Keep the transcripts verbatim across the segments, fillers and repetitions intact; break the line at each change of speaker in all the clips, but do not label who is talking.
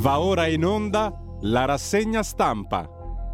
Va ora in onda la rassegna stampa.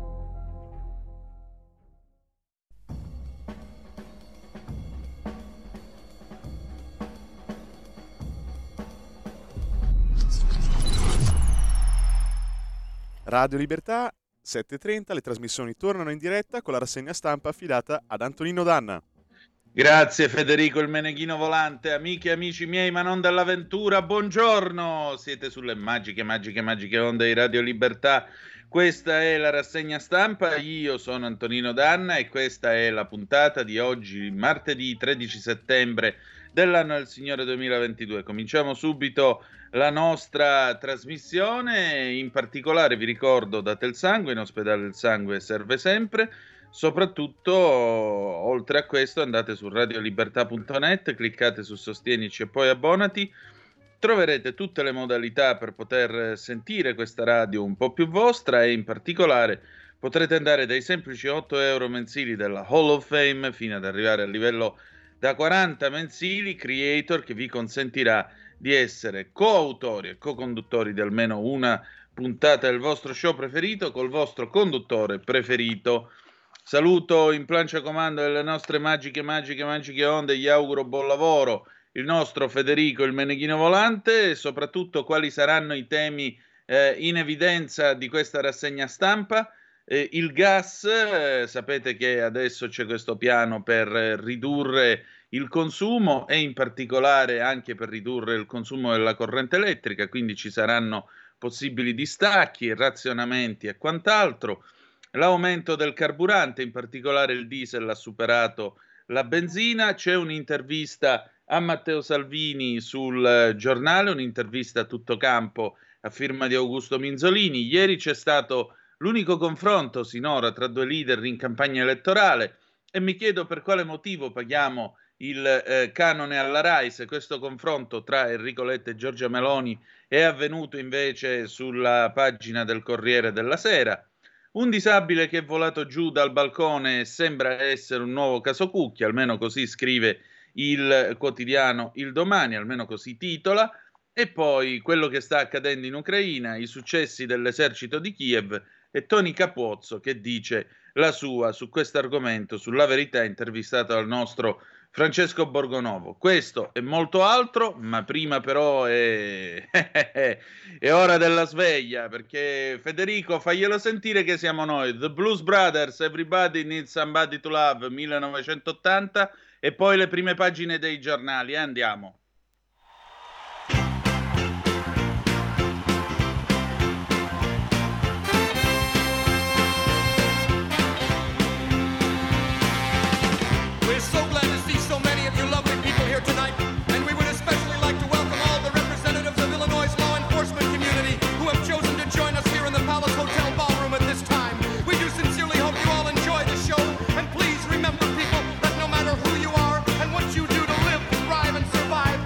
Radio Libertà, sette e trenta, le trasmissioni tornano in diretta con la rassegna stampa affidata ad Antonino Danna.
Grazie Federico il Meneghino Volante, amiche e amici miei, ma non dell'avventura, buongiorno, siete sulle magiche, magiche, magiche onde di Radio Libertà, questa è la rassegna stampa, io sono Antonino Danna e questa è la puntata di oggi, martedì tredici settembre dell'anno del Signore duemilaventidue. Cominciamo subito la nostra trasmissione, in particolare vi ricordo date il sangue, in ospedale il sangue serve sempre. Soprattutto, oltre a questo, andate su radiolibertà punto net, cliccate su Sostienici e poi abbonati, troverete tutte le modalità per poter sentire questa radio un po' più vostra e in particolare potrete andare dai semplici otto euro mensili della Hall of Fame fino ad arrivare al livello da quaranta mensili creator che vi consentirà di essere coautori e co-conduttori di almeno una puntata del vostro show preferito col vostro conduttore preferito. Saluto in plancia comando delle nostre magiche, magiche, magiche onde, gli auguro buon lavoro, il nostro Federico il Meneghino Volante e soprattutto quali saranno i temi eh, in evidenza di questa rassegna stampa. Eh, il gas, eh, sapete che adesso c'è questo piano per eh, ridurre il consumo e in particolare anche per ridurre il consumo della corrente elettrica, quindi ci saranno possibili distacchi, razionamenti e quant'altro. L'aumento del carburante, in particolare il diesel, ha superato la benzina. C'è un'intervista a Matteo Salvini sul giornale, un'intervista a tutto campo a firma di Augusto Minzolini. Ieri c'è stato l'unico confronto sinora tra due leader in campagna elettorale e mi chiedo per quale motivo paghiamo il eh, canone alla RAI se questo confronto tra Enrico Letta e Giorgia Meloni è avvenuto invece sulla pagina del Corriere della Sera. Un disabile che è volato giù dal balcone sembra essere un nuovo caso Cucchi, almeno così scrive il quotidiano Il Domani, almeno così titola, e poi quello che sta accadendo in Ucraina, i successi dell'esercito di Kiev e Tony Capozzo che dice la sua su questo argomento, sulla Verità, intervistato dal nostro Francesco Borgonovo. Questo e molto altro, ma prima però è... è ora della sveglia, perché Federico faglielo sentire che siamo noi, The Blues Brothers, Everybody Needs Somebody to Love, millenovecentottanta, e poi le prime pagine dei giornali, eh? Andiamo.
And please remember, people, that no matter who you are and what you do to live, thrive, and survive,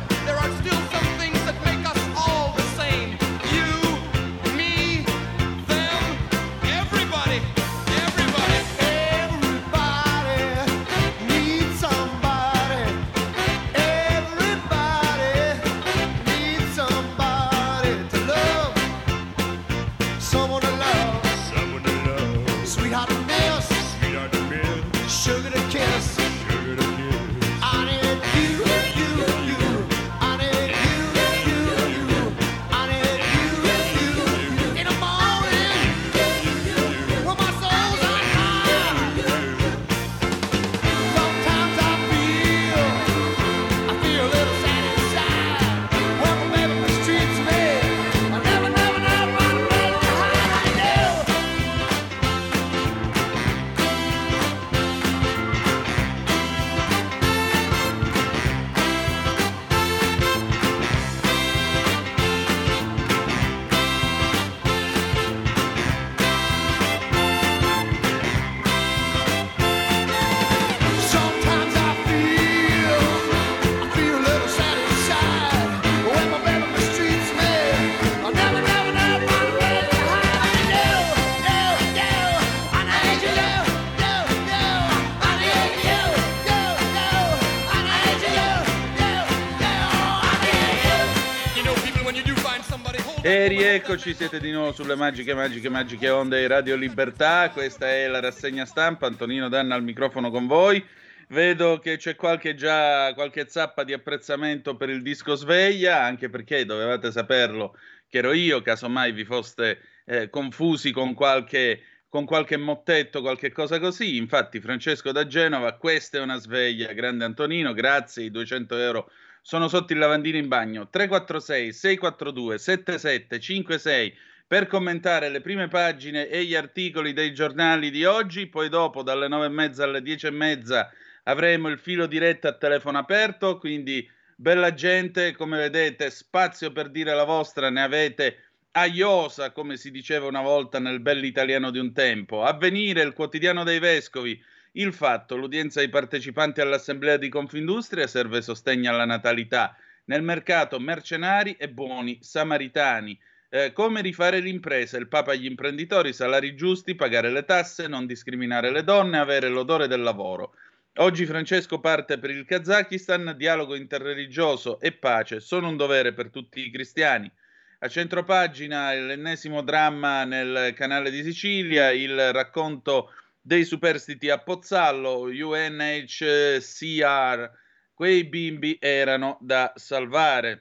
E rieccoci, siete di nuovo sulle magiche, magiche, magiche onde di Radio Libertà. Questa è la rassegna stampa. Antonino Danna al microfono con voi. Vedo che c'è qualche già qualche zappa di apprezzamento per il disco Sveglia, anche perché dovevate saperlo che ero io, casomai vi foste eh, confusi con qualche, con qualche mottetto, qualche cosa così. Infatti Francesco da Genova, questa è una sveglia, grande Antonino, grazie, i duecento euro sono sotto il lavandino in bagno. Tre quattro sei sei quattro due sette sette cinque sei per commentare le prime pagine e gli articoli dei giornali di oggi, poi dopo dalle nove e mezza alle dieci e mezza avremo il filo diretto a telefono aperto, quindi bella gente, come vedete, spazio per dire la vostra ne avete a iosa, come si diceva una volta nel bell'italiano di un tempo. Avvenire, il quotidiano dei vescovi, Il Fatto, l'udienza ai partecipanti all'assemblea di Confindustria, serve sostegno alla natalità. Nel mercato mercenari e buoni samaritani. Eh, come rifare l'impresa, il Papa agli imprenditori, salari giusti, pagare le tasse, non discriminare le donne, avere l'odore del lavoro. Oggi Francesco parte per il Kazakistan, dialogo interreligioso e pace sono un dovere per tutti i cristiani. A centropagina l'ennesimo dramma nel canale di Sicilia, il racconto dei superstiti a Pozzallo, U N H C R, quei bimbi erano da salvare.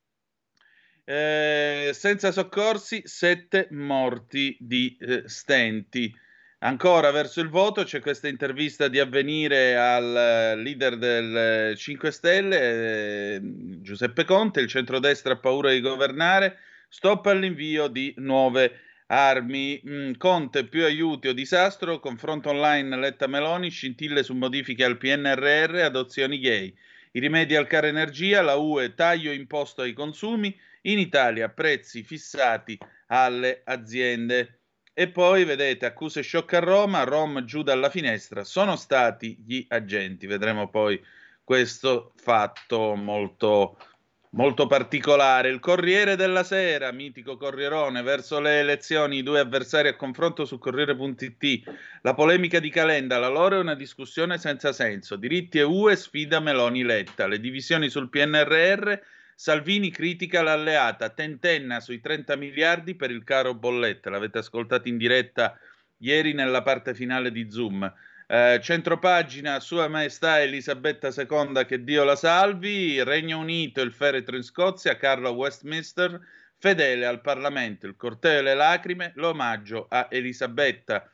Eh, senza soccorsi, sette morti di eh, stenti. Ancora verso il voto c'è questa intervista di Avvenire al leader del cinque Stelle, eh, Giuseppe Conte. Il centrodestra ha paura di governare, stop all'invio di nuove armi. Mm, Conte, più aiuti o disastro, confronto online Letta-Meloni, scintille su modifiche al P N R R, adozioni gay. I rimedi al caro energia, la U E taglio imposto ai consumi, in Italia prezzi fissati alle aziende. E poi, vedete, accuse shock a Roma, Rom giù dalla finestra, sono stati gli agenti. Vedremo poi questo fatto molto, molto particolare. Il Corriere della Sera, mitico Corrierone, verso le elezioni, i due avversari a confronto su Corriere punto it. La polemica di Calenda, la loro è una discussione senza senso. Diritti e U E sfida Meloni-Letta. Le divisioni sul P N R R, Salvini critica l'alleata, tentenna sui trenta miliardi per il caro bollette. L'avete ascoltato in diretta ieri nella parte finale di Zoom. Eh, centropagina, Sua Maestà Elisabetta seconda, che Dio la salvi. Regno Unito, il feretro in Scozia, Carlo a Westminster, fedele al Parlamento, il corteo e le lacrime, l'omaggio a Elisabetta.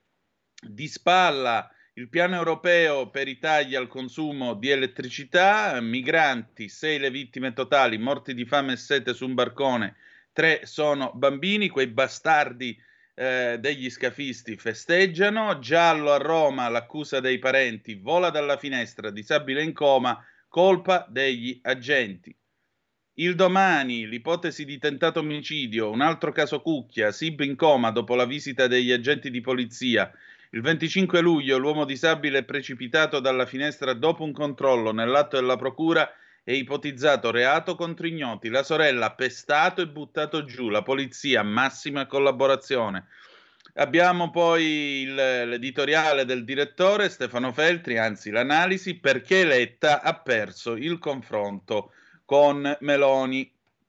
Di spalla il piano europeo per i tagli al consumo di elettricità, migranti, sei le vittime totali, morti di fame e sete su un barcone, tre sono bambini, quei bastardi eh, degli scafisti festeggiano. Giallo a Roma, l'accusa dei parenti, vola dalla finestra, disabile in coma, colpa degli agenti. Il Domani, l'ipotesi di tentato omicidio, un altro caso Cucchia, S I B in coma dopo la visita degli agenti di polizia. Il venticinque luglio l'uomo disabile è precipitato dalla finestra dopo un controllo nell'atto della procura e ipotizzato reato contro ignoti. La sorella pestato e buttato giù, la polizia massima collaborazione. Abbiamo poi il, l'editoriale del direttore Stefano Feltri, anzi l'analisi, perché Letta ha perso il confronto con Meloni,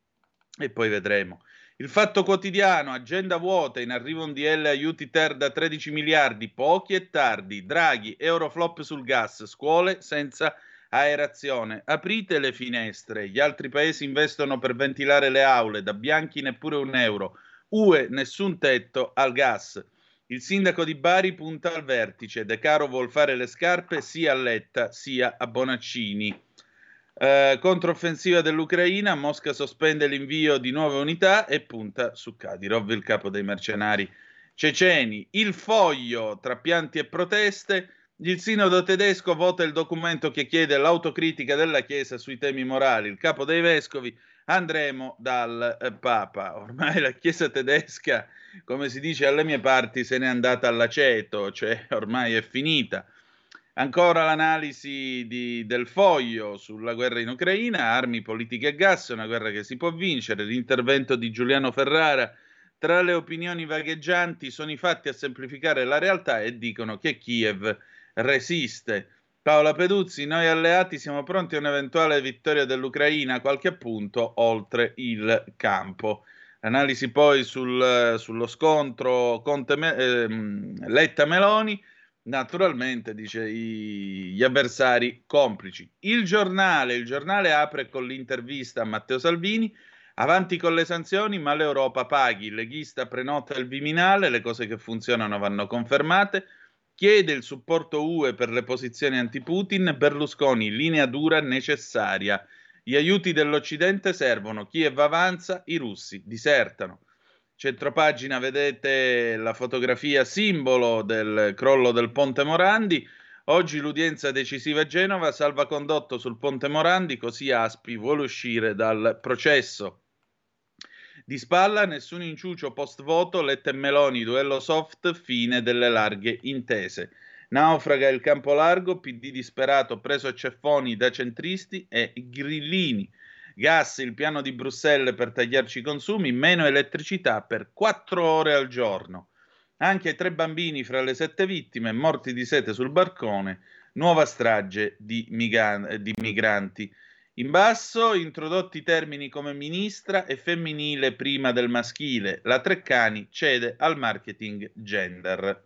e poi vedremo. Il Fatto Quotidiano, agenda vuota, in arrivo un D L aiuti ter da tredici miliardi, pochi e tardi. Draghi, Euroflop sul gas, scuole senza aerazione. Aprite le finestre, gli altri paesi investono per ventilare le aule, da Bianchi neppure un euro. U E nessun tetto al gas. Il sindaco di Bari punta al vertice, De Caro vuol fare le scarpe sia a Letta sia a Bonaccini. Eh, controffensiva dell'Ucraina, Mosca sospende l'invio di nuove unità e punta su Kadyrov, il capo dei mercenari ceceni. Il Foglio, tra pianti e proteste, il sinodo tedesco vota il documento che chiede l'autocritica della Chiesa sui temi morali. Il capo dei vescovi, andremo dal eh, Papa. Ormai la Chiesa tedesca, come si dice alle mie parti, se n'è andata all'aceto, cioè ormai è finita. Ancora l'analisi di, del Foglio sulla guerra in Ucraina, armi, politiche e gas, una guerra che si può vincere, l'intervento di Giuliano Ferrara, tra le opinioni vagheggianti sono i fatti a semplificare la realtà e dicono che Kiev resiste. Paola Peduzzi, noi alleati siamo pronti a un'eventuale vittoria dell'Ucraina, qualche punto oltre il campo. Analisi poi sul, sullo scontro Conte, ehm, Letta-Meloni, naturalmente dice i, gli avversari complici. Il giornale, il giornale apre con l'intervista a Matteo Salvini, avanti con le sanzioni ma l'Europa paghi, il leghista prenota il Viminale, le cose che funzionano vanno confermate, chiede il supporto U E per le posizioni anti-Putin, Berlusconi linea dura necessaria. Gli aiuti dell'Occidente servono, Kiev avanza, i russi disertano. Centropagina, vedete la fotografia simbolo del crollo del Ponte Morandi. Oggi l'udienza decisiva a Genova, salvacondotto sul Ponte Morandi, così Aspi vuole uscire dal processo. Di spalla, nessun inciucio post voto, Letta e Meloni, duello soft, fine delle larghe intese. Naufraga il campo largo, P D disperato preso a ceffoni da centristi e grillini. Gas, il piano di Bruxelles per tagliarci i consumi, meno elettricità per quattro ore al giorno. Anche tre bambini fra le sette vittime, morti di sete sul barcone, nuova strage di, migan- di migranti. In basso, introdotti termini come ministra e femminile prima del maschile. La Treccani cede al marketing gender.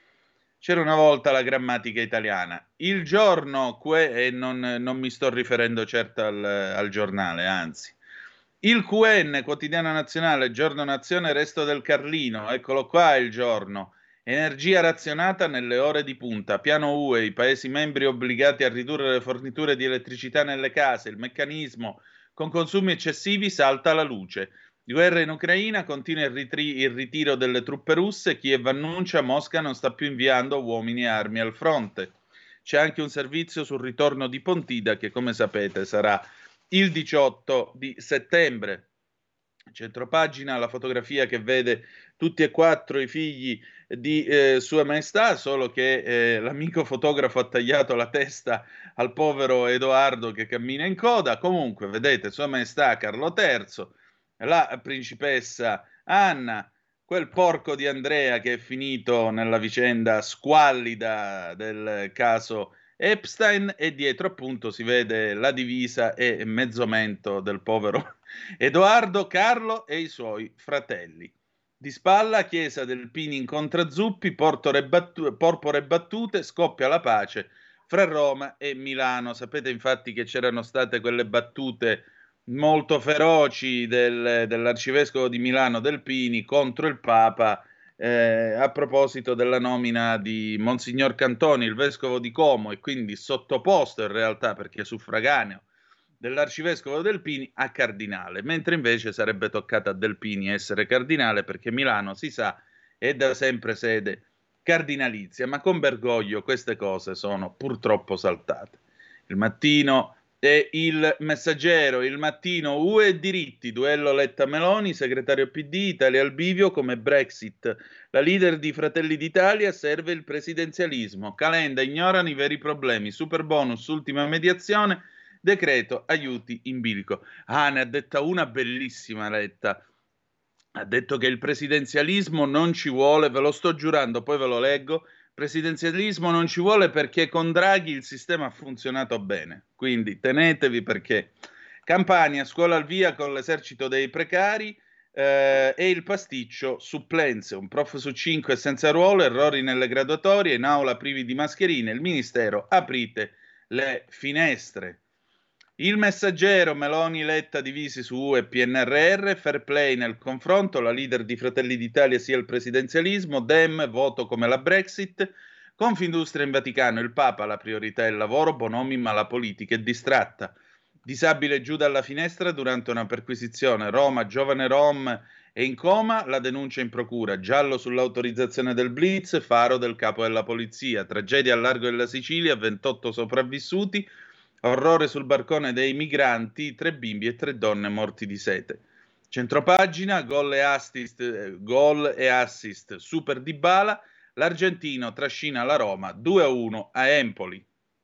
C'era una volta la grammatica italiana. Il giorno, que, e non, non mi sto riferendo certo al, al giornale, anzi. Il Q N, Quotidiano Nazionale, Giorno Nazione, Resto del Carlino. Eccolo qua il giorno. Energia razionata nelle ore di punta. Piano U E, i Paesi membri obbligati a ridurre le forniture di elettricità nelle case. Il meccanismo con consumi eccessivi salta alla luce. Guerra in Ucraina, continua il, ritri- il ritiro delle truppe russe. Kiev annuncia Mosca non sta più inviando uomini e armi al fronte. C'è anche un servizio sul ritorno di Pontida che, come sapete, sarà il diciotto di settembre. Centropagina, la fotografia che vede tutti e quattro i figli di eh, Sua Maestà, solo che eh, l'amico fotografo ha tagliato la testa al povero Edoardo che cammina in coda. Comunque, vedete, Sua Maestà Carlo terzo, la principessa Anna, quel porco di Andrea che è finito nella vicenda squallida del caso Epstein, e dietro appunto si vede la divisa e mezzo mento del povero Edoardo, Carlo e i suoi fratelli. Di spalla, chiesa del Pini incontra Zuppi, porpore battu- porpore battute, scoppia la pace fra Roma e Milano. Sapete infatti che c'erano state quelle battute molto feroci del, dell'arcivescovo di Milano Del Pini contro il Papa eh, a proposito della nomina di Monsignor Cantoni, il vescovo di Como, e quindi sottoposto in realtà, perché è suffraganeo, dell'arcivescovo Del Pini a cardinale, mentre invece sarebbe toccato a Del Pini essere cardinale perché Milano, si sa, è da sempre sede cardinalizia, ma con Bergoglio queste cose sono purtroppo saltate. Il Mattino e il Messaggero, il Mattino, U E e diritti, duello Letta-Meloni, segretario P D, Italia al bivio come Brexit. La leader di Fratelli d'Italia, serve il presidenzialismo. Calenda, ignorano i veri problemi. Super bonus, ultima mediazione, decreto aiuti in bilico. Ah, ne ha detta una bellissima Letta. Ha detto che il presidenzialismo non ci vuole, ve lo sto giurando, poi ve lo leggo. Presidenzialismo non ci vuole perché con Draghi il sistema ha funzionato bene. Quindi tenetevi, perché Campania, scuola al via con l'esercito dei precari eh, e il pasticcio supplenze. Un prof su cinque senza ruolo, errori nelle graduatorie, in aula privi di mascherine. Il Ministero, aprite le finestre. Il Messaggero, Meloni, Letta divisi su U E e P N R R, fair play nel confronto, la leader di Fratelli d'Italia sia il presidenzialismo, Dem, voto come la Brexit, Confindustria in Vaticano, il Papa, la priorità è il lavoro, Bonomi, ma la politica è distratta. Disabile giù dalla finestra durante una perquisizione, Roma, giovane Rom è in coma, la denuncia in procura, giallo sull'autorizzazione del blitz, faro del capo della polizia, tragedia al largo della Sicilia, ventotto sopravvissuti, orrore sul barcone dei migranti, tre bimbi e tre donne morti di sete. Centropagina, gol e assist, gol e assist, super Dybala, l'argentino trascina la Roma due a uno a Empoli.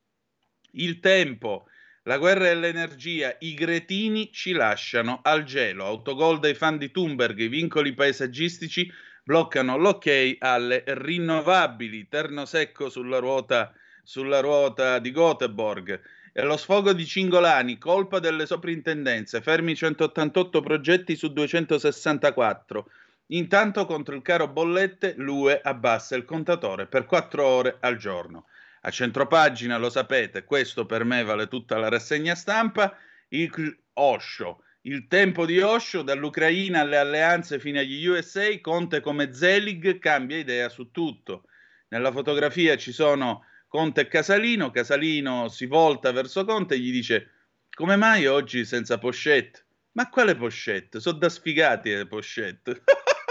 Il Tempo, la guerra e l'energia, i gretini ci lasciano al gelo, autogol dai fan di Thunberg, i vincoli paesaggistici bloccano l'ok alle rinnovabili, terno secco sulla ruota sulla ruota di Göteborg. E lo sfogo di Cingolani, colpa delle soprintendenze, fermi centottantotto progetti su duecentosessantaquattro. Intanto contro il caro bollette l'U E abbassa il contatore per quattro ore al giorno. A centropagina, lo sapete, questo per me vale tutta la rassegna stampa, il Osho, il tempo di Osho, dall'Ucraina alle alleanze fino agli U S A, Conte come Zelig cambia idea su tutto. Nella fotografia ci sono Conte e Casalino, Casalino si volta verso Conte e gli dice: come mai oggi senza pochette? Ma quale pochette? Sono da sfigati le pochette.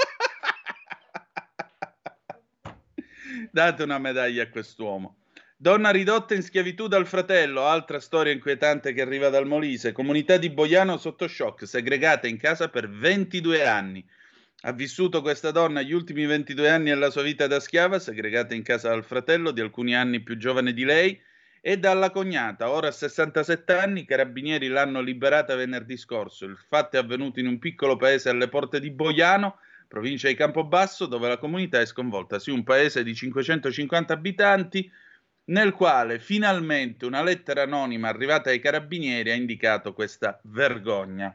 Date una medaglia a quest'uomo. Donna ridotta in schiavitù dal fratello, altra storia inquietante che arriva dal Molise. Comunità di Boiano sotto shock, segregata in casa per ventidue anni. Ha vissuto questa donna gli ultimi ventidue anni della sua vita da schiava, segregata in casa dal fratello di alcuni anni più giovane di lei e dalla cognata. Ora a sessantasette anni, i carabinieri l'hanno liberata venerdì scorso. Il fatto è avvenuto in un piccolo paese alle porte di Boiano, provincia di Campobasso, dove la comunità è sconvolta. Sì, un paese di cinquecentocinquanta abitanti, nel quale finalmente una lettera anonima arrivata ai carabinieri ha indicato questa vergogna.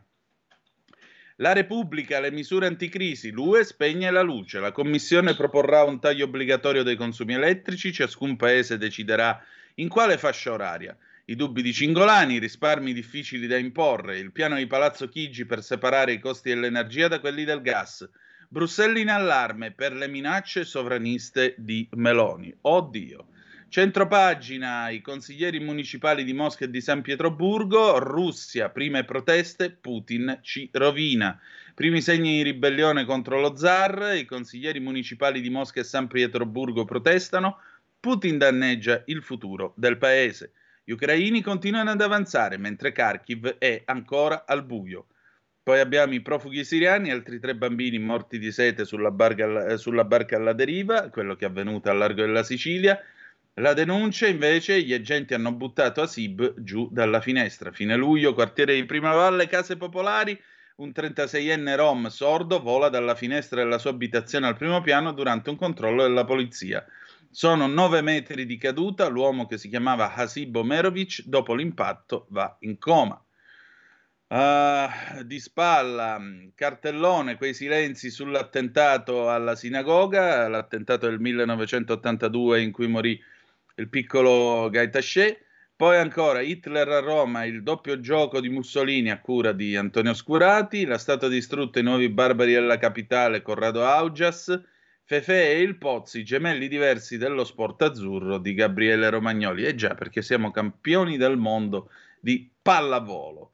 La Repubblica, le misure anticrisi, l'U E spegne la luce, la Commissione proporrà un taglio obbligatorio dei consumi elettrici, ciascun paese deciderà in quale fascia oraria. I dubbi di Cingolani, i risparmi difficili da imporre, il piano di Palazzo Chigi per separare i costi dell'energia da quelli del gas, Bruxelles in allarme per le minacce sovraniste di Meloni. Oddio. Centropagina, i consiglieri municipali di Mosca e di San Pietroburgo, Russia, prime proteste, Putin ci rovina. Primi segni di ribellione contro lo zar, i consiglieri municipali di Mosca e San Pietroburgo protestano, Putin danneggia il futuro del paese. Gli ucraini continuano ad avanzare, mentre Kharkiv è ancora al buio. Poi abbiamo i profughi siriani, altri tre bambini morti di sete sulla barca, sulla barca alla deriva, quello che è avvenuto al largo della Sicilia. La denuncia invece, gli agenti hanno buttato Asib giù dalla finestra. Fine luglio, quartiere di Primavalle, case popolari, un trentaseienne rom sordo vola dalla finestra della sua abitazione al primo piano durante un controllo della polizia. Sono nove metri di caduta, l'uomo che si chiamava Hasib Omerovic dopo l'impatto va in coma. Uh, di spalla, cartellone, quei silenzi sull'attentato alla sinagoga, l'attentato del millenovecentottantadue in cui morì il piccolo Guy Taché. Poi ancora Hitler a Roma, il doppio gioco di Mussolini a cura di Antonio Scurati, la statua distrutta, i nuovi barbari della capitale, Corrado Augias, Fefe e il Pozzi, gemelli diversi dello sport azzurro di Gabriele Romagnoli. E già, perché siamo campioni del mondo di pallavolo.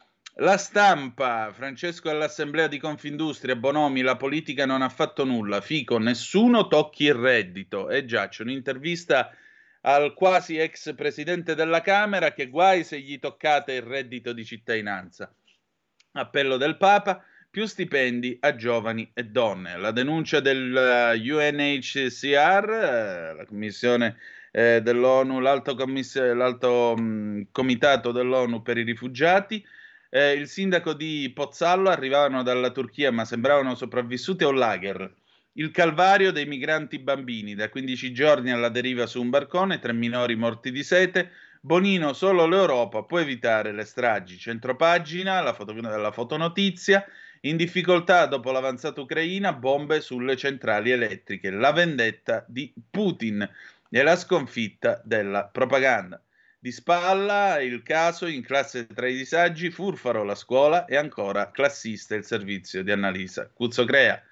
La Stampa, Francesco all'assemblea di Confindustria, Bonomi, la politica non ha fatto nulla, Fico, nessuno tocchi il reddito. E già, c'è un'intervista al quasi ex presidente della Camera che guai se gli toccate il reddito di cittadinanza. Appello del Papa, più stipendi a giovani e donne. La denuncia del U N H C R, la commissione eh, dell'ONU, l'alto, commiss- l'alto mh, comitato dell'ONU per i rifugiati. Eh, il sindaco di Pozzallo, arrivavano dalla Turchia ma sembravano sopravvissuti a un lager. Il calvario dei migranti bambini, da quindici giorni alla deriva su un barcone, tre minori morti di sete. Bonino, solo l'Europa può evitare le stragi. Centropagina, la, foto, la fotonotizia, in difficoltà dopo l'avanzata ucraina, bombe sulle centrali elettriche. La vendetta di Putin e la sconfitta della propaganda. Di spalla il caso, in classe tra i disagi, Furfaro la scuola e ancora classista il servizio di Annalisa Cuzzocrea.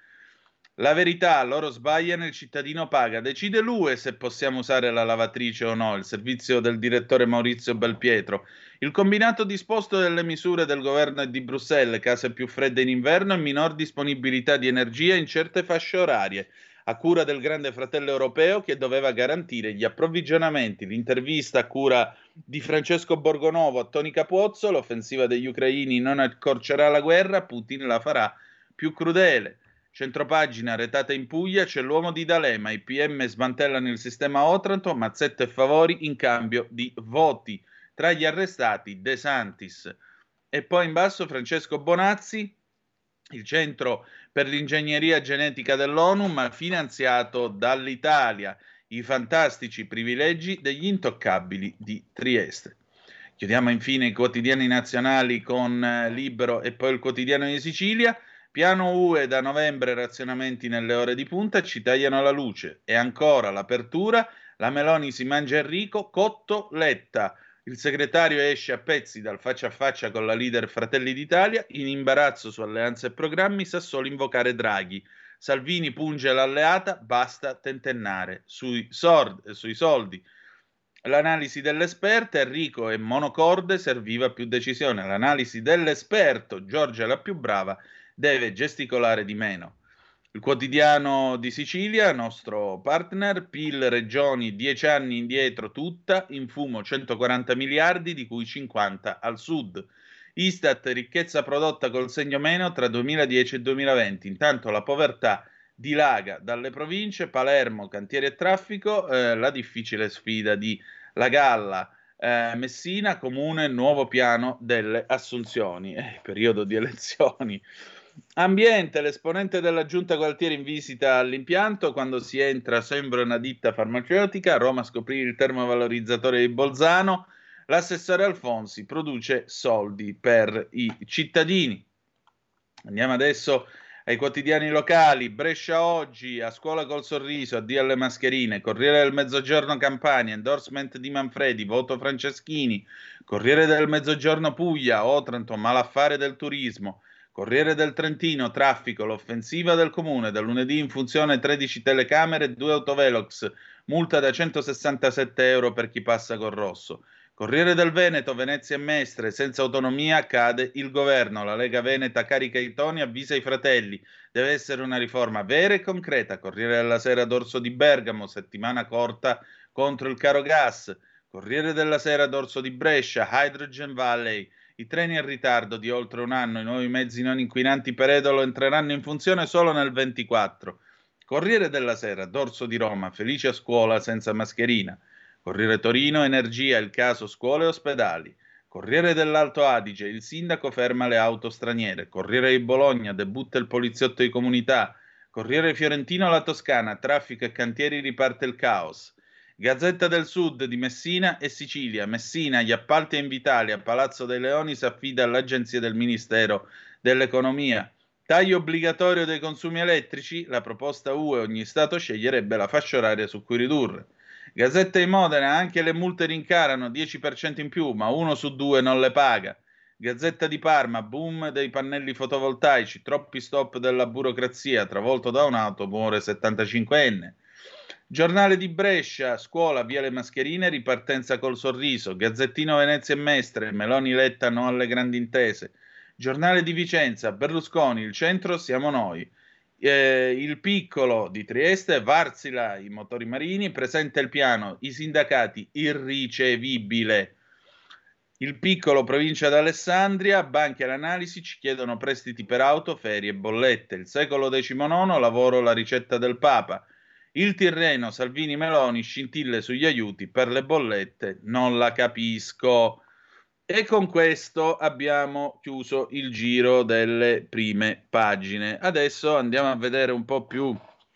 La verità, loro sbagliano, il cittadino paga, decide l'U E se possiamo usare la lavatrice o no, il servizio del direttore Maurizio Belpietro. Il combinato disposto delle misure del governo e di Bruxelles, case più fredde in inverno e minor disponibilità di energia in certe fasce orarie, a cura del grande fratello europeo che doveva garantire gli approvvigionamenti. L'intervista a cura di Francesco Borgonovo a Toni Capozzo, l'offensiva degli ucraini non accorcerà la guerra, Putin la farà più crudele. Centropagina, retata in Puglia, c'è l'uomo di D'Alema, i P M smantellano il sistema Otranto, Mazzetto e Favori in cambio di voti. Tra gli arrestati De Santis. E poi in basso Francesco Bonazzi, il centro per l'ingegneria genetica dell'ONU, ma finanziato dall'Italia. i fantastici privilegi degli intoccabili di Trieste. Chiudiamo infine i quotidiani nazionali con eh, Libero e poi il quotidiano di Sicilia. Piano U E da novembre, razionamenti nelle ore di punta, ci tagliano la luce. E ancora l'apertura, la Meloni si mangia Enrico, cotto Letta. Il segretario esce a pezzi dal faccia a faccia con la leader Fratelli d'Italia, in imbarazzo su alleanze e programmi, sa solo invocare Draghi. Salvini punge l'alleata, basta tentennare sui, sord- sui soldi. L'analisi dell'esperto, Enrico e monocorde, serviva più decisione. L'analisi dell'esperto, Giorgia la più brava, deve gesticolare di meno. Il quotidiano di Sicilia, nostro partner, P I L regioni dieci anni indietro tutta, in fumo centoquaranta miliardi, di cui cinquanta al sud. Istat, ricchezza prodotta col segno meno tra duemiladieci e duemilaventi. Intanto la povertà dilaga dalle province, Palermo, cantieri e traffico, eh, la difficile sfida di La Galla, eh, Messina, comune, nuovo piano delle assunzioni, eh, periodo di elezioni. Ambiente, l'esponente della giunta Gualtieri in visita all'impianto, quando si entra sembra una ditta farmaceutica, a Roma scoprire il termovalorizzatore di Bolzano, l'assessore Alfonsi produce soldi per i cittadini. Andiamo adesso ai quotidiani locali. Brescia oggi, a scuola col sorriso, addio alle mascherine. Corriere del Mezzogiorno Campania, endorsement di Manfredi, voto Franceschini. Corriere del Mezzogiorno Puglia, Otranto, malaffare del turismo. Corriere del Trentino, traffico, l'offensiva del comune, da lunedì in funzione tredici telecamere e due autovelox, multa da centosessantasette euro per chi passa col rosso. Corriere del Veneto, Venezia e Mestre, senza autonomia cade il governo, la Lega Veneta carica i toni, avvisa i fratelli, deve essere una riforma vera e concreta. Corriere della Sera d'Orso di Bergamo, settimana corta contro il caro gas. Corriere della Sera d'Orso di Brescia, Hydrogen Valley, i treni in ritardo di oltre un anno, i nuovi mezzi non inquinanti per Edolo entreranno in funzione solo nel ventiquattro. Corriere della Sera d'Orso di Roma, felice a scuola senza mascherina. Corriere Torino, energia, il caso scuole e ospedali. Corriere dell'Alto Adige, il sindaco ferma le auto straniere. Corriere di Bologna, debutta il poliziotto di comunità. Corriere Fiorentino, la Toscana, traffico e cantieri, riparte il caos. Gazzetta del Sud di Messina e Sicilia. Messina, gli appalti a Invitalia, Palazzo dei Leoni si affida all'agenzia del Ministero dell'Economia. Taglio obbligatorio dei consumi elettrici, la proposta U E, ogni Stato sceglierebbe la fascia oraria su cui ridurre. Gazzetta di Modena, anche le multe rincarano, dieci per cento in più, ma uno su due non le paga. Gazzetta di Parma, boom dei pannelli fotovoltaici, troppi stop della burocrazia, travolto da un'auto, muore settantacinquenne. Giornale di Brescia, scuola, via le mascherine, ripartenza col sorriso. Gazzettino Venezia e Mestre, Meloni Letta no alle grandi intese. Giornale di Vicenza, Berlusconi, il centro siamo noi. Eh, il Piccolo di Trieste, Varsila, i motori marini, presenta il piano, i sindacati, irricevibile. Il Piccolo, provincia d'Alessandria, banche all'analisi, ci chiedono prestiti per auto, ferie e bollette. Il Secolo diciannove, lavoro, la ricetta del Papa. Il Tirreno, Salvini Meloni, scintille sugli aiuti per le bollette, non la capisco. E con questo abbiamo chiuso il giro delle prime pagine. Adesso andiamo a vedere un po' più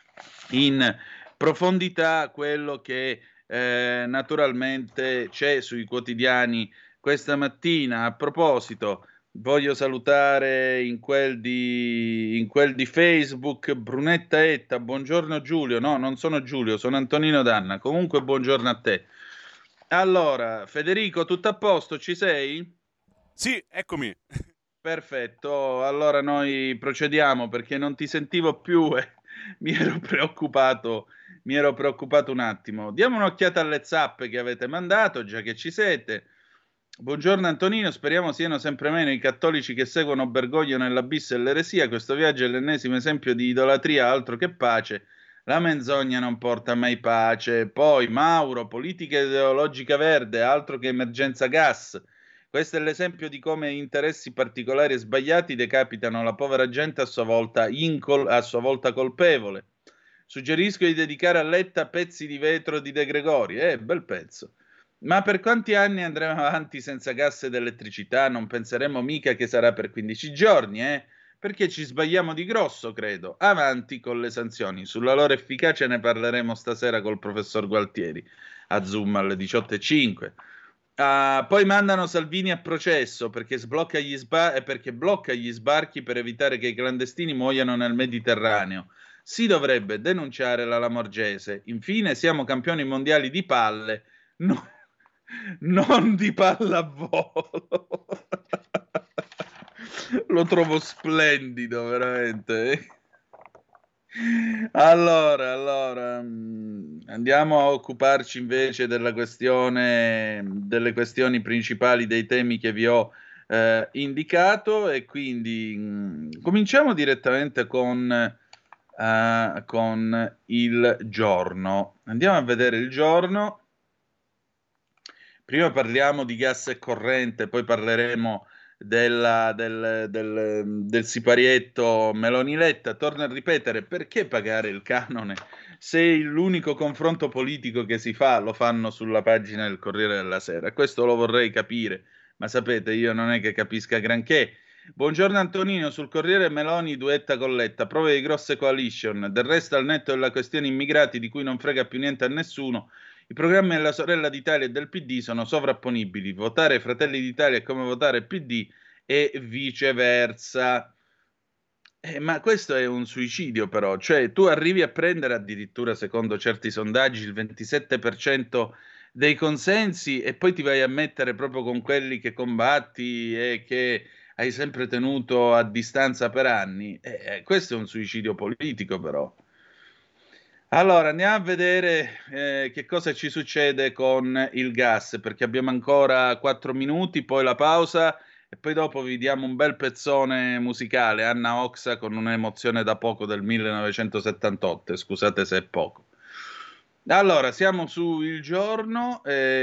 in profondità quello che eh, naturalmente c'è sui quotidiani questa mattina. A proposito, voglio salutare in quel di, in quel di Facebook Brunetta Etta, buongiorno Giulio, no, non sono Giulio, sono Antonino Danna, comunque buongiorno a te. Allora, Federico, tutto a posto, ci sei?
Sì, eccomi.
Perfetto, allora noi procediamo perché non ti sentivo più e mi ero preoccupato, mi ero preoccupato un attimo. Diamo un'occhiata alle zappe che avete mandato, già che ci siete. Buongiorno Antonino, speriamo siano sempre meno i cattolici che seguono Bergoglio nell'abisso e l'eresia. Questo viaggio è l'ennesimo esempio di idolatria, altro che pace. La menzogna non porta mai pace. Poi Mauro, politica ideologica verde, altro che emergenza gas. Questo è l'esempio di come interessi particolari e sbagliati decapitano la povera gente a sua volta, incol- a sua volta colpevole. Suggerisco di dedicare a Letta Pezzi di vetro di De Gregori. Eh, bel pezzo. Ma per quanti anni andremo avanti senza gas ed elettricità? Non penseremo mica che sarà per quindici giorni, eh? perché ci sbagliamo di grosso, credo. Avanti con le sanzioni. Sulla loro efficacia ne parleremo stasera col professor Gualtieri a Zoom alle diciotto e cinque. Uh, poi mandano Salvini a processo perché, sblocca gli sba- perché blocca gli sbarchi per evitare che i clandestini muoiano nel Mediterraneo. Si dovrebbe denunciare la Lamorgese. Infine, siamo campioni mondiali di palle, no, non di pallavolo. Lo trovo splendido, veramente. Allora, allora, andiamo a occuparci invece della questione, delle questioni principali dei temi che vi ho eh, indicato, e quindi mh, cominciamo direttamente con, eh, con il giorno. Andiamo a vedere il giorno. Prima parliamo di gas e corrente, poi parleremo della, del, del, del siparietto Meloni-Letta. Torno a ripetere, perché pagare il canone se l'unico confronto politico che si fa lo fanno sulla pagina del Corriere della Sera? Questo lo vorrei capire, ma sapete, io non è che capisca granché. Buongiorno Antonino, sul Corriere Meloni duetta con Letta, prove di grosse coalition. Del resto, al netto della questione immigrati, di cui non frega più niente a nessuno, i programmi della sorella d'Italia e del P D sono sovrapponibili. Votare Fratelli d'Italia è come votare P D e viceversa. Eh, ma questo è un suicidio, però. Cioè, tu arrivi a prendere addirittura, secondo certi sondaggi, il ventisette per cento dei consensi e poi ti vai a mettere proprio con quelli che combatti e che hai sempre tenuto a distanza per anni. Eh, questo è un suicidio politico, però. Allora, andiamo a vedere eh, che cosa ci succede con il gas, perché abbiamo ancora quattro minuti, poi la pausa e poi dopo vi diamo un bel pezzone musicale, Anna Oxa con un'emozione da poco del millenovecentosettantotto, scusate se è poco. Allora, siamo su Il Giorno,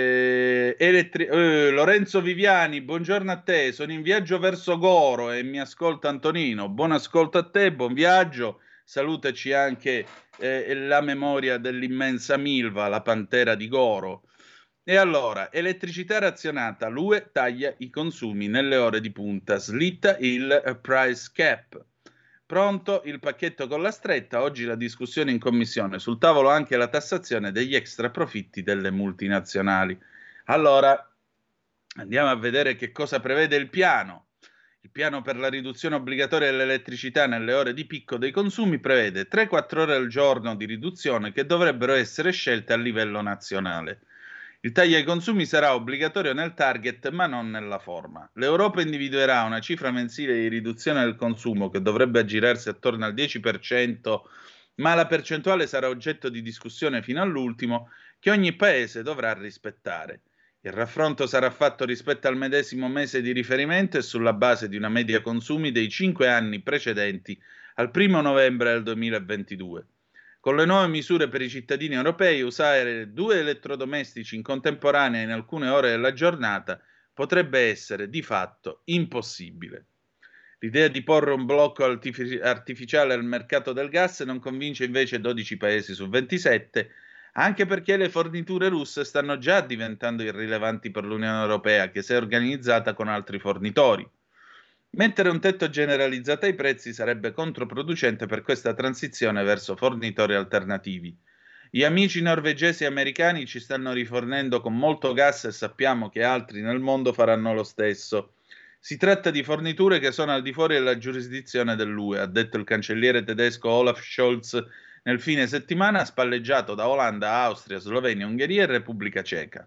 eh, elettri- eh, Lorenzo Viviani, buongiorno a te, sono in viaggio verso Goro e mi ascolta Antonino, buon ascolto a te, buon viaggio, salutaci anche eh, la memoria dell'immensa Milva, la pantera di Goro. E allora, elettricità razionata, l'U E taglia i consumi nelle ore di punta, slitta il price cap. Pronto il pacchetto con la stretta, oggi la discussione in commissione, sul tavolo anche la tassazione degli extra profitti delle multinazionali. Allora, andiamo a vedere che cosa prevede il piano. Il piano per la riduzione obbligatoria dell'elettricità nelle ore di picco dei consumi prevede tre quattro ore al giorno di riduzione che dovrebbero essere scelte a livello nazionale. Il taglio ai consumi sarà obbligatorio nel target, ma non nella forma. L'Europa individuerà una cifra mensile di riduzione del consumo che dovrebbe aggirarsi attorno al dieci per cento, ma la percentuale sarà oggetto di discussione fino all'ultimo, che ogni paese dovrà rispettare. Il raffronto sarà fatto rispetto al medesimo mese di riferimento e sulla base di una media consumi dei cinque anni precedenti al primo novembre del duemilaventidue. Con le nuove misure per i cittadini europei, usare due elettrodomestici in contemporanea in alcune ore della giornata potrebbe essere di fatto impossibile. L'idea di porre un blocco artific- artificiale al mercato del gas non convince invece dodici paesi su ventisette, anche perché le forniture russe stanno già diventando irrilevanti per l'Unione Europea, che si è organizzata con altri fornitori. Mettere un tetto generalizzato ai prezzi sarebbe controproducente per questa transizione verso fornitori alternativi. Gli amici norvegesi e americani ci stanno rifornendo con molto gas e sappiamo che altri nel mondo faranno lo stesso. Si tratta di forniture che sono al di fuori della giurisdizione dell'U E, ha detto il cancelliere tedesco Olaf Scholz nel fine settimana, spalleggiato da Olanda, Austria, Slovenia, Ungheria e Repubblica Ceca.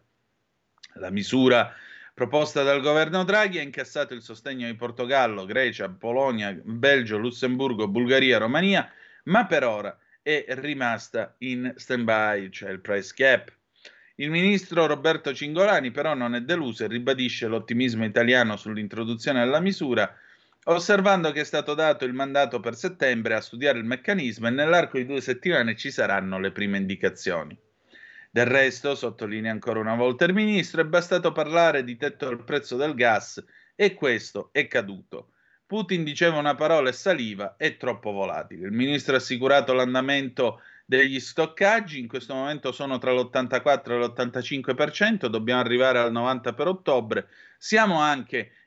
La misura proposta dal governo Draghi ha incassato il sostegno di Portogallo, Grecia, Polonia, Belgio, Lussemburgo, Bulgaria, Romania, ma per ora è rimasta in stand-by, cioè il price cap. Il ministro Roberto Cingolani però non è deluso e ribadisce l'ottimismo italiano sull'introduzione della misura, osservando che è stato dato il mandato per settembre a studiare il meccanismo e nell'arco di due settimane ci saranno le prime indicazioni. Del resto, sottolinea ancora una volta il ministro, è bastato parlare di tetto al prezzo del gas e questo è caduto. Putin diceva una parola e saliva, è troppo volatile. Il ministro ha assicurato l'andamento degli stoccaggi, in questo momento sono tra l'ottantaquattro e l'ottantacinque per cento, dobbiamo arrivare al novanta per cento per ottobre. Siamo anche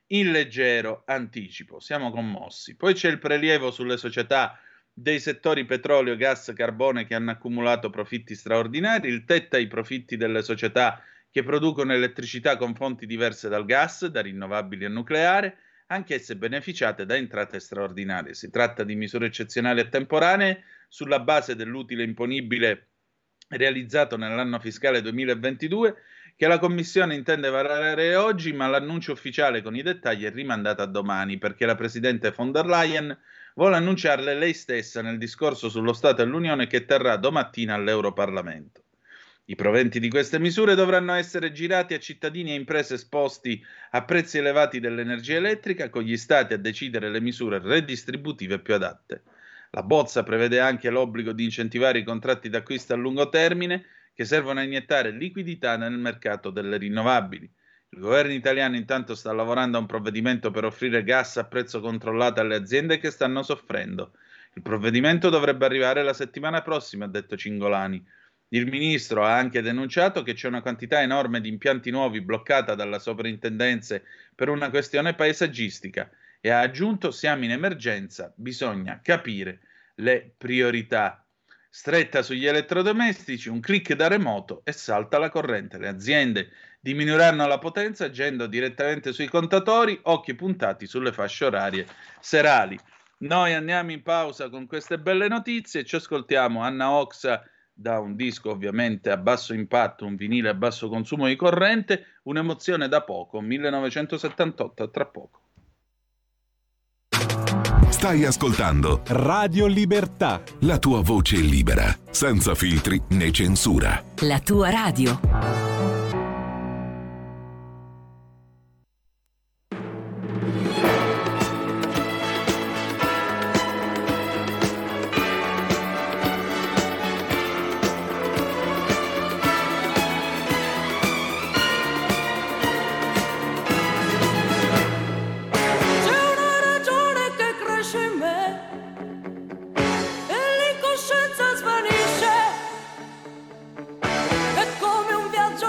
in leggero anticipo. Siamo commossi. Poi c'è il prelievo sulle società dei settori petrolio, gas, carbone che hanno accumulato profitti straordinari, il tetto ai profitti delle società che producono elettricità con fonti diverse dal gas, da rinnovabili a nucleare, anch'esse beneficiate da entrate straordinarie. Si tratta di misure eccezionali e temporanee sulla base dell'utile imponibile realizzato nell'anno fiscale duemilaventidue, che la Commissione intende varare oggi, ma l'annuncio ufficiale con i dettagli è rimandato a domani, perché la Presidente von der Leyen vuole annunciarle lei stessa nel discorso sullo Stato dell'Unione che terrà domattina all'Europarlamento. I proventi di queste misure dovranno essere girati a cittadini e imprese esposti a prezzi elevati dell'energia elettrica, con gli Stati a decidere le misure redistributive più adatte. La bozza prevede anche l'obbligo di incentivare i contratti d'acquisto a lungo termine che servono a iniettare liquidità nel mercato delle rinnovabili. Il governo italiano intanto sta lavorando a un provvedimento per offrire gas a prezzo controllato alle aziende che stanno soffrendo. Il provvedimento dovrebbe arrivare la settimana prossima, ha detto Cingolani. Il ministro ha anche denunciato che c'è una quantità enorme di impianti nuovi bloccata dalla sovrintendenza per una questione paesaggistica e ha aggiunto: siamo in emergenza, bisogna capire le priorità. Stretta sugli elettrodomestici, un click da remoto e salta la corrente. Le aziende diminuiranno la potenza agendo direttamente sui contatori, occhi puntati sulle fasce orarie serali. Noi andiamo in pausa con queste belle notizie, ci ascoltiamo Anna Oxa da un disco ovviamente a basso impatto, un vinile a basso consumo di corrente, un'emozione da poco, millenovecentosettantotto, tra poco.
Stai ascoltando
Radio Libertà,
la tua voce libera, senza filtri né censura.
La tua radio.
È come un viaggio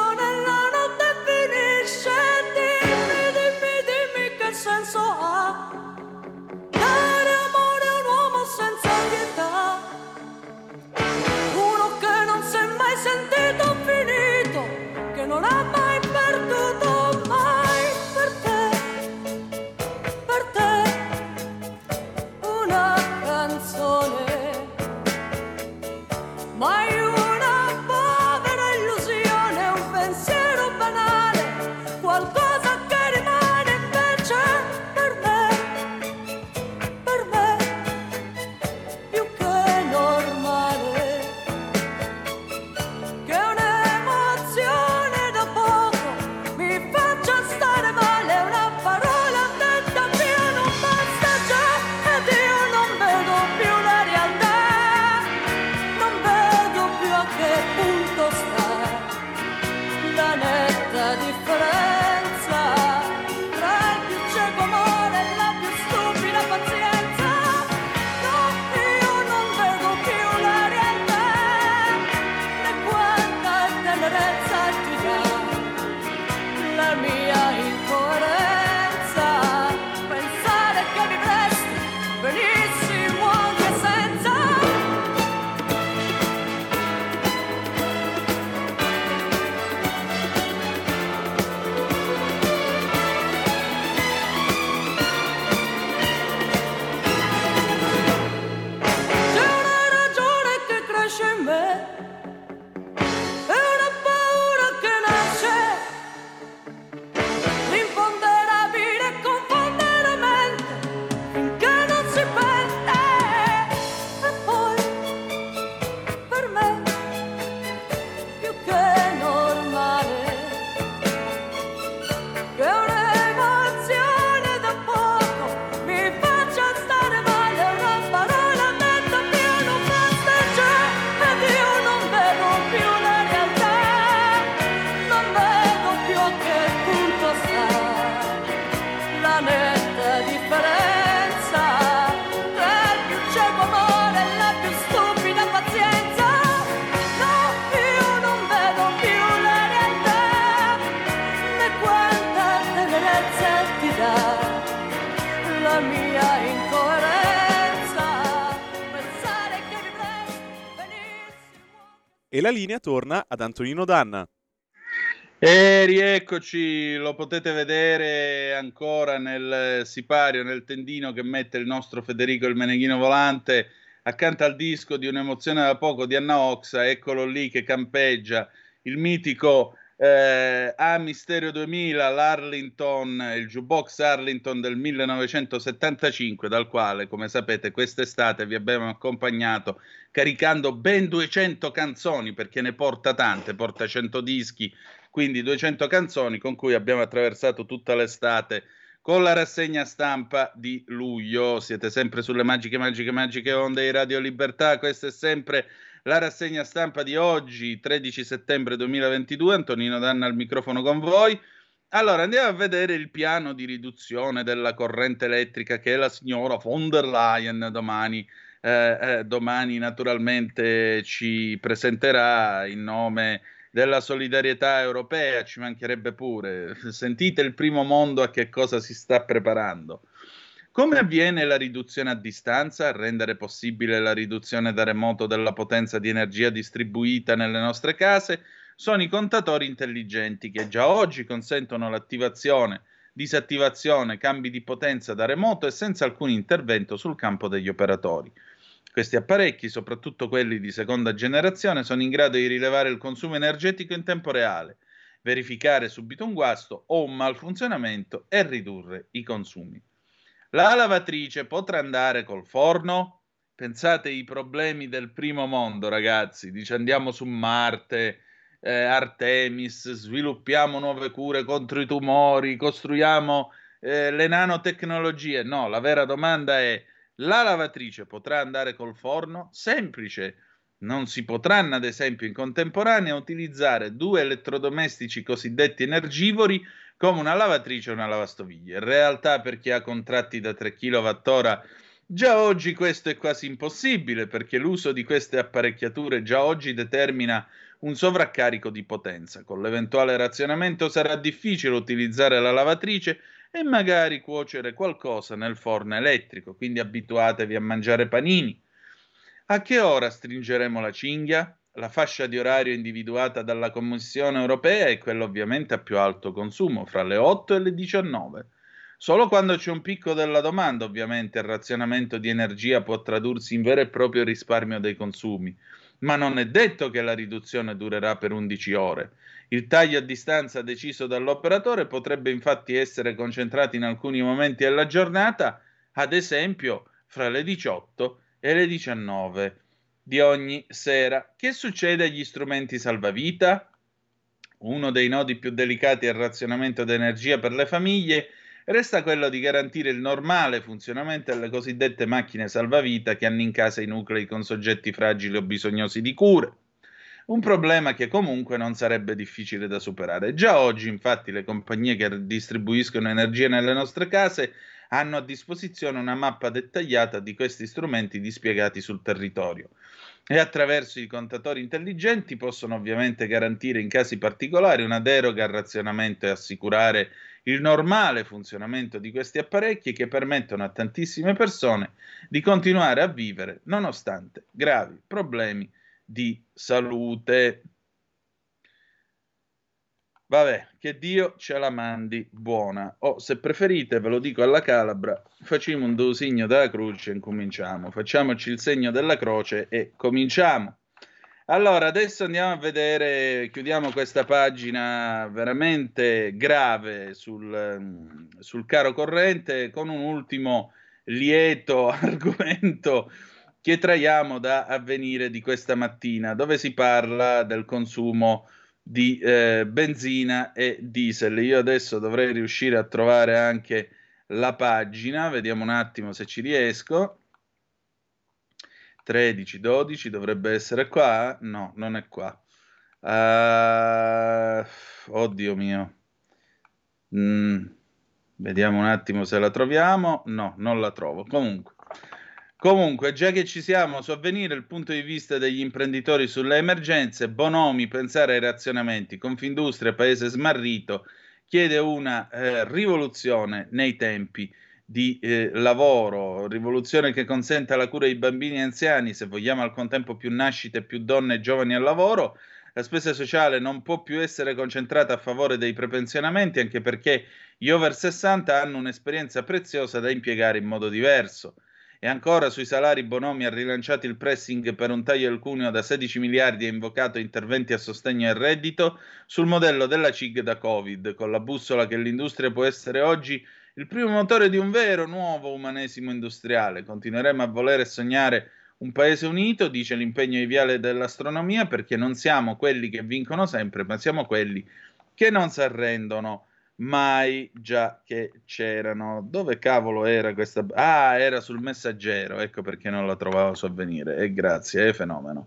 e la linea torna ad Antonino Danna.
E rieccoci, lo potete vedere ancora nel sipario, nel tendino che mette il nostro Federico il Meneghino Volante accanto al disco di Un'emozione da poco di Anna Oxa. Eccolo lì che campeggia il mitico eh, A Misterio duemila, l'Arlington, il jukebox Arlington del millenovecentosettantacinque, dal quale, come sapete, quest'estate vi abbiamo accompagnato caricando ben duecento canzoni, perché ne porta tante, porta cento dischi, quindi duecento canzoni con cui abbiamo attraversato tutta l'estate con la rassegna stampa di luglio. Siete sempre sulle magiche, magiche, magiche onde di Radio Libertà. Questa è sempre la rassegna stampa di oggi, tredici settembre duemilaventidue. Antonino Danna al microfono con voi. Allora, andiamo a vedere il piano di riduzione della corrente elettrica che la signora von der Leyen domani, eh, eh, domani naturalmente ci presenterà in nome della solidarietà europea. Ci mancherebbe pure. Sentite il primo mondo a che cosa si sta preparando. Come avviene la riduzione a distanza? A rendere possibile la riduzione da remoto della potenza di energia distribuita nelle nostre case sono i contatori intelligenti che già oggi consentono l'attivazione, disattivazione, cambi di potenza da remoto e senza alcun intervento sul campo degli operatori. Questi apparecchi, soprattutto quelli di seconda generazione, sono in grado di rilevare il consumo energetico in tempo reale, verificare subito un guasto o un malfunzionamento e ridurre i consumi. La lavatrice potrà andare col forno? Pensate ai problemi del primo mondo, ragazzi. Dice andiamo su Marte, eh, Artemis, sviluppiamo nuove cure contro i tumori, costruiamo eh, le nanotecnologie. No, la vera domanda è: la lavatrice potrà andare col forno? Semplice. Non si potranno, ad esempio, in contemporanea utilizzare due elettrodomestici cosiddetti energivori come una lavatrice e una lavastoviglie. In realtà, per chi ha contratti da tre chilowattora, già oggi questo è quasi impossibile, perché l'uso di queste apparecchiature già oggi determina un sovraccarico di potenza. Con l'eventuale razionamento sarà difficile utilizzare la lavatrice e magari cuocere qualcosa nel forno elettrico, quindi abituatevi a mangiare panini. A che ora stringeremo la cinghia? La fascia di orario individuata dalla Commissione europea è quella ovviamente a più alto consumo, fra le otto e le diciannove. Solo quando c'è un picco della domanda, ovviamente, il razionamento di energia può tradursi in vero e proprio risparmio dei consumi, ma non è detto che la riduzione durerà per undici ore. Il taglio a distanza deciso dall'operatore potrebbe infatti essere concentrato in alcuni momenti della giornata, ad esempio fra le diciotto e le diciannove di ogni sera. Che succede agli strumenti salvavita? Uno dei nodi più delicati al razionamento d'energia per le famiglie resta quello di garantire il normale funzionamento delle cosiddette macchine salvavita che hanno in casa i nuclei con soggetti fragili o bisognosi di cure. Un problema che comunque non sarebbe difficile da superare. Già oggi, infatti, le compagnie che distribuiscono energia nelle nostre case hanno a disposizione una mappa dettagliata di questi strumenti dispiegati sul territorio e attraverso i contatori intelligenti possono ovviamente garantire in casi particolari una deroga al razionamento e assicurare il normale funzionamento di questi apparecchi che permettono a tantissime persone di continuare a vivere nonostante gravi problemi di salute. Vabbè, che Dio ce la mandi buona. O, se preferite, ve lo dico alla calabra, facciamo un do segno della croce e cominciamo. Facciamoci il segno della croce e cominciamo. Allora, adesso andiamo a vedere, chiudiamo questa pagina veramente grave sul, sul caro corrente con un ultimo lieto argomento che traiamo da Avvenire di questa mattina, dove si parla del consumo di eh, benzina e diesel. Io adesso dovrei riuscire a trovare anche la pagina, vediamo un attimo se ci riesco. tredici dodici dovrebbe essere qua? No, non è qua. Uh, oddio mio. Mm, vediamo un attimo se la troviamo. No, non la trovo. Comunque. Comunque, già che ci siamo su Avvenire, il punto di vista degli imprenditori sulle emergenze, Bonomi, pensare ai razionamenti, Confindustria, paese smarrito, chiede una eh, rivoluzione nei tempi di eh, lavoro, rivoluzione che consenta la cura di bambini e anziani, se vogliamo al contempo più nascite, più donne e giovani al lavoro. La spesa sociale non può più essere concentrata a favore dei prepensionamenti, anche perché gli over sessanta hanno un'esperienza preziosa da impiegare in modo diverso. E ancora sui salari Bonomi ha rilanciato il pressing per un taglio del cuneo da sedici miliardi e invocato interventi a sostegno del reddito sul modello della C I G da Covid, con la bussola che l'industria può essere oggi il primo motore di un vero nuovo umanesimo industriale. Continueremo a volere e sognare un paese unito, dice l'impegno di Viale dell'Astronomia, perché non siamo quelli che vincono sempre, ma siamo quelli che non si arrendono mai, già che c'erano. Dove cavolo era questa? Ah, era sul Messaggero, ecco perché non la trovavo su Avvenire. E grazie, è fenomeno.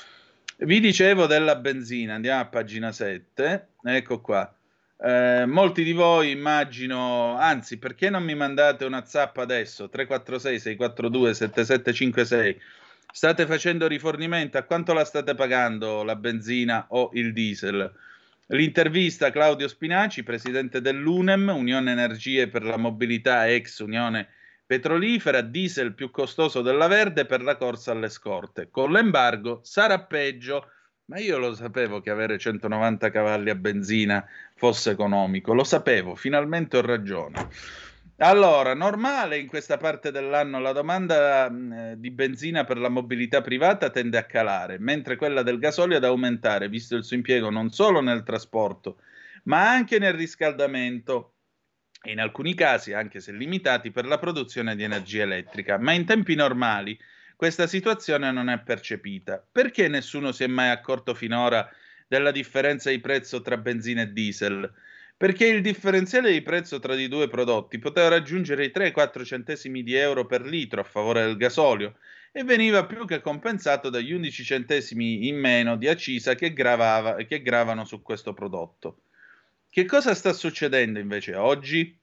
Vi dicevo della benzina, andiamo a pagina sette, ecco qua. Eh, molti di voi immagino, anzi, perché non mi mandate una zap adesso? tre quattro sei sei quattro due sette sette cinque sei. State facendo rifornimento? A quanto la state pagando la benzina o il diesel? L'intervista a Claudio Spinaci, presidente dell'U N E M, Unione Energie per la Mobilità, ex Unione Petrolifera, diesel più costoso della Verde per la corsa alle scorte. Con l'embargo sarà peggio, ma io lo sapevo che avere centonovanta cavalli a benzina fosse economico, lo sapevo, finalmente ho ragione. Allora, normale in questa parte dell'anno la domanda eh, di benzina per la mobilità privata tende a calare, mentre quella del gasolio ad aumentare, visto il suo impiego non solo nel trasporto, ma anche nel riscaldamento e in alcuni casi, anche se limitati, per la produzione di energia elettrica. Ma in tempi normali questa situazione non è percepita. Perché nessuno si è mai accorto finora della differenza di prezzo tra benzina e diesel? Perché il differenziale di prezzo tra i due prodotti poteva raggiungere i tre quattro centesimi di euro per litro a favore del gasolio e veniva più che compensato dagli undici centesimi in meno di accisa che, gravava, che gravano su questo prodotto. Che cosa sta succedendo invece oggi?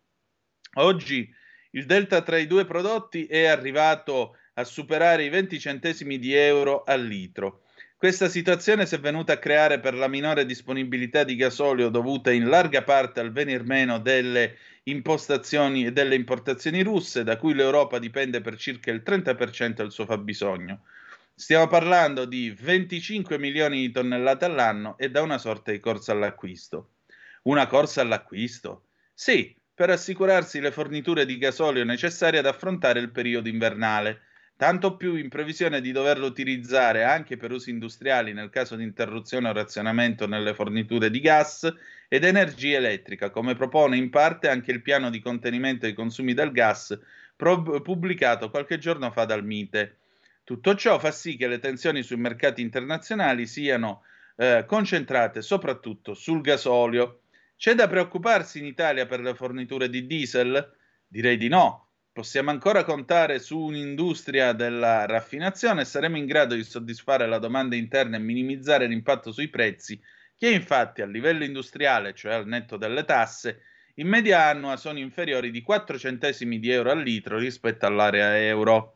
Oggi il delta tra i due prodotti è arrivato a superare i venti centesimi di euro al litro. Questa situazione si è venuta a creare per la minore disponibilità di gasolio dovuta in larga parte al venir meno delle impostazioni e delle importazioni russe, da cui l'Europa dipende per circa il trenta per cento del suo fabbisogno. Stiamo parlando di venticinque milioni di tonnellate all'anno e da una sorta di corsa all'acquisto. Una corsa all'acquisto? Sì, per assicurarsi le forniture di gasolio necessarie ad affrontare il periodo invernale, tanto più in previsione di doverlo utilizzare anche per usi industriali nel caso di interruzione o razionamento nelle forniture di gas ed energia elettrica, come propone in parte anche il piano di contenimento dei consumi del gas pro- pubblicato qualche giorno fa dal Mite. Tutto ciò fa sì che le tensioni sui mercati internazionali siano eh, concentrate soprattutto sul gasolio. C'è da preoccuparsi in Italia per le forniture di diesel? Direi di no. Possiamo ancora contare su un'industria della raffinazione e saremo in grado di soddisfare la domanda interna e minimizzare l'impatto sui prezzi, che infatti a livello industriale, cioè al netto delle tasse, in media annua sono inferiori di quattro centesimi di euro al litro rispetto all'area euro.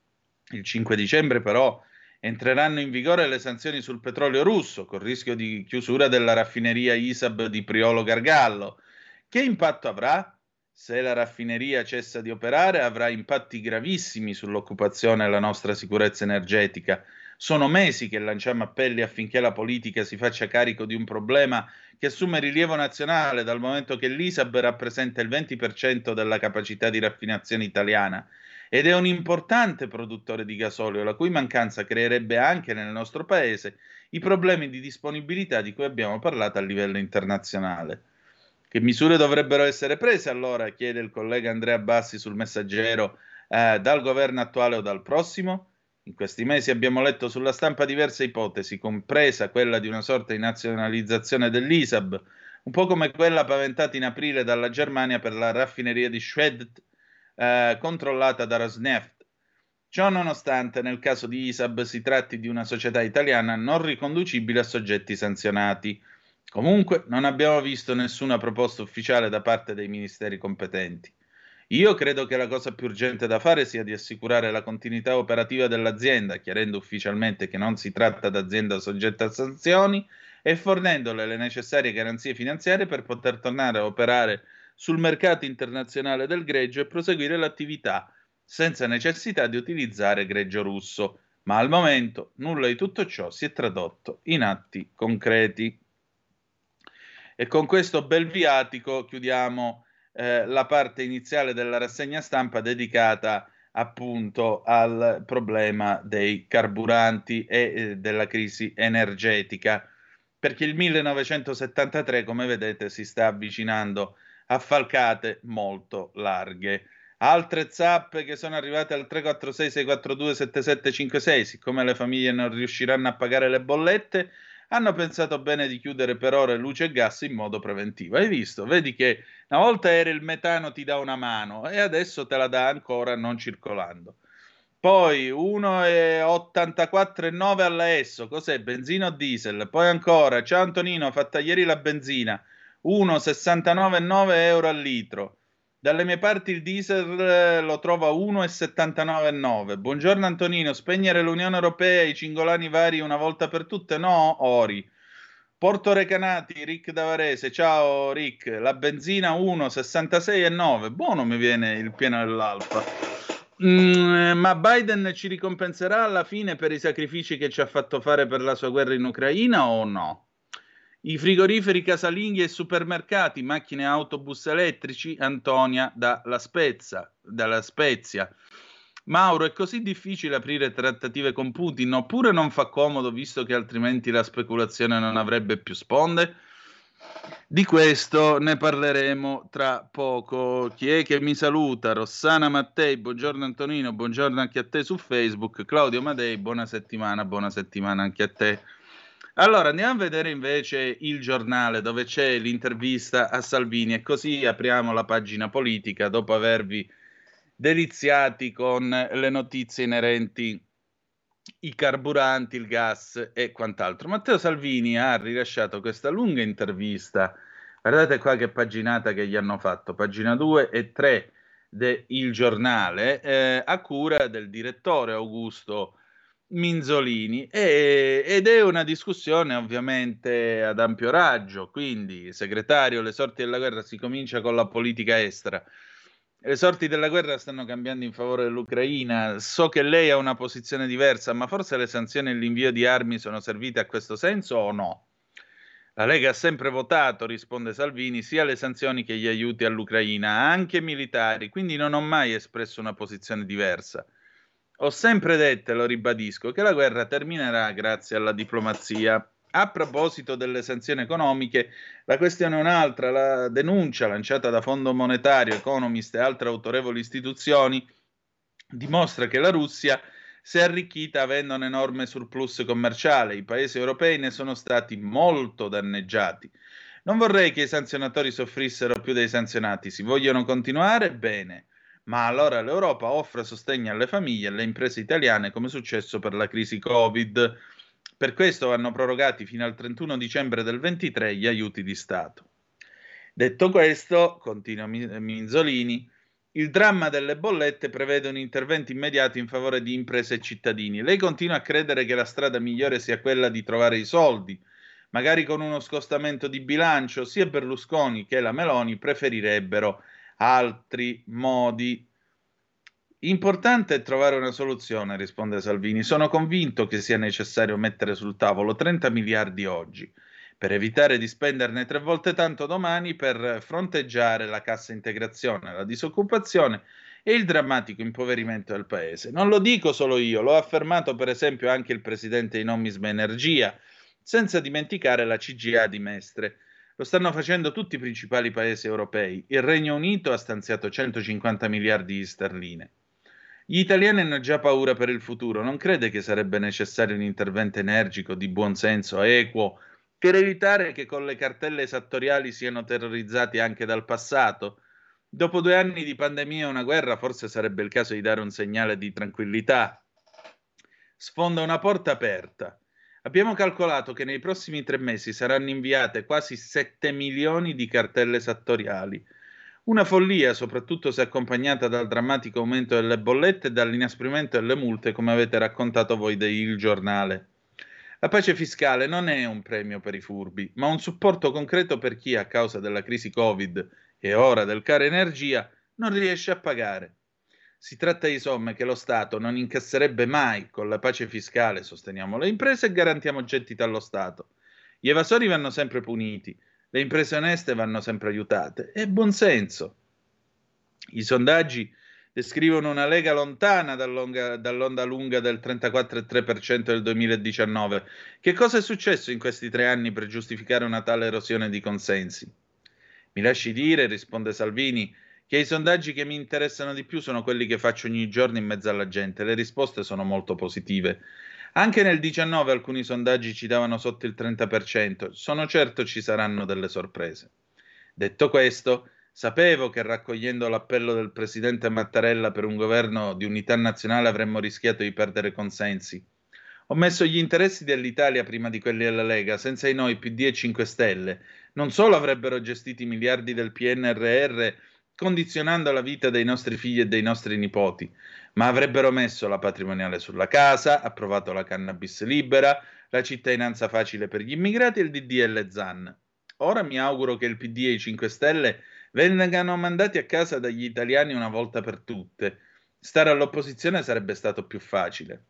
Il cinque dicembre però entreranno in vigore le sanzioni sul petrolio russo, con rischio di chiusura della raffineria I S A B di Priolo Gargallo. Che impatto avrà? Se la raffineria cessa di operare, avrà impatti gravissimi sull'occupazione e la nostra sicurezza energetica. Sono mesi che lanciamo appelli affinché la politica si faccia carico di un problema che assume rilievo nazionale, dal momento che l'I S A B rappresenta il venti per cento della capacità di raffinazione italiana ed è un importante produttore di gasolio, la cui mancanza creerebbe anche nel nostro paese i problemi di disponibilità di cui abbiamo parlato a livello internazionale. Che misure dovrebbero essere prese allora, chiede il collega Andrea Bassi sul Messaggero, eh, dal governo attuale o dal prossimo? In questi mesi abbiamo letto sulla stampa diverse ipotesi, compresa quella di una sorta di nazionalizzazione dell'I S A B, un po' come quella paventata in aprile dalla Germania per la raffineria di Schwedt, eh, controllata da Rosneft. Ciò nonostante, nel caso di I S A B si tratti di una società italiana non riconducibile a soggetti sanzionati. Comunque non abbiamo visto nessuna proposta ufficiale da parte dei ministeri competenti. Io credo che la cosa più urgente da fare sia di assicurare la continuità operativa dell'azienda, chiarendo ufficialmente che non si tratta d'azienda soggetta a sanzioni e fornendole le necessarie garanzie finanziarie per poter tornare a operare sul mercato internazionale del greggio e proseguire l'attività senza necessità di utilizzare greggio russo. Ma al momento nulla di tutto ciò si è tradotto in atti concreti. E con questo bel viatico chiudiamo eh, la parte iniziale della rassegna stampa dedicata appunto al problema dei carburanti e eh, della crisi energetica, perché il millenovecentosettantatré, come vedete, si sta avvicinando a falcate molto larghe. Altre zappe che sono arrivate al tre quattro sei sei quattro due sette sette cinque sei, siccome le famiglie non riusciranno a pagare le bollette, hanno pensato bene di chiudere per ore luce e gas in modo preventivo. Hai visto? Vedi che una volta era il metano ti dà una mano e adesso te la dà ancora non circolando. Poi uno virgola ottantaquattro e nove alla Esso, cos'è? Benzina o diesel? Poi ancora, ciao Antonino, ho fatta ieri la benzina, uno virgola sessantanove e nove euro al litro. Dalle mie parti il diesel lo trovo a uno virgola settantanove e nove. Buongiorno Antonino, spegnere l'Unione Europea, i cingolani vari una volta per tutte? No, Ori. Porto Recanati, Rick da Varese, ciao Rick, la benzina uno virgola sessantasei e nove. Buono, mi viene il pieno dell'Alfa. Mm, ma Biden ci ricompenserà alla fine per i sacrifici che ci ha fatto fare per la sua guerra in Ucraina o no? I frigoriferi casalinghi e supermercati, macchine e autobus elettrici, Antonia dalla Spezia, dalla Spezia. Mauro, è così difficile aprire trattative con Putin, oppure non fa comodo visto che altrimenti la speculazione non avrebbe più sponde? Di questo ne parleremo tra poco. Chi è che mi saluta? Rossana Mattei, buongiorno Antonino, buongiorno anche a te su Facebook. Claudio Madei, buona settimana, buona settimana anche a te. Allora, andiamo a vedere invece il giornale dove c'è l'intervista a Salvini e così apriamo la pagina politica dopo avervi deliziati con le notizie inerenti i carburanti, il gas e quant'altro. Matteo Salvini ha rilasciato questa lunga intervista, guardate qua che paginata che gli hanno fatto, pagina due e tre del giornale, eh, a cura del direttore Augusto Minzolini, e, ed è una discussione ovviamente ad ampio raggio, quindi segretario, le sorti della guerra, si comincia con la politica estera. Le sorti della guerra stanno cambiando in favore dell'Ucraina. So che lei ha una posizione diversa, ma forse le sanzioni e l'invio di armi sono servite a questo senso o no? La Lega ha sempre votato, risponde Salvini, sia le sanzioni che gli aiuti all'Ucraina, anche militari, quindi non ho mai espresso una posizione diversa. Ho sempre detto, e lo ribadisco, che la guerra terminerà grazie alla diplomazia. A proposito delle sanzioni economiche, la questione è un'altra. La denuncia lanciata da Fondo Monetario, Economist e altre autorevoli istituzioni dimostra che la Russia si è arricchita avendo un enorme surplus commerciale. I paesi europei ne sono stati molto danneggiati. Non vorrei che i sanzionatori soffrissero più dei sanzionati. Si vogliono continuare? Bene. Ma allora l'Europa offre sostegno alle famiglie e alle imprese italiane come è successo per la crisi Covid. Per questo vanno prorogati fino al trentuno dicembre del ventitré gli aiuti di Stato. Detto questo, continua Minzolini, il dramma delle bollette prevede un intervento immediato in favore di imprese e cittadini. Lei continua a credere che la strada migliore sia quella di trovare i soldi, magari con uno scostamento di bilancio. Sia Berlusconi che la Meloni preferirebbero altri modi. Importante è trovare una soluzione, risponde Salvini. Sono convinto che sia necessario mettere sul tavolo trenta miliardi oggi, per evitare di spenderne tre volte tanto domani per fronteggiare la cassa integrazione, la disoccupazione e il drammatico impoverimento del paese. Non lo dico solo io, lo ha affermato per esempio anche il presidente di Nomisma Energia, senza dimenticare la C G I A di Mestre. Lo stanno facendo tutti i principali paesi europei. Il Regno Unito ha stanziato centocinquanta miliardi di sterline. Gli italiani hanno già paura per il futuro. Non crede che sarebbe necessario un intervento energico, di buonsenso, equo, per evitare che con le cartelle esattoriali siano terrorizzati anche dal passato? Dopo due anni di pandemia e una guerra, forse sarebbe il caso di dare un segnale di tranquillità. Sfonda una porta aperta. Abbiamo calcolato che nei prossimi tre mesi saranno inviate quasi sette milioni di cartelle esattoriali. Una follia, soprattutto se accompagnata dal drammatico aumento delle bollette e dall'inasprimento delle multe, come avete raccontato voi del Il Giornale. La pace fiscale non è un premio per i furbi, ma un supporto concreto per chi, a causa della crisi Covid e ora del caro energia, non riesce a pagare. Si tratta di somme che lo Stato non incasserebbe mai. Con la pace fiscale sosteniamo le imprese e garantiamo gettito allo Stato. Gli evasori vanno sempre puniti, le imprese oneste vanno sempre aiutate. È buonsenso. I sondaggi descrivono una Lega lontana dall'onda, dall'onda lunga del trentaquattro virgola tre per cento del duemiladiciannove. Che cosa è successo in questi tre anni per giustificare una tale erosione di consensi? Mi lasci dire, risponde Salvini, che i sondaggi che mi interessano di più sono quelli che faccio ogni giorno in mezzo alla gente. Le risposte sono molto positive. Anche nel diciannove alcuni sondaggi ci davano sotto il trenta per cento. Sono certo ci saranno delle sorprese. Detto questo, sapevo che raccogliendo l'appello del presidente Mattarella per un governo di unità nazionale avremmo rischiato di perdere consensi. Ho messo gli interessi dell'Italia prima di quelli della Lega. Senza di noi P D e cinque Stelle non solo avrebbero gestito i miliardi del P N R R condizionando la vita dei nostri figli e dei nostri nipoti, ma avrebbero messo la patrimoniale sulla casa, approvato la cannabis libera, la cittadinanza facile per gli immigrati e il D D L Zan. Ora mi auguro che il P D e i cinque Stelle vengano mandati a casa dagli italiani una volta per tutte. Stare all'opposizione sarebbe stato più facile.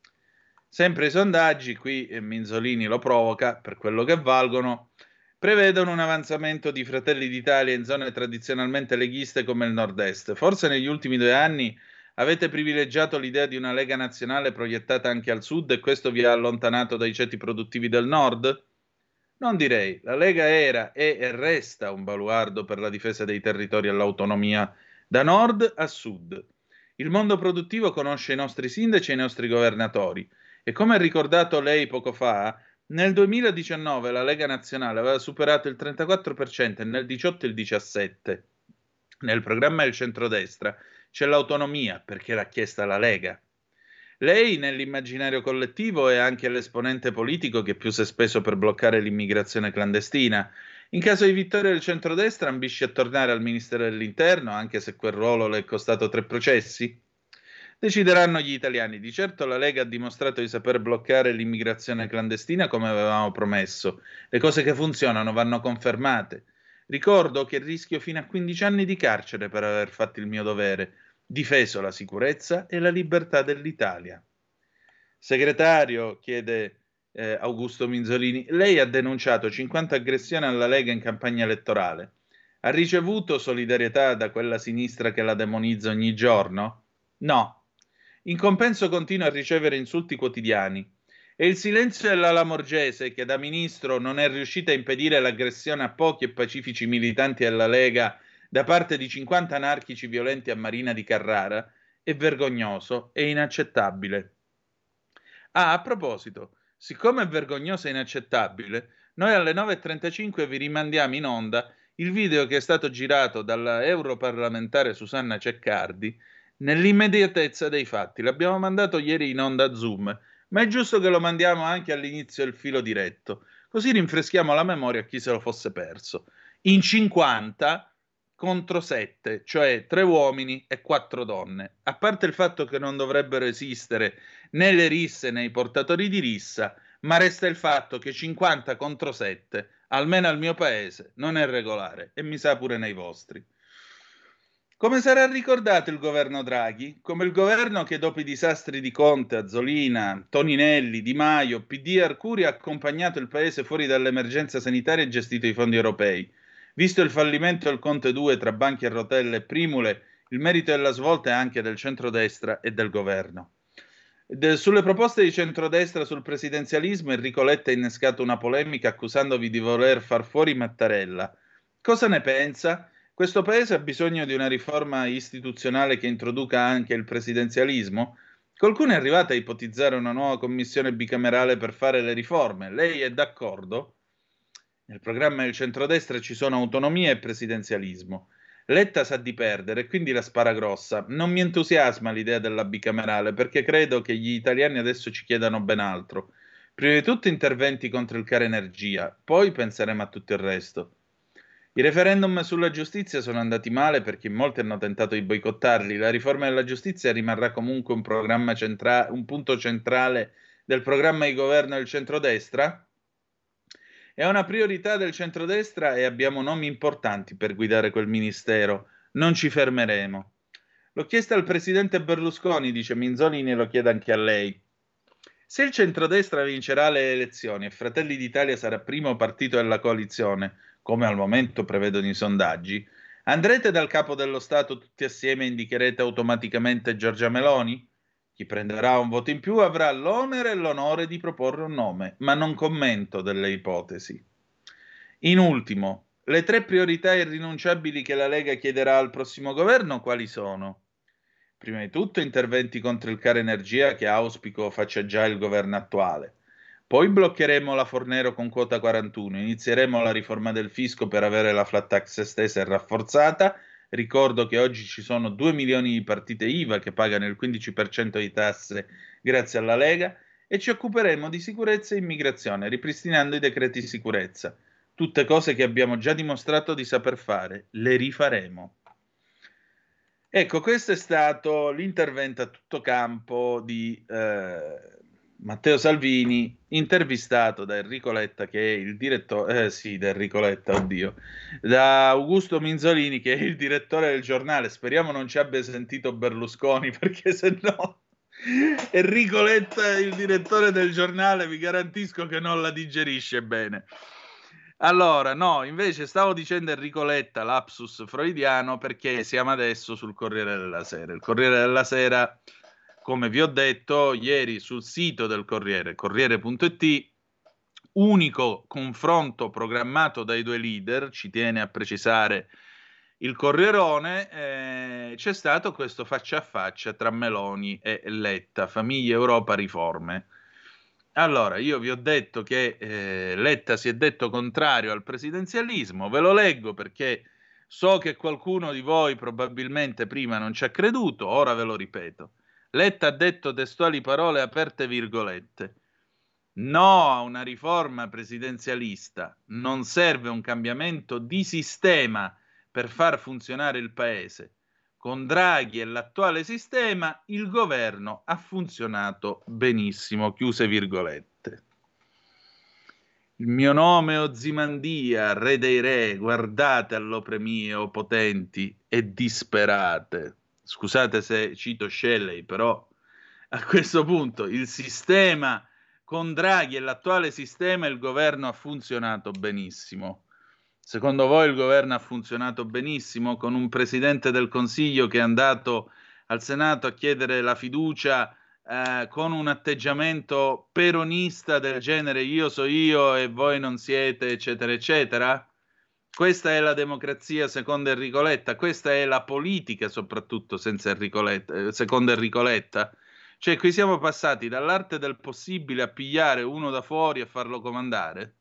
Sempre i sondaggi, qui Minzolini lo provoca, per quello che valgono, prevedono un avanzamento di Fratelli d'Italia in zone tradizionalmente leghiste come il nord-est. Forse negli ultimi due anni avete privilegiato l'idea di una Lega nazionale proiettata anche al sud e questo vi ha allontanato dai ceti produttivi del nord? Non direi. La Lega era, è e resta un baluardo per la difesa dei territori e l'autonomia da nord a sud. Il mondo produttivo conosce i nostri sindaci e i nostri governatori e come ha ricordato lei poco fa, nel duemiladiciannove la Lega Nazionale aveva superato il trentaquattro per cento e nel diciotto il diciassette per cento. Nel programma del centrodestra c'è l'autonomia perché l'ha chiesta la Lega. Lei nell'immaginario collettivo è anche l'esponente politico che più si è speso per bloccare l'immigrazione clandestina. In caso di vittoria del centrodestra ambisce a tornare al Ministero dell'Interno, anche se quel ruolo le è costato tre processi? Decideranno gli italiani. Di certo la Lega ha dimostrato di saper bloccare l'immigrazione clandestina come avevamo promesso. Le cose che funzionano vanno confermate. Ricordo che rischio fino a quindici anni di carcere per aver fatto il mio dovere, difeso la sicurezza e la libertà dell'Italia. Segretario, chiede eh, Augusto Minzolini, lei ha denunciato cinquanta aggressioni alla Lega in campagna elettorale. Ha ricevuto solidarietà da quella sinistra che la demonizza ogni giorno? No. In compenso continua a ricevere insulti quotidiani. E il silenzio della Lamorgese, che da ministro non è riuscita a impedire l'aggressione a pochi e pacifici militanti della Lega da parte di cinquanta anarchici violenti a Marina di Carrara, è vergognoso e inaccettabile. Ah, a proposito, siccome è vergognoso e inaccettabile, noi alle nove e trentacinque vi rimandiamo in onda il video che è stato girato dalla europarlamentare Susanna Ceccardi nell'immediatezza dei fatti. L'abbiamo mandato ieri in onda a Zoom, ma è giusto che lo mandiamo anche all'inizio del filo diretto, così rinfreschiamo la memoria a chi se lo fosse perso. In cinquanta contro sette, cioè tre uomini e quattro donne. A parte il fatto che non dovrebbero esistere né le risse né i portatori di rissa, ma resta il fatto che cinquanta contro sette, almeno al mio paese, non è regolare e mi sa pure nei vostri. Come sarà ricordato il governo Draghi? Come il governo che dopo i disastri di Conte, Azzolina, Toninelli, Di Maio, P D e Arcuri ha accompagnato il paese fuori dall'emergenza sanitaria e gestito i fondi europei. Visto il fallimento del Conte due tra banchi a rotelle e primule, il merito della svolta è anche del centrodestra e del governo. De, sulle proposte di centrodestra sul presidenzialismo, Enrico Letta ha innescato una polemica accusandovi di voler far fuori Mattarella. Cosa ne pensa? Questo paese ha bisogno di una riforma istituzionale che introduca anche il presidenzialismo? Qualcuno è arrivato a ipotizzare una nuova commissione bicamerale per fare le riforme. Lei è d'accordo? Nel programma del centrodestra ci sono autonomia e presidenzialismo. Letta sa di perdere, quindi la spara grossa. Non mi entusiasma l'idea della bicamerale, perché credo che gli italiani adesso ci chiedano ben altro. Prima di tutto interventi contro il caro energia, poi penseremo a tutto il resto. I referendum sulla giustizia sono andati male perché molti hanno tentato di boicottarli. La riforma della giustizia rimarrà comunque un programma centrale, un punto centrale del programma di governo del centrodestra? È una priorità del centrodestra e abbiamo nomi importanti per guidare quel ministero. Non ci fermeremo. L'ho chiesto al presidente Berlusconi, dice Minzolini, e lo chiedo anche a lei. Se il centrodestra vincerà le elezioni e Fratelli d'Italia sarà primo partito della coalizione, come al momento prevedono i sondaggi, andrete dal capo dello Stato tutti assieme e indicherete automaticamente Giorgia Meloni? Chi prenderà un voto in più avrà l'onere e l'onore di proporre un nome, ma non commento delle ipotesi. In ultimo, le tre priorità irrinunciabili che la Lega chiederà al prossimo governo quali sono? Prima di tutto interventi contro il caro energia che auspico faccia già il governo attuale. Poi bloccheremo la Fornero con quota quarantuno, inizieremo la riforma del fisco per avere la flat tax estesa e rafforzata. Ricordo che oggi ci sono due milioni di partite I V A che pagano il quindici per cento di tasse grazie alla Lega e ci occuperemo di sicurezza e immigrazione, ripristinando i decreti di sicurezza. Tutte cose che abbiamo già dimostrato di saper fare, le rifaremo. Ecco, questo è stato l'intervento a tutto campo di eh, Matteo Salvini, intervistato da Enrico Letta, che è il direttore, eh, sì, da Enrico Letta, oddio, da Augusto Minzolini, che è il direttore del giornale. Speriamo non ci abbia sentito Berlusconi, perché se no Enrico Letta, il direttore del giornale, vi garantisco che non la digerisce bene. Allora, no, invece stavo dicendo Enrico Letta, lapsus freudiano, perché siamo adesso sul Corriere della Sera. Il Corriere della Sera, come vi ho detto, ieri sul sito del Corriere, corriere punto it, unico confronto programmato dai due leader, ci tiene a precisare il Corrierone, eh, c'è stato questo faccia a faccia tra Meloni e Letta, famiglia, Europa, riforme. Allora, io vi ho detto che eh, Letta si è detto contrario al presidenzialismo, ve lo leggo perché so che qualcuno di voi probabilmente prima non ci ha creduto, ora ve lo ripeto. Letta ha detto testuali parole aperte virgolette: no a una riforma presidenzialista, non serve un cambiamento di sistema per far funzionare il paese. Con Draghi e l'attuale sistema il governo ha funzionato benissimo, chiuse virgolette. Il mio nome è Ozymandia, re dei re, guardate all'opre mie, o potenti e disperate. Scusate se cito Shelley, però a questo punto il sistema con Draghi e l'attuale sistema il governo ha funzionato benissimo. Secondo voi il governo ha funzionato benissimo con un presidente del Consiglio che è andato al Senato a chiedere la fiducia eh, con un atteggiamento peronista del genere io so io e voi non siete, eccetera, eccetera? Questa è la democrazia secondo Enrico Letta, questa è la politica soprattutto senza Enrico Letta, eh, secondo Enrico Letta. Cioè qui siamo passati dall'arte del possibile a pigliare uno da fuori e farlo comandare?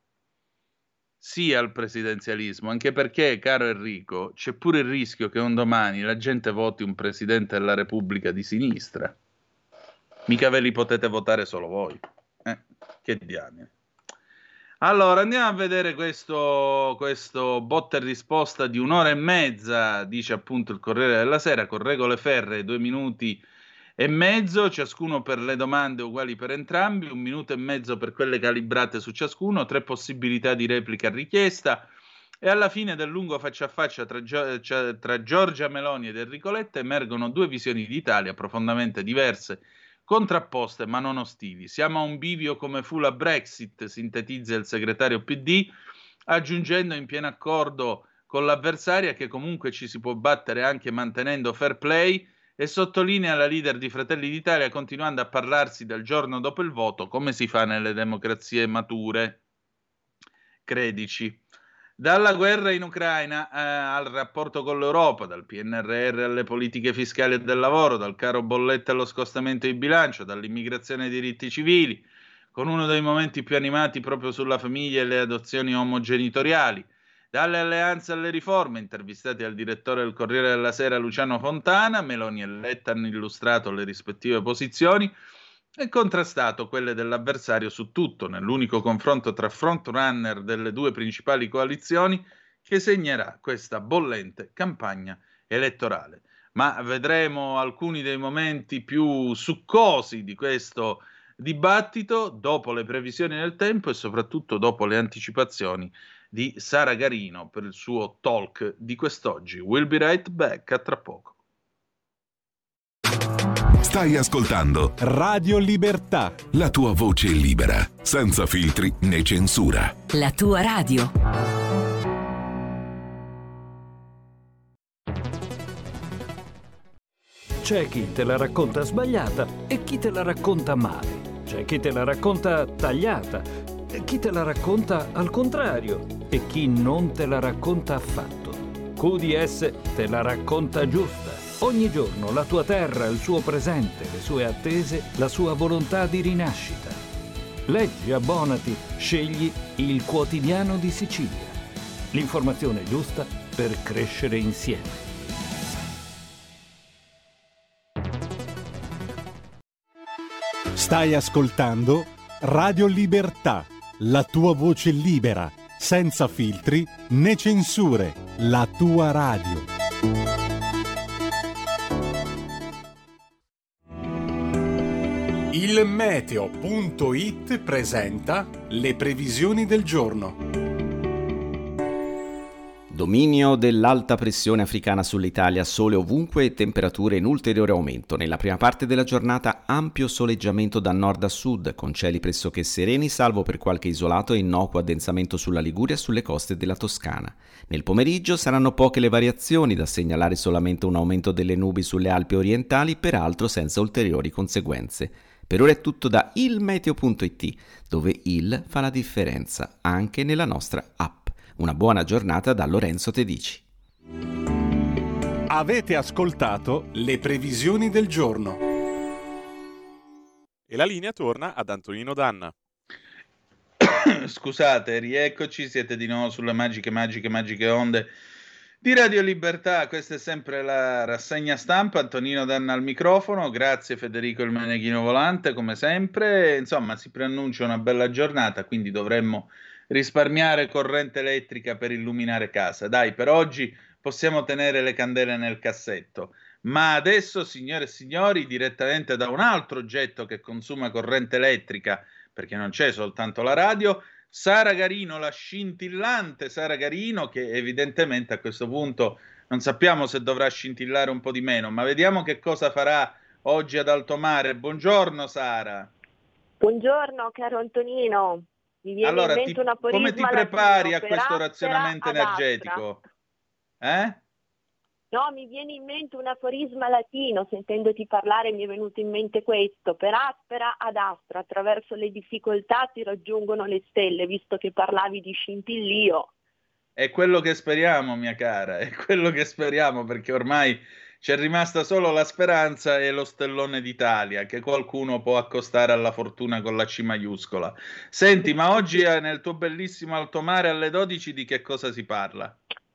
Sì al presidenzialismo, anche perché, caro Enrico, c'è pure il rischio che un domani la gente voti un presidente della Repubblica di sinistra. Mica ve li potete votare solo voi. Eh, che diamine. Allora, andiamo a vedere questo, questo botta e risposta di un'ora e mezza, dice appunto il Corriere della Sera, con regole ferree, due minuti e mezzo, ciascuno per le domande uguali per entrambi, un minuto e mezzo per quelle calibrate su ciascuno, tre possibilità di replica a richiesta, e alla fine del lungo faccia a faccia tra, Gio- tra Giorgia Meloni ed Enrico Letta emergono due visioni d'Italia profondamente diverse, contrapposte ma non ostili. Siamo a un bivio come fu la Brexit, sintetizza il segretario P D, aggiungendo in pieno accordo con l'avversaria che comunque ci si può battere anche mantenendo fair play, e sottolinea la leader di Fratelli d'Italia continuando a parlarsi del giorno dopo il voto come si fa nelle democrazie mature. Credici. Dalla guerra in Ucraina eh, al rapporto con l'Europa, dal P N R R alle politiche fiscali e del lavoro, dal caro bollette allo scostamento di bilancio, dall'immigrazione ai diritti civili, con uno dei momenti più animati proprio sulla famiglia e le adozioni omogenitoriali, dalle alleanze alle riforme, intervistati al direttore del Corriere della Sera Luciano Fontana, Meloni e Letta hanno illustrato le rispettive posizioni e contrastato quelle dell'avversario su tutto, nell'unico confronto tra frontrunner delle due principali coalizioni che segnerà questa bollente campagna elettorale. Ma vedremo alcuni dei momenti più succosi di questo dibattito, dopo le previsioni del tempo e soprattutto dopo le anticipazioni di Sara Garino per il suo talk di quest'oggi. We'll be right back, a tra poco.
Stai ascoltando
Radio Libertà.
la tua voce libera, senza filtri né censura.
La tua radio.
C'è chi te la racconta sbagliata e chi te la racconta male. C'è chi te la racconta tagliata e chi te la racconta al contrario e chi non te la racconta affatto. Q D S te la racconta giusta. Ogni giorno la tua terra, il suo presente, le sue attese, la sua volontà di rinascita. Leggi, abbonati, scegli il Quotidiano di Sicilia. L'informazione giusta per crescere insieme.
Stai ascoltando Radio Libertà, la tua voce libera, senza filtri né censure, la tua radio. Il meteo punto it presenta le previsioni del giorno.
Dominio dell'alta pressione africana sull'Italia, sole ovunque e temperature in ulteriore aumento. Nella prima parte della giornata ampio soleggiamento da nord a sud, con cieli pressoché sereni, salvo per qualche isolato e innocuo addensamento sulla Liguria e sulle coste della Toscana. Nel pomeriggio saranno poche le variazioni, da segnalare solamente un aumento delle nubi sulle Alpi orientali, peraltro senza ulteriori conseguenze. Per ora è tutto da il meteo punto it, dove il fa la differenza anche nella nostra app. Una buona giornata da Lorenzo Tedici.
Avete ascoltato le previsioni del giorno.
E la linea torna ad Antonino Danna.
Scusate, rieccoci, siete di nuovo sulle magiche, magiche, magiche onde di Radio Libertà. Questa è sempre la rassegna stampa. Antonino Danna al microfono. Grazie Federico il Meneghino Volante, come sempre. Insomma, si preannuncia una bella giornata, quindi dovremmo risparmiare corrente elettrica per illuminare casa. Dai, per oggi possiamo tenere le candele nel cassetto. Ma adesso, signore e signori, direttamente da un altro oggetto che consuma corrente elettrica, perché non c'è soltanto la radio, Sara Garino, la scintillante Sara Garino, che evidentemente a questo punto non sappiamo se dovrà scintillare un po' di meno, ma vediamo che cosa farà oggi ad alto mare. Buongiorno Sara.
Buongiorno caro Antonino. Mi viene
allora,
in mente
ti,
un aforisma
come ti prepari
latino,
a questo
per
razionamento
aspera,
energetico? Eh?
No, mi viene in mente un aforisma latino, sentendoti parlare mi è venuto in mente questo: per aspera ad astra, attraverso le difficoltà si raggiungono le stelle, visto che parlavi di scintillio.
È quello che speriamo, mia cara, è quello che speriamo, perché ormai c'è rimasta solo la speranza e lo stellone d'Italia, che qualcuno può accostare alla fortuna con la C maiuscola. Senti, ma oggi nel tuo bellissimo alto mare alle dodici di che cosa si parla?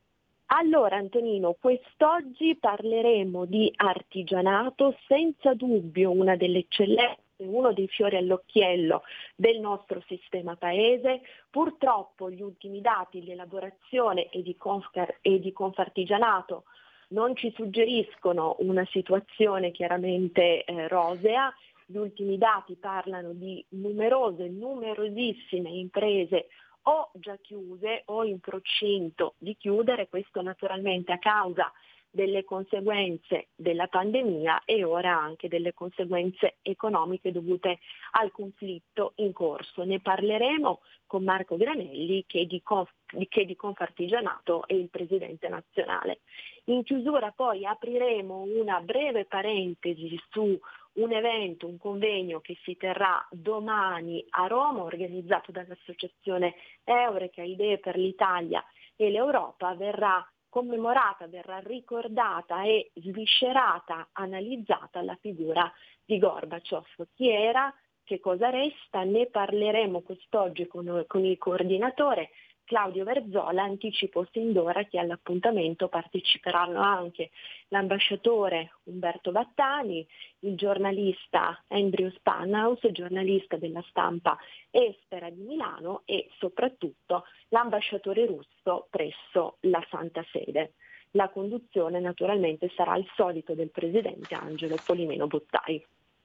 Allora Antonino, quest'oggi parleremo di artigianato, senza dubbio una delle eccellenze, uno dei fiori all'occhiello del nostro sistema paese. Purtroppo gli ultimi dati di elaborazione e di, conf- e di confartigianato non ci suggeriscono una situazione chiaramente eh, rosea. Gli ultimi dati parlano di numerose, numerosissime imprese o già chiuse o in procinto di chiudere, questo naturalmente a causa delle conseguenze della pandemia e ora anche delle conseguenze economiche dovute al conflitto in corso. Ne parleremo con Marco Granelli, che di, Conf- che di Confartigianato è il presidente nazionale. In chiusura poi apriremo una breve parentesi su un evento, un convegno che si terrà domani a Roma, organizzato dall'associazione Eureka, Idee per l'Italia e l'Europa. Verrà commemorata, verrà ricordata e sviscerata, analizzata la figura di Gorbaciov. Chi era, che cosa resta, ne parleremo quest'oggi con, con il coordinatore Claudio Verzola. Anticipo sin d'ora che all'appuntamento parteciperanno anche l'ambasciatore Umberto Battani, il giornalista Andrew Spanhaus, giornalista della stampa estera di Milano, e soprattutto l'ambasciatore russo presso la Santa Sede. La conduzione naturalmente sarà al solito del presidente Angelo Polimeno Bottai.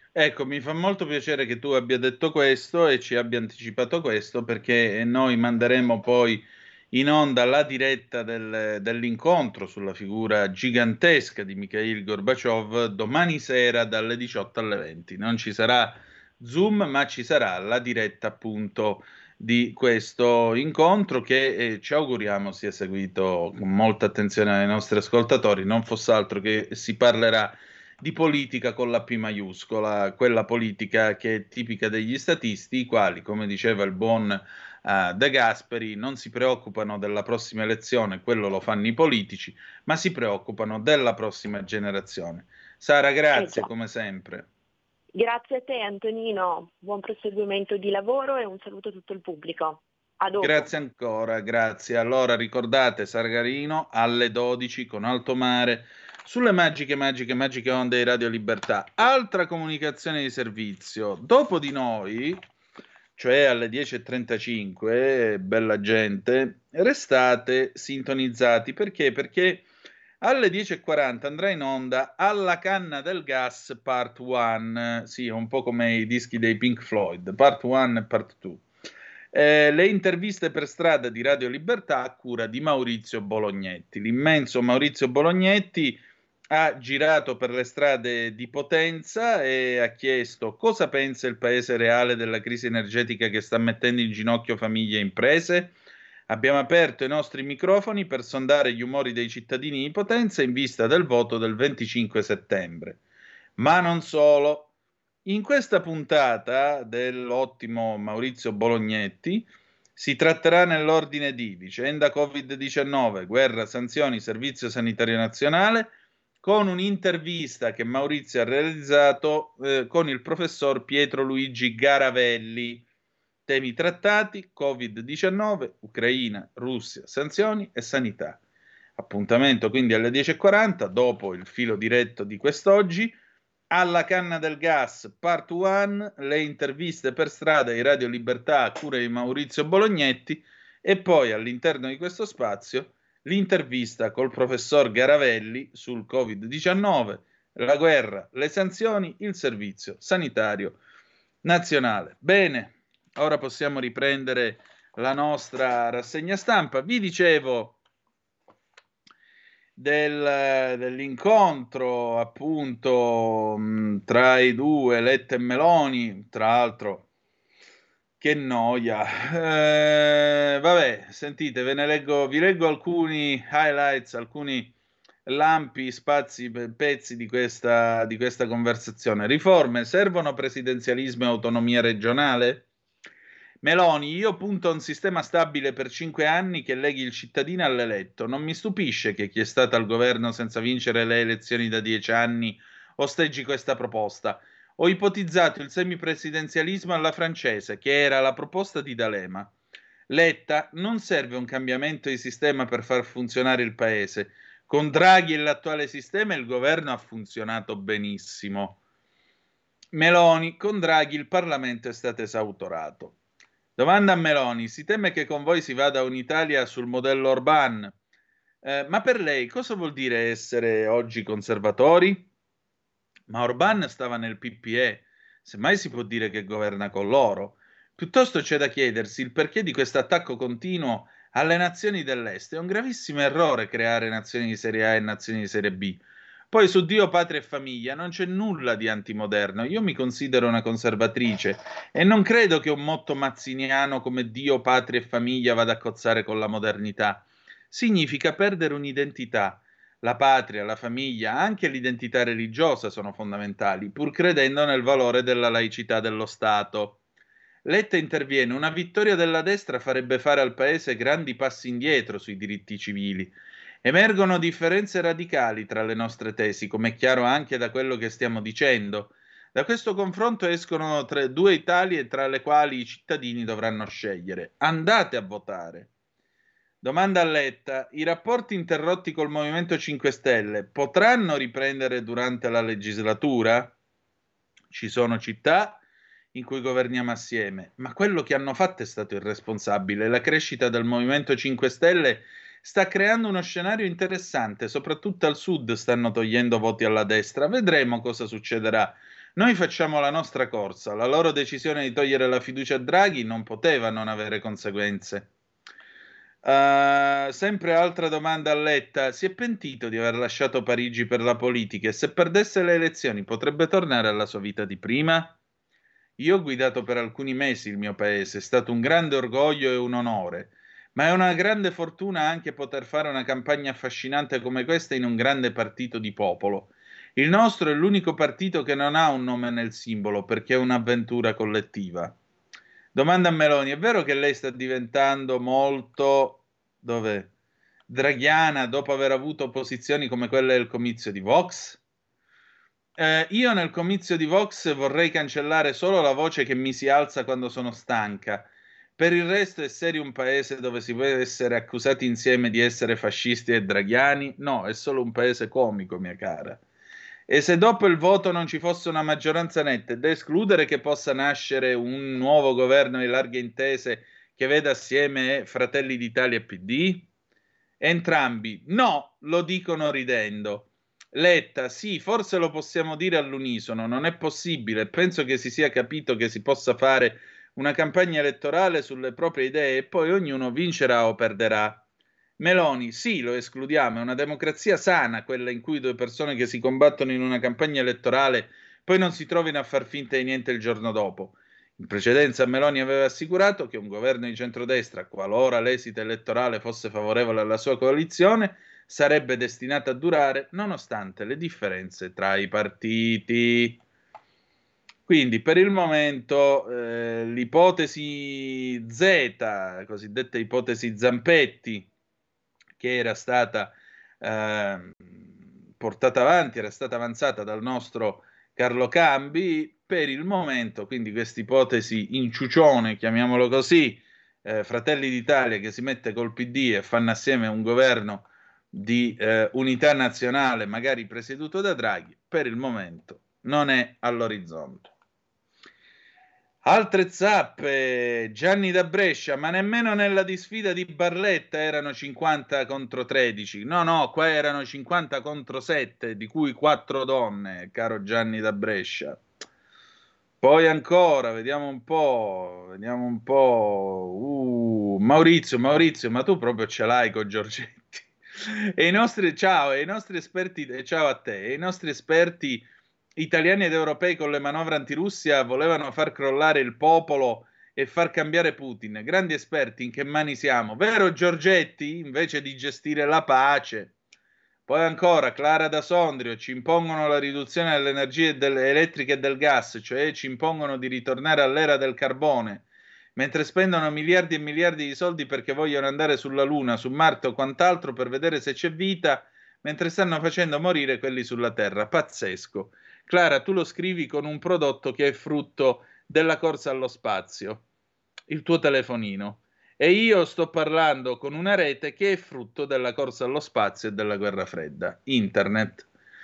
Ecco, mi fa molto piacere che tu abbia detto questo e ci abbia anticipato questo, perché noi manderemo poi in onda la diretta del, dell'incontro sulla figura gigantesca di Mikhail Gorbaciov domani sera dalle diciotto alle venti. Non ci sarà Zoom, ma ci sarà la diretta appunto di questo incontro che eh, ci auguriamo sia seguito con molta attenzione dai nostri ascoltatori, non fosse altro che si parlerà di politica con la P maiuscola, quella politica che è tipica degli statisti, i quali, come diceva il buon uh, De Gasperi, non si preoccupano della prossima elezione, quello lo fanno i politici, ma si preoccupano della prossima generazione. Sara, grazie, come sempre.
Grazie a te Antonino, buon proseguimento di lavoro e un saluto a tutto il pubblico. A dopo.
Grazie ancora, grazie. Allora ricordate Sargarino alle dodici con Alto Mare sulle magiche, magiche, magiche onde di Radio Libertà. Altra comunicazione di servizio. Dopo di noi, cioè alle dieci e trentacinque, bella gente, restate sintonizzati. Perché? Perché alle dieci e quaranta andrà in onda Alla canna del gas part uno. Sì, un po' come i dischi dei Pink Floyd, part uno e part due. Eh, le interviste per strada di Radio Libertà a cura di Maurizio Bolognetti. L'immenso Maurizio Bolognetti ha girato per le strade di Potenza e ha chiesto cosa pensa il paese reale della crisi energetica che sta mettendo in ginocchio famiglie e imprese. Abbiamo aperto i nostri microfoni per sondare gli umori dei cittadini di Potenza in vista del voto del venticinque settembre. Ma non solo. In questa puntata dell'ottimo Maurizio Bolognetti si tratterà nell'ordine di vicenda covid diciannove, guerra, sanzioni, servizio sanitario nazionale, con un'intervista che Maurizio ha realizzato eh, con il professor Pietro Luigi Garavelli. Temi trattati: covid diciannove, Ucraina, Russia, sanzioni e sanità. Appuntamento quindi alle dieci e quaranta, dopo il filo diretto di quest'oggi. Alla canna del gas, part uno, le interviste per strada di Radio Libertà a cura di Maurizio Bolognetti e poi all'interno di questo spazio l'intervista col professor Garavelli sul covid diciannove, la guerra, le sanzioni, il servizio sanitario nazionale. Bene, ora possiamo riprendere la nostra rassegna stampa. Vi dicevo Del, dell'incontro appunto mh, tra i due, Letta e Meloni, tra l'altro che noia. Eh, vabbè, sentite, ve ne leggo, vi leggo alcuni highlights, alcuni lampi, spazi, pezzi di questa, di questa conversazione. Riforme, servono presidenzialismo e autonomia regionale? Meloni, io punto a un sistema stabile per cinque anni che leghi il cittadino all'eletto. Non mi stupisce che chi è stato al governo senza vincere le elezioni da dieci anni osteggi questa proposta. Ho ipotizzato il semipresidenzialismo alla francese, che era la proposta di D'Alema. Letta, non serve un cambiamento di sistema per far funzionare il paese. Con Draghi e l'attuale sistema il governo ha funzionato benissimo. Meloni, con Draghi il Parlamento è stato esautorato. Domanda a Meloni, si teme che con voi si vada a un'Italia sul modello Orbán? Eh, ma per lei cosa vuol dire essere oggi conservatori? Ma Orbán stava nel P P E, semmai si può dire che governa con loro. Piuttosto c'è da chiedersi il perché di questo attacco continuo alle nazioni dell'Est. È un gravissimo errore creare nazioni di serie A e nazioni di serie B. Poi su Dio, patria e famiglia non c'è nulla di antimoderno. Io mi considero una conservatrice e non credo che un motto mazziniano come Dio, patria e famiglia vada a cozzare con la modernità. Significa perdere un'identità. La patria, la famiglia, anche l'identità religiosa sono fondamentali, pur credendo nel valore della laicità dello Stato. Letta interviene: una vittoria della destra farebbe fare al paese grandi passi indietro sui diritti civili. Emergono differenze radicali tra le nostre tesi, come è chiaro anche da quello che stiamo dicendo. Da questo confronto escono tre, due Italie tra le quali i cittadini dovranno scegliere. Andate a votare. Domanda a Letta: i rapporti interrotti col Movimento cinque Stelle potranno riprendere durante la legislatura? Ci sono città in cui governiamo assieme, ma quello che hanno fatto è stato irresponsabile. La crescita del Movimento cinque Stelle sta creando uno scenario interessante, soprattutto al sud stanno togliendo voti alla destra. Vedremo cosa succederà. Noi facciamo la nostra corsa, la loro decisione di togliere la fiducia a Draghi non poteva non avere conseguenze. Uh, sempre altra domanda a Letta: si è pentito di aver lasciato Parigi per la politica e se perdesse le elezioni potrebbe tornare alla sua vita di prima? Io ho guidato per alcuni mesi il mio paese, è stato un grande orgoglio e un onore, ma è una grande fortuna anche poter fare una campagna affascinante come questa in un grande partito di popolo. Il nostro è l'unico partito che non ha un nome nel simbolo perché è un'avventura collettiva. Domanda a Meloni: è vero che lei sta diventando molto dov'è? draghiana dopo aver avuto posizioni come quelle del comizio di Vox? Eh, io nel comizio di Vox vorrei cancellare solo la voce che mi si alza quando sono stanca. Per il resto è serio un paese dove si può essere accusati insieme di essere fascisti e draghiani? No, è solo un paese comico, mia cara. E se dopo il voto non ci fosse una maggioranza netta, è da escludere che possa nascere un nuovo governo di larghe intese che veda assieme Fratelli d'Italia e P D? Entrambi no, lo dicono ridendo. Letta: sì, forse lo possiamo dire all'unisono, non è possibile, penso che si sia capito che si possa fare una campagna elettorale sulle proprie idee e poi ognuno vincerà o perderà. Meloni: sì, lo escludiamo, è una democrazia sana quella in cui due persone che si combattono in una campagna elettorale poi non si trovino a far finta di niente il giorno dopo. In precedenza Meloni aveva assicurato che un governo di centrodestra, qualora l'esito elettorale fosse favorevole alla sua coalizione, sarebbe destinato a durare nonostante le differenze tra i partiti. Quindi per il momento eh, l'ipotesi Z, cosiddetta ipotesi Zampetti, che era stata eh, portata avanti, era stata avanzata dal nostro Carlo Cambi, per il momento, quindi questa ipotesi inciucione, chiamiamolo così, eh, Fratelli d'Italia che si mette col P D e fanno assieme un governo di eh, unità nazionale, magari presieduto da Draghi, per il momento non è all'orizzonte. Altre zappe, Gianni da Brescia: ma nemmeno nella disfida di Barletta erano cinquanta contro tredici. No, no, qua erano cinquanta contro sette, di cui quattro donne, caro Gianni da Brescia. Poi ancora, vediamo un po', vediamo un po'. Uh, Maurizio, Maurizio, ma tu proprio ce l'hai con Giorgetti. E i nostri, ciao, e i nostri esperti, ciao a te, e i nostri esperti italiani ed europei con le manovre antirussia volevano far crollare il popolo e far cambiare Putin. Grandi esperti, in che mani siamo? Vero Giorgetti? Invece di gestire la pace. Poi ancora, Clara da Sondrio: ci impongono la riduzione delle energie elettriche e del gas, cioè ci impongono di ritornare all'era del carbone, mentre spendono miliardi e miliardi di soldi perché vogliono andare sulla Luna, su Marte o quant'altro per vedere se c'è vita, mentre stanno facendo morire quelli sulla Terra. Pazzesco. Clara, tu lo scrivi con un prodotto che è frutto della corsa allo spazio, il tuo telefonino, e io sto parlando con una rete che è frutto della corsa allo spazio e della guerra fredda, internet.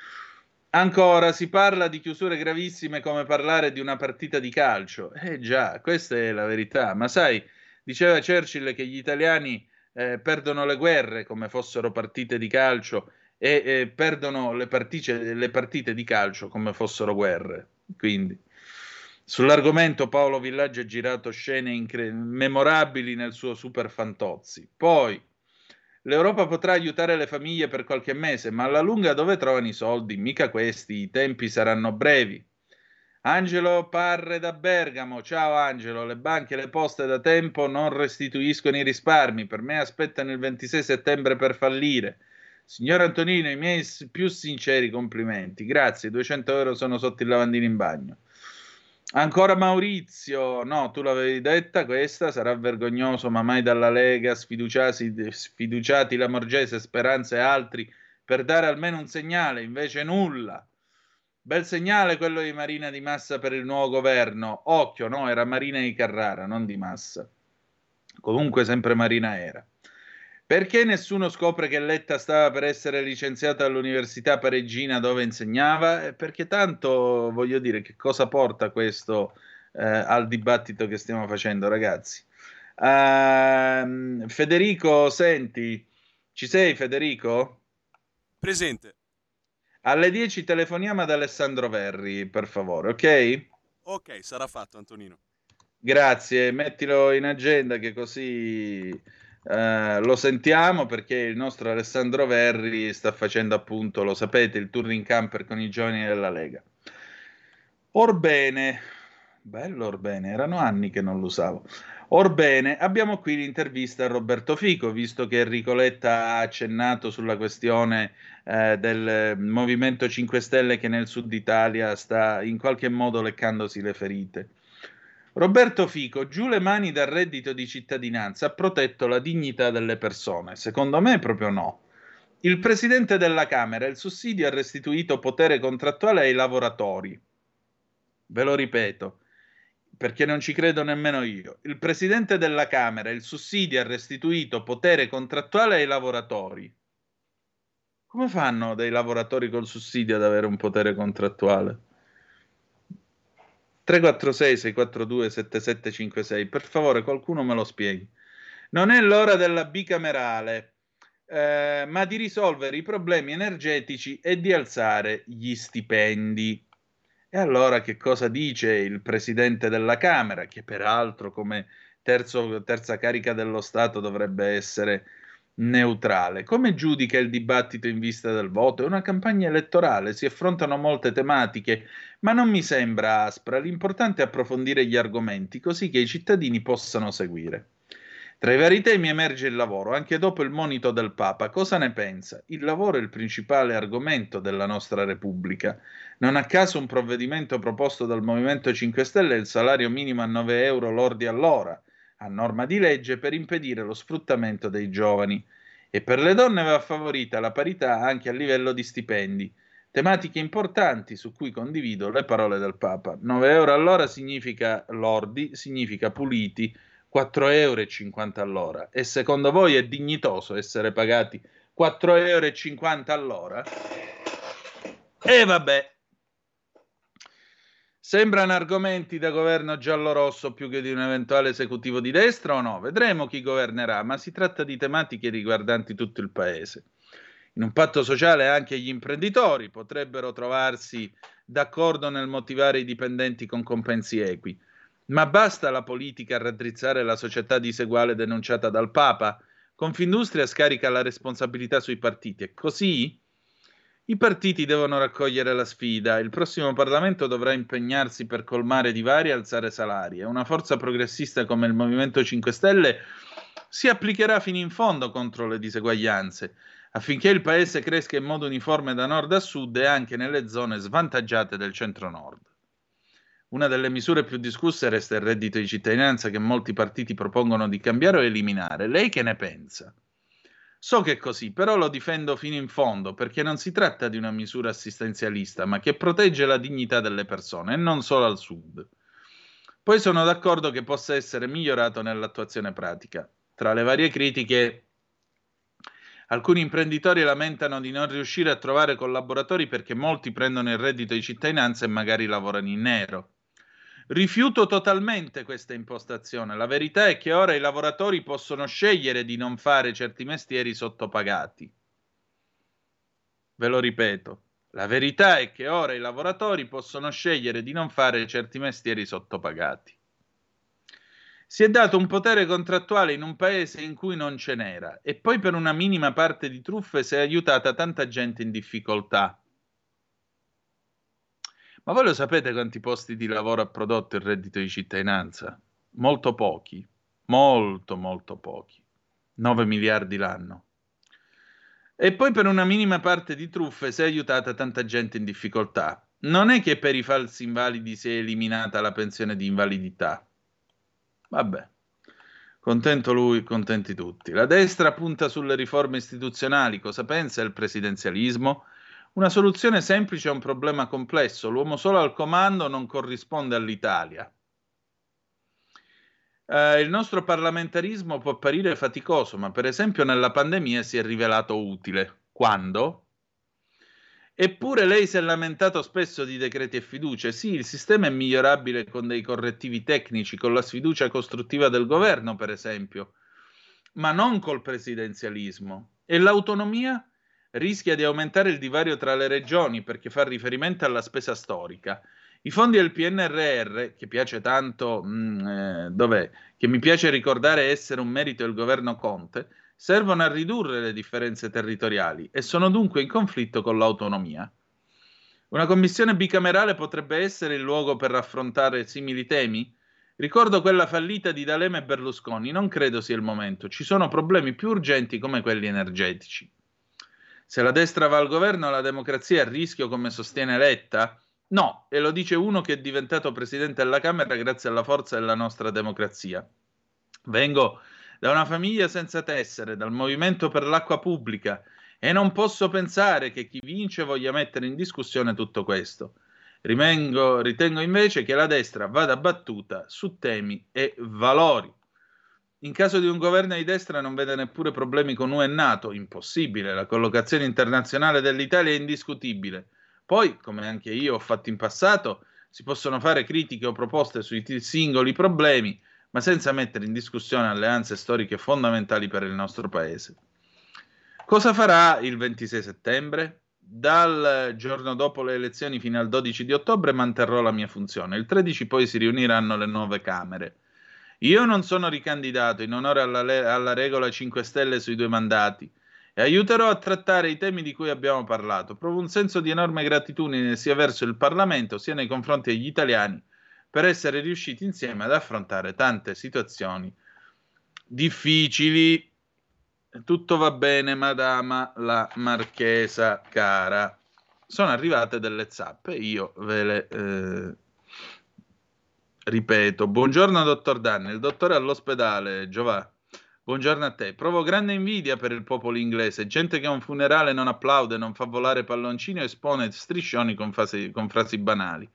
Ancora, si parla di chiusure gravissime come parlare di una partita di calcio. Eh già, questa è la verità. Ma sai, diceva Churchill che gli italiani eh, perdono le guerre come fossero partite di calcio e eh, perdono le partite, le partite di calcio come fossero guerre. Quindi, sull'argomento Paolo Villaggio ha girato scene incre- memorabili nel suo Super Fantozzi. Poi, l'Europa potrà aiutare le famiglie per qualche mese, ma alla lunga dove trovano i soldi? Mica questi, i tempi saranno brevi. Angelo Parre da Bergamo: ciao Angelo, le banche e le poste da tempo non restituiscono i risparmi, per me aspettano il ventisei settembre per fallire. Signor Antonino, i miei più sinceri complimenti, grazie, duecento euro sono sotto il lavandino in bagno. Ancora Maurizio: no, tu l'avevi detta questa, sarà vergognoso, ma mai dalla Lega, sfiduciati, sfiduciati la Morgese, Speranza e altri per dare almeno un segnale, invece nulla. Bel segnale quello di Marina Di Massa per il nuovo governo. Occhio, no, era Marina di Carrara, non Di Massa. Comunque sempre Marina era. Perché nessuno scopre che Letta stava per essere licenziato all'Università Parigina dove insegnava? Eh, perché tanto, voglio dire, che cosa porta questo eh, al dibattito che stiamo facendo, ragazzi? Uh, Federico, senti, ci sei Federico?
Presente.
Alle dieci telefoniamo ad Alessandro Verri, per favore, ok?
Ok, sarà fatto, Antonino.
Grazie, mettilo in agenda che così eh, lo sentiamo, perché il nostro Alessandro Verri sta facendo, appunto, lo sapete, il touring camper con i giovani della Lega. Orbene, bello Orbene, erano anni che non lo usavo. Orbene, abbiamo qui l'intervista a Roberto Fico, visto che Enrico Letta ha accennato sulla questione eh, del Movimento cinque Stelle che nel sud Italia sta in qualche modo leccandosi le ferite. Roberto Fico, giù le mani dal reddito di cittadinanza, ha protetto la dignità delle persone. Secondo me proprio no. Il presidente della Camera, il sussidio ha restituito potere contrattuale ai lavoratori. Ve lo ripeto, perché non ci credo nemmeno io. Il presidente della Camera, il sussidio ha restituito potere contrattuale ai lavoratori. Come fanno dei lavoratori col sussidio ad avere un potere contrattuale? tre quattro sei sei quattro due sette sette cinque sei, per favore qualcuno me lo spieghi. Non è l'ora della bicamerale, eh, ma di risolvere i problemi energetici e di alzare gli stipendi. E allora che cosa dice il presidente della Camera, che peraltro come terzo, terza carica dello Stato dovrebbe essere neutrale? Come giudica il dibattito in vista del voto? È una campagna elettorale, si affrontano molte tematiche, ma non mi sembra aspra. L'importante è approfondire gli argomenti, così che i cittadini possano seguire. Tra i vari temi emerge il lavoro, anche dopo il monito del Papa. Cosa ne pensa? Il lavoro è il principale argomento della nostra Repubblica. Non a caso un provvedimento proposto dal Movimento cinque Stelle è il salario minimo a nove euro lordi all'ora, a norma di legge, per impedire lo sfruttamento dei giovani. E per le donne va favorita la parità anche a livello di stipendi. Tematiche importanti su cui condivido le parole del Papa. nove euro all'ora significa lordi, significa puliti, quattro euro e cinquanta all'ora. E secondo voi è dignitoso essere pagati quattro euro e cinquanta all'ora? E vabbè. Sembrano argomenti da governo giallo-rosso più che di un eventuale esecutivo di destra o no? Vedremo chi governerà, ma si tratta di tematiche riguardanti tutto il paese. In un patto sociale anche gli imprenditori potrebbero trovarsi d'accordo nel motivare i dipendenti con compensi equi. Ma basta la politica a raddrizzare la società diseguale denunciata dal Papa? Confindustria scarica la responsabilità sui partiti e così i partiti devono raccogliere la sfida. Il prossimo Parlamento dovrà impegnarsi per colmare divari e alzare salari. E una forza progressista come il Movimento cinque Stelle si applicherà fino in fondo contro le diseguaglianze, affinché il Paese cresca in modo uniforme da nord a sud e anche nelle zone svantaggiate del centro-nord. Una delle misure più discusse resta il reddito di cittadinanza, che molti partiti propongono di cambiare o eliminare. Lei che ne pensa? So che è così, però lo difendo fino in fondo, perché non si tratta di una misura assistenzialista, ma che protegge la dignità delle persone, e non solo al sud. Poi sono d'accordo che possa essere migliorato nell'attuazione pratica. Tra le varie critiche, alcuni imprenditori lamentano di non riuscire a trovare collaboratori perché molti prendono il reddito di cittadinanza e magari lavorano in nero. Rifiuto totalmente questa impostazione. La verità è che ora i lavoratori possono scegliere di non fare certi mestieri sottopagati. Ve lo ripeto. La verità è che ora i lavoratori possono scegliere di non fare certi mestieri sottopagati. Si è dato un potere contrattuale in un paese in cui non ce n'era, e poi per una minima parte di truffe si è aiutata tanta gente in difficoltà. Ma voi lo sapete quanti posti di lavoro ha prodotto il reddito di cittadinanza? Molto pochi, molto molto pochi, nove miliardi l'anno. E poi per una minima parte di truffe si è aiutata tanta gente in difficoltà. Non è che per i falsi invalidi si è eliminata la pensione di invalidità. Vabbè, contento lui, contenti tutti. La destra punta sulle riforme istituzionali. Cosa pensa il presidenzialismo? Una soluzione semplice a un problema complesso. L'uomo solo al comando non corrisponde all'Italia. Eh, il nostro parlamentarismo può apparire faticoso, ma per esempio nella pandemia si è rivelato utile. Quando? Eppure lei si è lamentato spesso di decreti e fiducie. Sì, il sistema è migliorabile con dei correttivi tecnici, con la sfiducia costruttiva del governo, per esempio, ma non col presidenzialismo. E l'autonomia? rischia di aumentare il divario tra le regioni perché fa riferimento alla spesa storica. I fondi del P N R R, che piace tanto, mh, eh, dov'è? Che mi piace ricordare essere un merito del governo Conte, servono a ridurre le differenze territoriali e sono dunque in conflitto con l'autonomia. Una commissione bicamerale potrebbe essere il luogo per affrontare simili temi? Ricordo quella fallita di D'Alema e Berlusconi, non credo sia il momento, ci sono problemi più urgenti come quelli energetici. Se la destra va al governo, la democrazia è a rischio come sostiene Letta? No, e lo dice uno che è diventato presidente della Camera grazie alla forza della nostra democrazia. Vengo da una famiglia senza tessere, dal movimento per l'acqua pubblica, e non posso pensare che chi vince voglia mettere in discussione tutto questo. Rimengo, ritengo invece che la destra vada battuta su temi e valori. In caso di un governo di destra non vede neppure problemi con U E NATO, impossibile, la collocazione internazionale dell'Italia è indiscutibile. Poi, come anche io ho fatto in passato, si possono fare critiche o proposte sui t- singoli problemi, ma senza mettere in discussione alleanze storiche fondamentali per il nostro Paese. Cosa farà il ventisei settembre? Dal giorno dopo le elezioni fino al dodici di ottobre manterrò la mia funzione. Il tredici poi si riuniranno le nuove Camere. Io non sono ricandidato in onore alla, le- alla regola cinque Stelle sui due mandati e aiuterò a trattare i temi di cui abbiamo parlato. Provo un senso di enorme gratitudine sia verso il Parlamento sia nei confronti degli italiani per essere riusciti insieme ad affrontare tante situazioni difficili. Tutto va bene, madama la marchesa cara. Sono arrivate delle zappe, io ve le eh, ripeto. Buongiorno dottor Danni, il dottore è all'ospedale, Giova. Buongiorno a te. Provo grande invidia per il popolo inglese, gente che a un funerale non applaude, non fa volare palloncini e espone striscioni con, fasi, con frasi banali.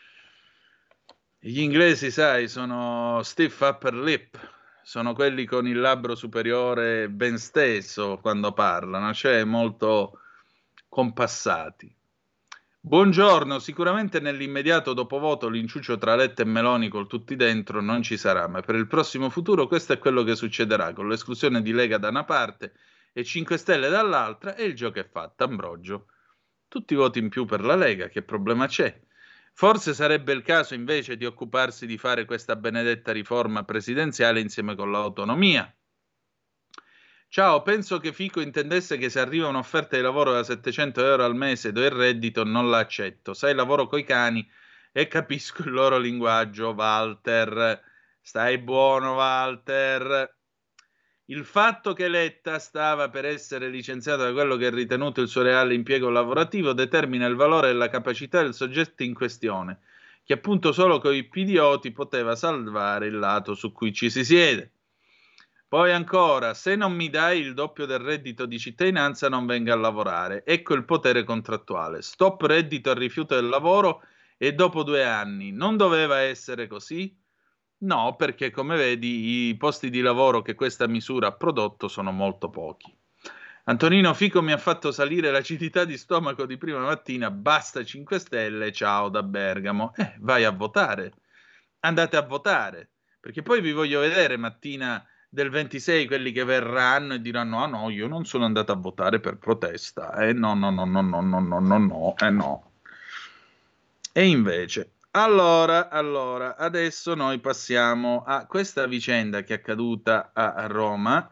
Gli inglesi, sai, sono stiff upper lip, sono quelli con il labbro superiore ben steso quando parlano, cioè molto compassati. Buongiorno, sicuramente nell'immediato dopovoto l'inciuccio tra Letta e Meloni col tutti dentro non ci sarà, ma per il prossimo futuro questo è quello che succederà, con l'esclusione di Lega da una parte e cinque Stelle dall'altra e il gioco è fatto. Ambrogio, tutti voti in più per la Lega, che problema c'è? Forse sarebbe il caso invece di occuparsi di fare questa benedetta riforma presidenziale insieme con l'autonomia. Ciao, penso che Fico intendesse che se arriva un'offerta di lavoro da settecento euro al mese do il reddito non la accetto. Sai, lavoro coi cani e capisco il loro linguaggio, Walter. Stai buono, Walter. Il fatto che Letta stava per essere licenziato da quello che è ritenuto il suo reale impiego lavorativo determina il valore e la capacità del soggetto in questione, che appunto solo coi pidioti poteva salvare il lato su cui ci si siede. Poi ancora, se non mi dai il doppio del reddito di cittadinanza non venga a lavorare. Ecco il potere contrattuale. Stop reddito al rifiuto del lavoro e dopo due anni. Non doveva essere così? No, perché come vedi i posti di lavoro che questa misura ha prodotto sono molto pochi. Antonino Fico mi ha fatto salire l'acidità di stomaco di prima mattina, basta cinque Stelle, ciao da Bergamo. Eh, vai a votare. Andate a votare, perché poi vi voglio vedere mattina del ventisei quelli che verranno e diranno ah no, io non sono andato a votare per protesta, eh no, no, no, no, no, no, no, no, no, eh no. E invece, allora, allora, adesso noi passiamo a questa vicenda che è accaduta a Roma.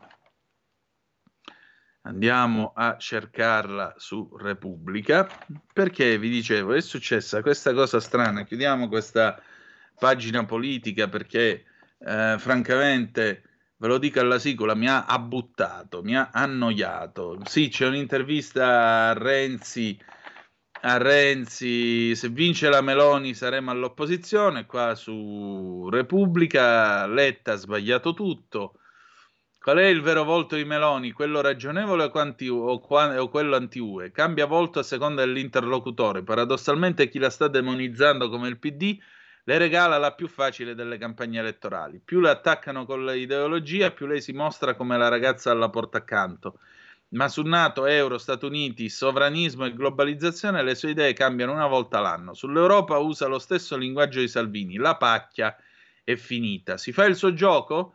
Andiamo a cercarla su Repubblica, perché vi dicevo, è successa questa cosa strana, chiudiamo questa pagina politica perché eh, francamente... Ve lo dico alla sicola, mi ha abbuttato, mi ha annoiato. Sì, c'è un'intervista a Renzi, a Renzi, se vince la Meloni saremo all'opposizione, qua su Repubblica, Letta ha sbagliato tutto. Qual è il vero volto di Meloni? Quello ragionevole o, quanti, o, o quello anti-U E? Cambia volto a seconda dell'interlocutore. Paradossalmente chi la sta demonizzando come il P D le regala la più facile delle campagne elettorali. Più la attaccano con l'ideologia, più lei si mostra come la ragazza alla porta accanto. Ma su NATO, Euro, Stati Uniti, sovranismo e globalizzazione le sue idee cambiano una volta l'anno. Sull'Europa usa lo stesso linguaggio di Salvini. La pacchia è finita. Si fa il suo gioco?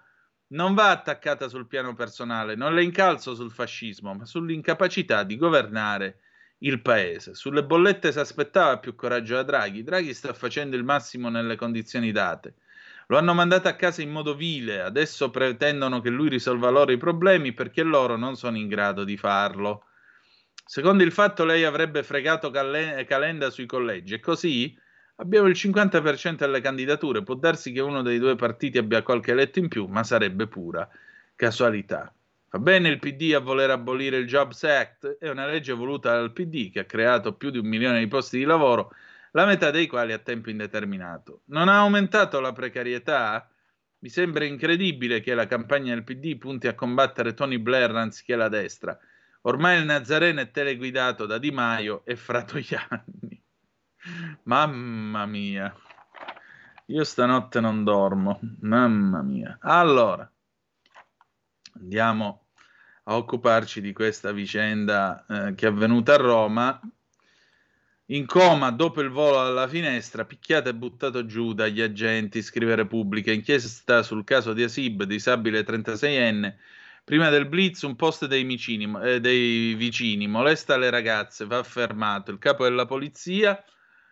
non va attaccata sul piano personale, non le incalzo sul fascismo, ma sull'incapacità di governare il paese. Sulle bollette si aspettava più coraggio da Draghi. Draghi sta facendo il massimo nelle condizioni date. Lo hanno mandato a casa in modo vile, adesso pretendono che lui risolva loro i problemi perché loro non sono in grado di farlo. Secondo il fatto lei avrebbe fregato Cal- Calenda sui collegi, e così abbiamo il cinquanta per cento delle candidature. Può darsi che uno dei due partiti abbia qualche eletto in più, ma sarebbe pura casualità. Va bene il P D a voler abolire il Jobs Act, è una legge voluta dal P D che ha creato più di un milione di posti di lavoro, la metà dei quali a tempo indeterminato. Non ha aumentato la precarietà? Mi sembra incredibile che la campagna del P D punti a combattere Tony Blair anziché la destra. Ormai il Nazareno è teleguidato da Di Maio e Fratoianni. Mamma mia, io stanotte non dormo, mamma mia. Allora, andiamo a occuparci di questa vicenda eh, che è avvenuta a Roma. In coma dopo il volo dalla finestra, picchiato e buttato giù dagli agenti, scrive Repubblica. Inchiesta sul caso di Hasib, disabile trentaseienne. Prima del blitz un post dei vicini, eh, dei vicini molesta le ragazze, va fermato. Il capo della polizia,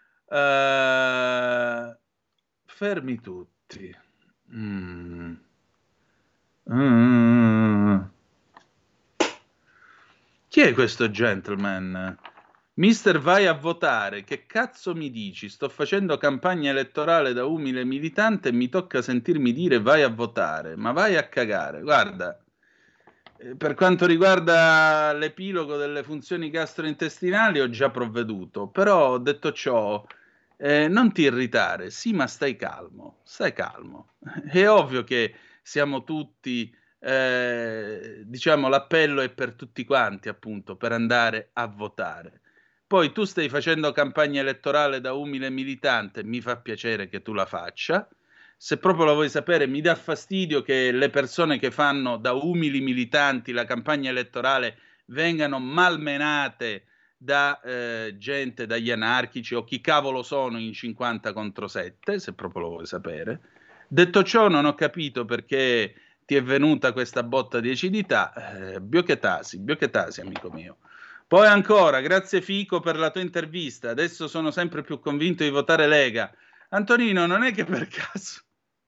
eh, fermi tutti. Mm. Mm. Chi è questo gentleman? Mister vai a votare, che cazzo mi dici? Sto facendo campagna elettorale da umile militante e mi tocca sentirmi dire vai a votare, ma vai a cagare. Guarda, eh, per quanto riguarda l'epilogo delle funzioni gastrointestinali ho già provveduto, però detto ciò, eh, non ti irritare, sì, ma stai calmo, stai calmo. È ovvio che siamo tutti, eh, diciamo, l'appello è per tutti quanti, appunto, per andare a votare. Poi tu stai facendo campagna elettorale da umile militante, mi fa piacere che tu la faccia. Se proprio la vuoi sapere, mi dà fastidio che le persone che fanno da umili militanti la campagna elettorale vengano malmenate da eh, gente, dagli anarchici o chi cavolo sono in cinquanta contro sette, se proprio lo vuoi sapere. Detto ciò, non ho capito perché ti è venuta questa botta di acidità. Eh, biochetasi, biochetasi, amico mio. Poi ancora, grazie Fico per la tua intervista, adesso sono sempre più convinto di votare Lega. Antonino, non è che per caso...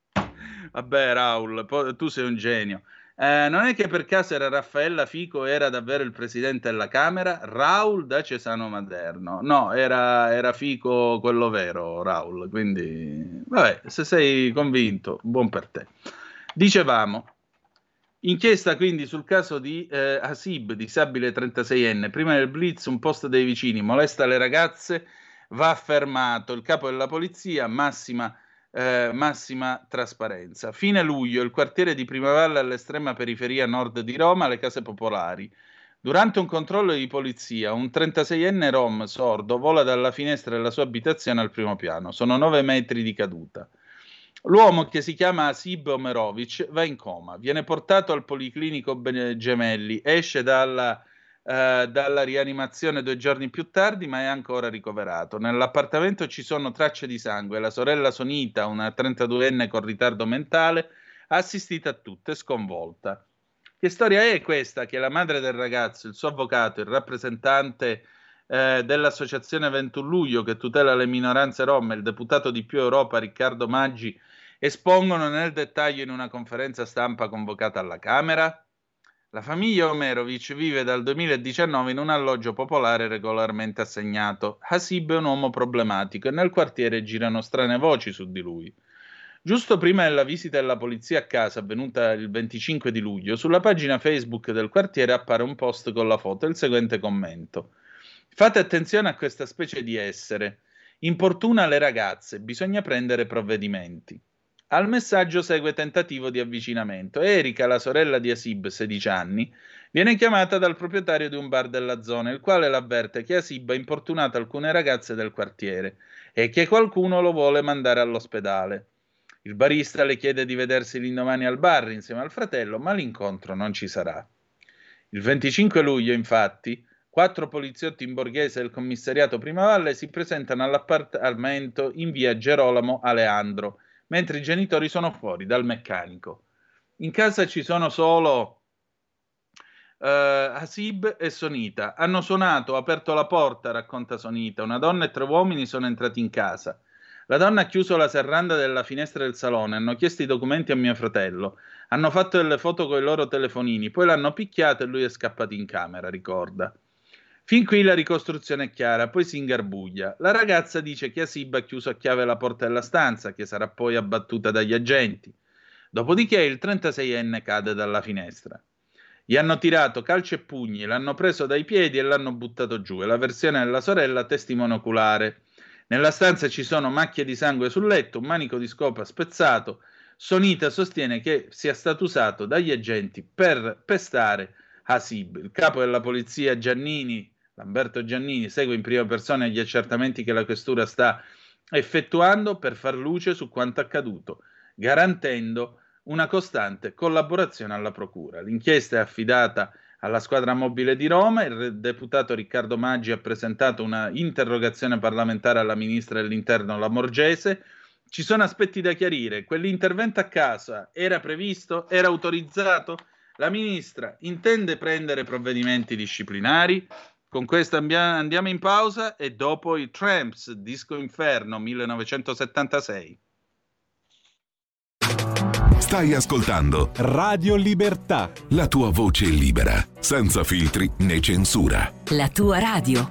Vabbè Raul, tu sei un genio. Eh, non è che per caso era Raffaella Fico, era davvero il presidente della Camera? Raul da Cesano Maderno. No, era, era Fico quello vero, Raul. Quindi, vabbè, se sei convinto, buon per te. Dicevamo... Inchiesta quindi sul caso di eh, Hasib, disabile trentaseienne. Prima del blitz un post dei vicini, molesta le ragazze, va fermato. Il capo della polizia, massima, eh, massima trasparenza. Fine luglio, il quartiere di Primavalle all'estrema periferia nord di Roma, le case popolari. Durante un controllo di polizia, un trentaseienne rom sordo vola dalla finestra della sua abitazione al primo piano. Sono nove metri di caduta. L'uomo, che si chiama Hasib Omerovic, va in coma, viene portato al Policlinico Gemelli, esce dalla, eh, dalla rianimazione due giorni più tardi, ma è ancora ricoverato. Nell'appartamento ci sono tracce di sangue. La sorella Sonita, una trentaduenne con ritardo mentale, ha assistito a tutte, sconvolta. Che storia è questa? Che la madre del ragazzo, il suo avvocato, il rappresentante Eh, dell'associazione ventuno luglio che tutela le minoranze rom, il deputato di Più Europa Riccardo Maggi, espongono nel dettaglio in una conferenza stampa convocata alla Camera? La famiglia Omerovic vive dal duemiladiciannove in un alloggio popolare regolarmente assegnato. Hasib è un uomo problematico e nel quartiere girano strane voci su di lui. Giusto prima della visita della polizia a casa, avvenuta il venticinque di luglio, sulla pagina Facebook del quartiere appare un post con la foto e il seguente commento. Fate attenzione a questa specie di essere. Importuna le ragazze, bisogna prendere provvedimenti. Al messaggio segue tentativo di avvicinamento. Erika, la sorella di Hasib, sedici anni, viene chiamata dal proprietario di un bar della zona, il quale l'avverte che Hasib ha importunato alcune ragazze del quartiere e che qualcuno lo vuole mandare all'ospedale. Il barista le chiede di vedersi l'indomani al bar insieme al fratello, ma l'incontro non ci sarà. Il venticinque luglio, infatti, quattro poliziotti in borghese del commissariato Primavalle si presentano all'appartamento in via Gerolamo Aleandro, mentre i genitori sono fuori dal meccanico. In casa ci sono solo Uh, Hasib e Sonita. Hanno suonato, ho aperto la porta, racconta Sonita. Una donna e tre uomini sono entrati in casa. La donna ha chiuso la serranda della finestra del salone, hanno chiesto i documenti a mio fratello, hanno fatto delle foto con i loro telefonini, poi l'hanno picchiato e lui è scappato in camera, ricorda. Fin qui la ricostruzione è chiara, poi si ingarbuglia. La ragazza dice che Hasib ha chiuso a chiave la porta della stanza, che sarà poi abbattuta dagli agenti. Dopodiché il trentaseienne cade dalla finestra. Gli hanno tirato calci e pugni, l'hanno preso dai piedi e l'hanno buttato giù. È la versione della sorella, testimone oculare. Nella stanza ci sono macchie di sangue sul letto, un manico di scopa spezzato. Sonita sostiene che sia stato usato dagli agenti per pestare Hasib. Il capo della polizia Giannini, Lamberto Giannini, segue in prima persona gli accertamenti che la questura sta effettuando per far luce su quanto accaduto, garantendo una costante collaborazione alla procura. L'inchiesta è affidata alla squadra mobile di Roma. Il deputato Riccardo Maggi ha presentato una interrogazione parlamentare alla ministra dell'Interno Lamorgese. Ci sono aspetti da chiarire. Quell'intervento a casa era previsto? Era autorizzato? La ministra intende prendere provvedimenti disciplinari? Con questo andiamo in pausa e dopo i Tramps, Disco Inferno millenovecentosettantasei.
Stai ascoltando
Radio Libertà,
la tua voce libera, senza filtri né censura.
La tua radio.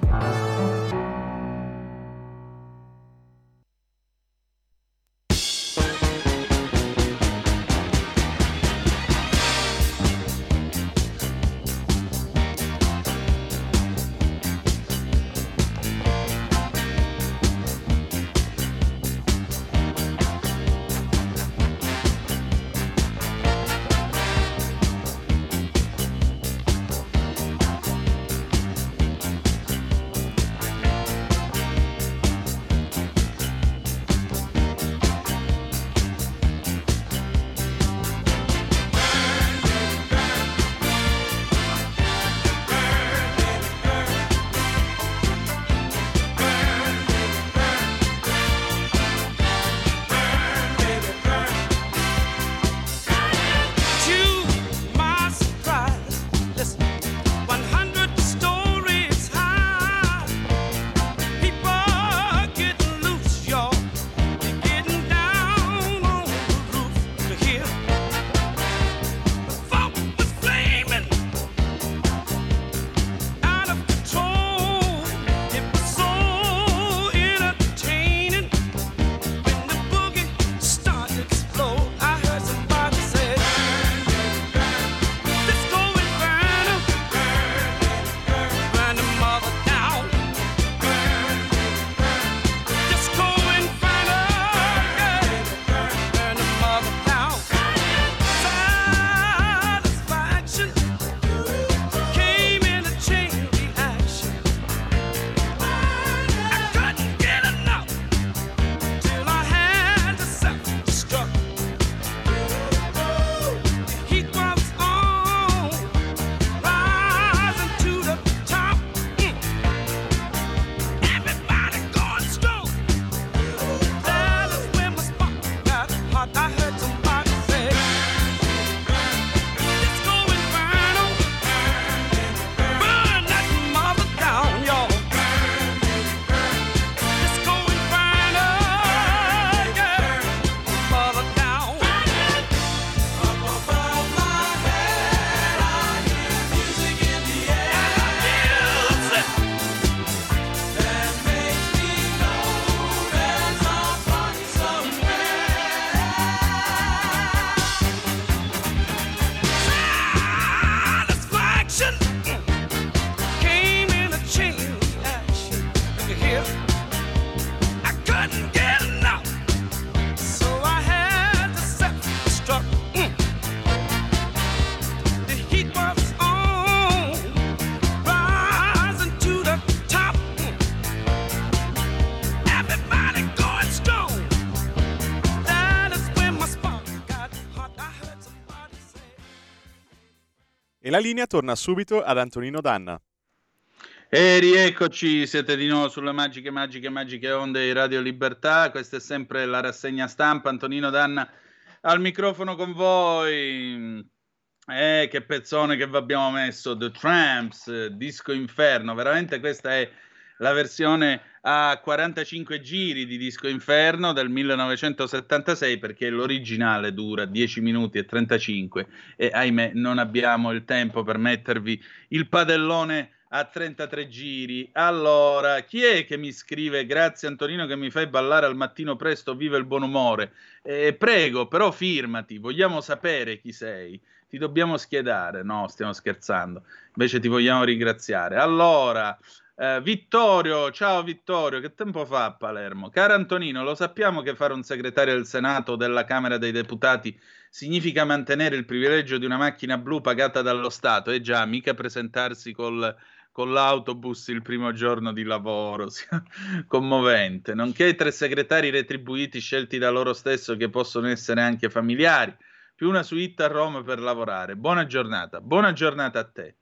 E la linea torna subito ad Antonino Danna.
E rieccoci, siete di nuovo sulle magiche, magiche, magiche onde di Radio Libertà. Questa è sempre la rassegna stampa. Antonino Danna al microfono con voi. Eh, che pezzone che vi abbiamo messo, The Tramps, Disco Inferno. Veramente questa è la versione a quarantacinque giri di Disco Inferno del millenovecentosettantasei, perché l'originale dura dieci minuti e trentacinque e ahimè non abbiamo il tempo per mettervi il padellone a trentatré giri. Allora, chi è che mi scrive? Grazie Antonino che mi fai ballare al mattino presto, viva il buon umore. Eh, prego, però firmati, vogliamo sapere chi sei. Ti dobbiamo schedare. No, stiamo scherzando. Invece ti vogliamo ringraziare. Allora, eh, Vittorio, ciao Vittorio, che tempo fa a Palermo? Caro Antonino, lo sappiamo che fare un segretario del Senato o della Camera dei Deputati significa mantenere il privilegio di una macchina blu pagata dallo Stato. E già, mica presentarsi col, con l'autobus il primo giorno di lavoro. Commovente. Nonché tre segretari retribuiti scelti da loro stesso, che possono essere anche familiari, più una suite a Roma per lavorare. Buona giornata, buona giornata a te.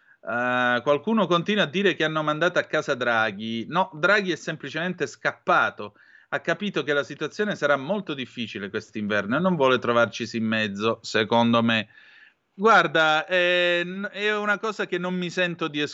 Uh, qualcuno continua a dire che hanno mandato a casa Draghi. No, Draghi è semplicemente scappato. Ha capito che la situazione sarà molto difficile quest'inverno e non vuole trovarcisi in mezzo, secondo me. Guarda, è, è una cosa che non mi sento di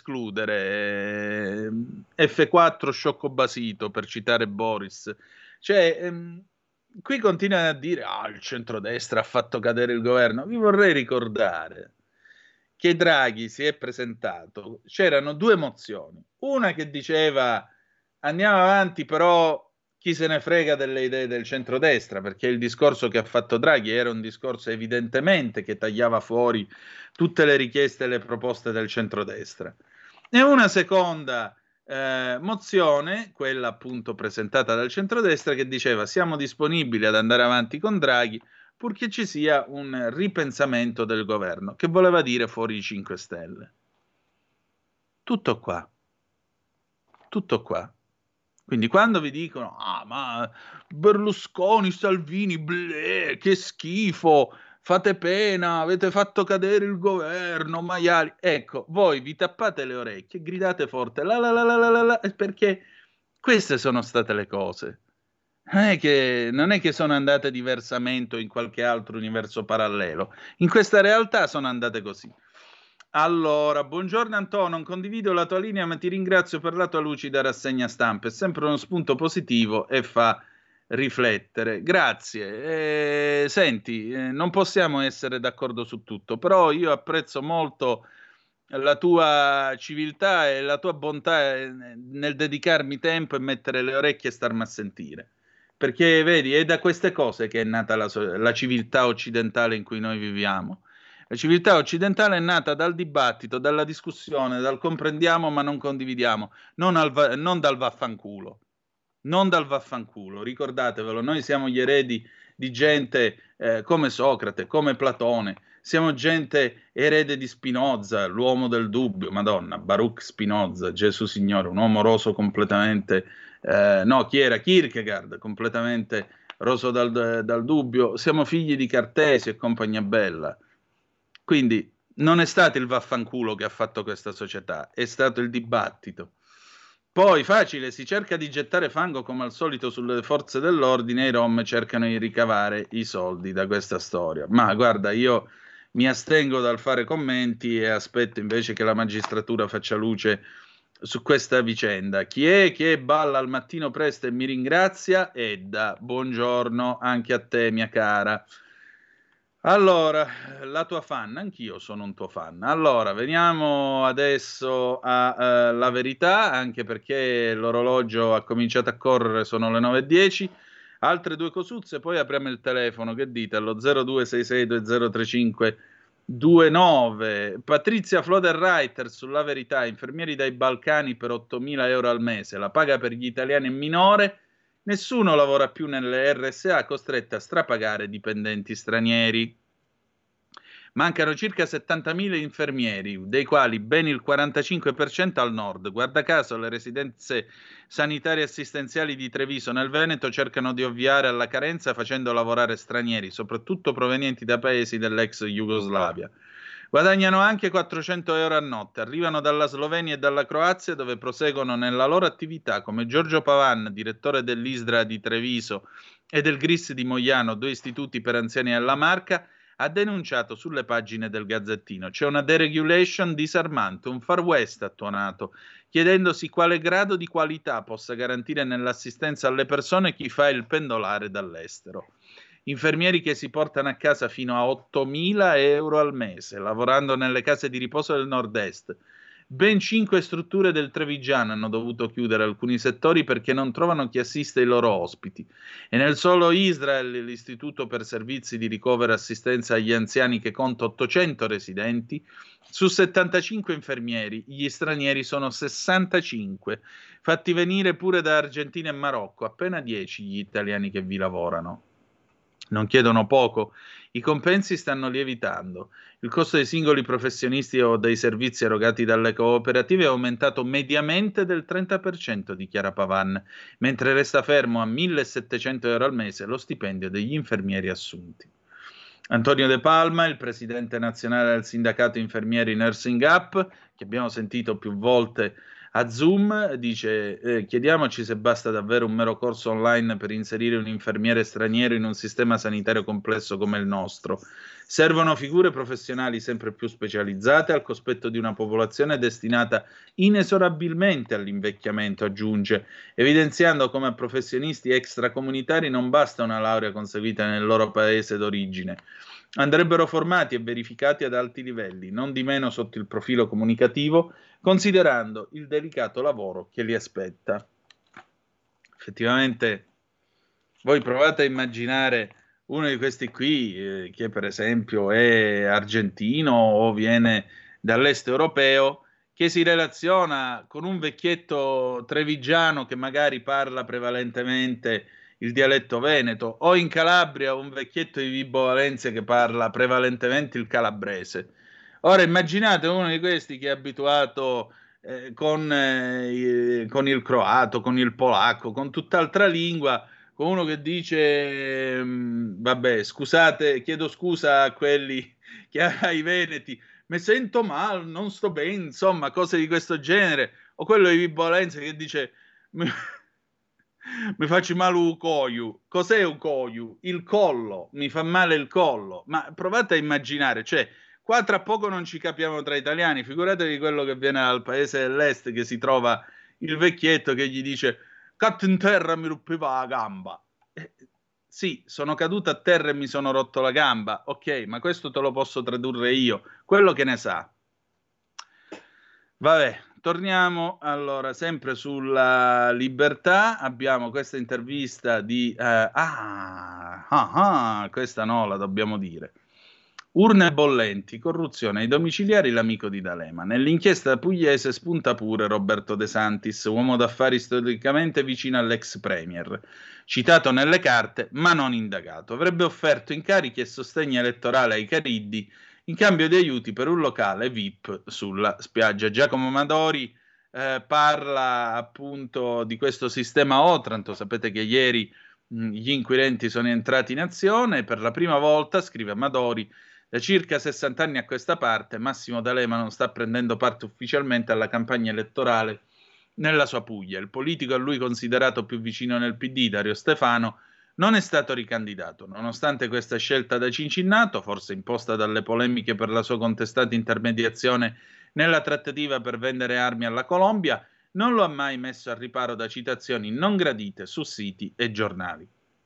escludere. F quattro sciocco basito, per citare Boris. Cioè... Ehm, qui continuano a dire ah, il centrodestra ha fatto cadere il governo. Vi vorrei ricordare che Draghi si è presentato, c'erano due mozioni, una che diceva andiamo avanti, però chi se ne frega delle idee del centrodestra, perché il discorso che ha fatto Draghi era un discorso evidentemente che tagliava fuori tutte le richieste e le proposte del centrodestra, e una seconda Eh, mozione, quella appunto presentata dal centrodestra, che diceva siamo disponibili ad andare avanti con Draghi purché ci sia un ripensamento del governo, che voleva dire fuori i cinque Stelle. Tutto qua. Tutto qua. Quindi quando vi dicono ah ma Berlusconi, Salvini, bleh, che schifo, fate pena, avete fatto cadere il governo, maiali. Ecco, voi vi tappate le orecchie, gridate forte, la la la la la la, la perché queste sono state le cose. Non è che, non è che sono andate diversamente o in qualche altro universo parallelo. In questa realtà sono andate così. Allora, buongiorno Antonio, non condivido la tua linea, ma ti ringrazio per la tua lucida rassegna stampa. È sempre uno spunto positivo e fa riflettere. Grazie. Eh, senti, eh, non possiamo essere d'accordo su tutto, però io apprezzo molto la tua civiltà e la tua bontà nel dedicarmi tempo e mettere le orecchie e starmi a sentire. Perché, vedi, è da queste cose che è nata la, la civiltà occidentale in cui noi viviamo. La civiltà occidentale è nata dal dibattito, dalla discussione, dal comprendiamo ma non condividiamo, non, al, non dal vaffanculo. Non dal vaffanculo, ricordatevelo, noi siamo gli eredi di gente eh, come Socrate, come Platone, siamo gente erede di Spinoza, l'uomo del dubbio, Madonna, Baruch Spinoza, Gesù Signore, un uomo roso completamente, eh, no, chi era? Kierkegaard, completamente roso dal, dal dubbio, siamo figli di Cartesio e compagnia bella. Quindi non è stato il vaffanculo che ha fatto questa società, è stato il dibattito. Poi facile, si cerca di gettare fango come al solito sulle forze dell'ordine e i Rom cercano di ricavare i soldi da questa storia. Ma guarda, io mi astengo dal fare commenti e aspetto invece che la magistratura faccia luce su questa vicenda. Chi è che balla al mattino presto e mi ringrazia? Edda, buongiorno anche a te mia cara. Allora, la tua fan, anch'io sono un tuo fan. Allora, veniamo adesso alla uh, verità, anche perché l'orologio ha cominciato a correre, sono le nove e dieci. Altre due cosuzze, poi apriamo il telefono, che dite? Allo zero due sei sei due zero tre cinque due nove. Patrizia Floderreiter sulla verità, infermieri dai Balcani per ottomila euro al mese, la paga per gli italiani è minore. Nessuno lavora più nelle R S A, costretti a strapagare dipendenti stranieri. Mancano circa settantamila infermieri, dei quali ben il quarantacinque per cento al nord. Guarda caso, le residenze sanitarie assistenziali di Treviso nel Veneto cercano di ovviare alla carenza facendo lavorare stranieri, soprattutto provenienti da paesi dell'ex Jugoslavia. Guadagnano anche quattrocento euro a notte, arrivano dalla Slovenia e dalla Croazia, dove proseguono nella loro attività, come Giorgio Pavan, direttore dell'I S D R A di Treviso, e del Gris di Mogliano, due istituti per anziani alla Marca, ha denunciato sulle pagine del Gazzettino. C'è una deregulation disarmante, un Far West attuonato, chiedendosi quale grado di qualità possa garantire nell'assistenza alle persone chi fa il pendolare dall'estero. Infermieri che si portano a casa fino a ottomila euro al mese, lavorando nelle case di riposo del nord-est. Ben cinque strutture del Trevigiano hanno dovuto chiudere alcuni settori perché non trovano chi assiste i loro ospiti. E nel solo Israel, l'Istituto per Servizi di Ricovero e Assistenza agli Anziani, che conta ottocento residenti, su settantacinque infermieri, gli stranieri sono sessantacinque, fatti venire pure da Argentina e Marocco, appena dieci gli italiani che vi lavorano. Non chiedono poco, i compensi stanno lievitando. Il costo dei singoli professionisti o dei servizi erogati dalle cooperative è aumentato mediamente del trenta per cento, dichiara Pavan, mentre resta fermo a millesettecento euro al mese lo stipendio degli infermieri assunti. Antonio De Palma, il presidente nazionale del sindacato infermieri Nursing Up, che abbiamo sentito più volte a Zoom, dice eh, chiediamoci se basta davvero un mero corso online per inserire un infermiere straniero in un sistema sanitario complesso come il nostro. Servono figure professionali sempre più specializzate al cospetto di una popolazione destinata inesorabilmente all'invecchiamento, aggiunge, evidenziando come a professionisti extracomunitari non basta una laurea conseguita nel loro paese d'origine. Andrebbero formati e verificati ad alti livelli, non di meno sotto il profilo comunicativo, considerando il delicato lavoro che li aspetta. Effettivamente, voi provate a immaginare uno di questi qui, eh, che per esempio è argentino o viene dall'est europeo, che si relaziona con un vecchietto trevigiano che magari parla prevalentemente il dialetto veneto, o in Calabria un vecchietto di Vibo Valentia che parla prevalentemente il calabrese. Ora immaginate uno di questi che è abituato eh, con, eh, con il croato, con il polacco, con tutt'altra lingua, con uno che dice mh, vabbè, scusate, chiedo scusa a quelli che ai veneti, mi sento male, non sto bene, insomma, cose di questo genere, o quello di Vibo Valentia che dice mi faccio male un coiu. Cos'è un coiu? Il collo, mi fa male il collo. Ma provate a immaginare, cioè, qua tra poco non ci capiamo tra italiani, figuratevi quello che viene dal paese dell'est, che si trova il vecchietto che gli dice catto in terra mi ruppeva la gamba. Eh, sì, sono caduto a terra e mi sono rotto la gamba, ok, ma questo te lo posso tradurre io, quello che ne sa. Vabbè, torniamo allora sempre sulla Libertà. Abbiamo questa intervista di eh, ah, ah, ah, questa no, la dobbiamo dire. Urne bollenti, corruzione ai domiciliari, l'amico di D'Alema. Nell'inchiesta pugliese spunta pure Roberto De Santis, uomo d'affari storicamente vicino all'ex premier, citato nelle carte ma non indagato. Avrebbe offerto incarichi e sostegno elettorale ai Cariddi in cambio di aiuti per un locale V I P sulla spiaggia. Giacomo Amadori eh, parla appunto di questo sistema Otranto. Sapete che ieri mh, gli inquirenti sono entrati in azione per la prima volta, scrive Amadori, da circa sessanta anni a questa parte Massimo D'Alema non sta prendendo parte ufficialmente alla campagna elettorale nella sua Puglia. Il politico a lui considerato più vicino nel P D, Dario Stefano, non è stato ricandidato. Nonostante questa scelta da Cincinnato, forse imposta dalle polemiche per la sua contestata intermediazione nella trattativa per vendere armi alla Colombia, non lo ha mai messo al riparo da citazioni non gradite su siti e giornali.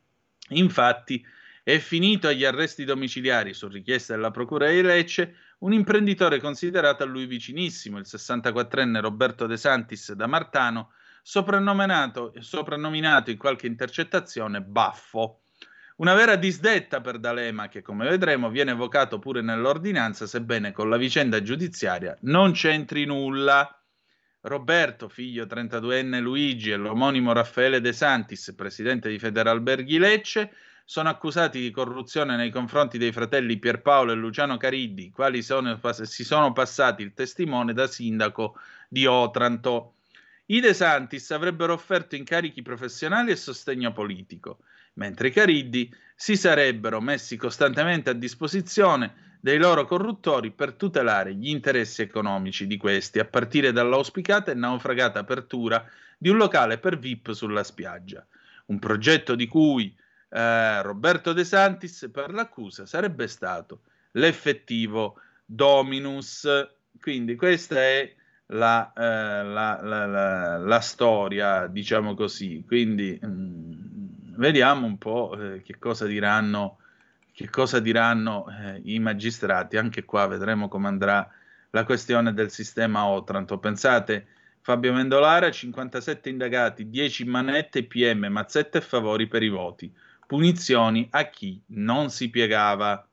Infatti, è finito agli arresti domiciliari su richiesta della Procura di Lecce un imprenditore considerato a lui vicinissimo, il sessantaquattrenne Roberto De Santis da Martano, soprannominato, soprannominato in qualche intercettazione Baffo. Una vera disdetta per D'Alema che, come vedremo, viene evocato pure nell'ordinanza, sebbene con la vicenda giudiziaria non c'entri nulla. Roberto, figlio trentaduenne Luigi, e l'omonimo Raffaele De Santis, presidente di Federalberghi Lecce, sono accusati di corruzione nei confronti dei fratelli Pierpaolo e Luciano Cariddi, i quali sono, si sono passati il testimone da sindaco di Otranto. I De Santis avrebbero offerto incarichi professionali e sostegno politico, mentre i Cariddi si sarebbero messi costantemente a disposizione dei loro corruttori per tutelare gli interessi economici di questi, a partire dall'auspicata e naufragata apertura di un locale per V I P sulla spiaggia. Un progetto di cui eh, Roberto De Santis per l'accusa sarebbe stato l'effettivo dominus. Quindi questa è la, eh, la, la, la, la storia, diciamo così. Quindi mh, vediamo un po' eh, che cosa diranno, che cosa diranno eh, i magistrati. Anche qua vedremo come andrà la questione del sistema Otranto. Pensate, Fabio Mendolara, cinquantasette indagati, dieci manette P M, mazzette e favori per i voti, punizioni a chi non si piegava.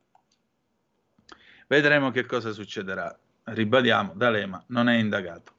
Vedremo che cosa succederà. Ribadiamo, D'Alema non è indagato.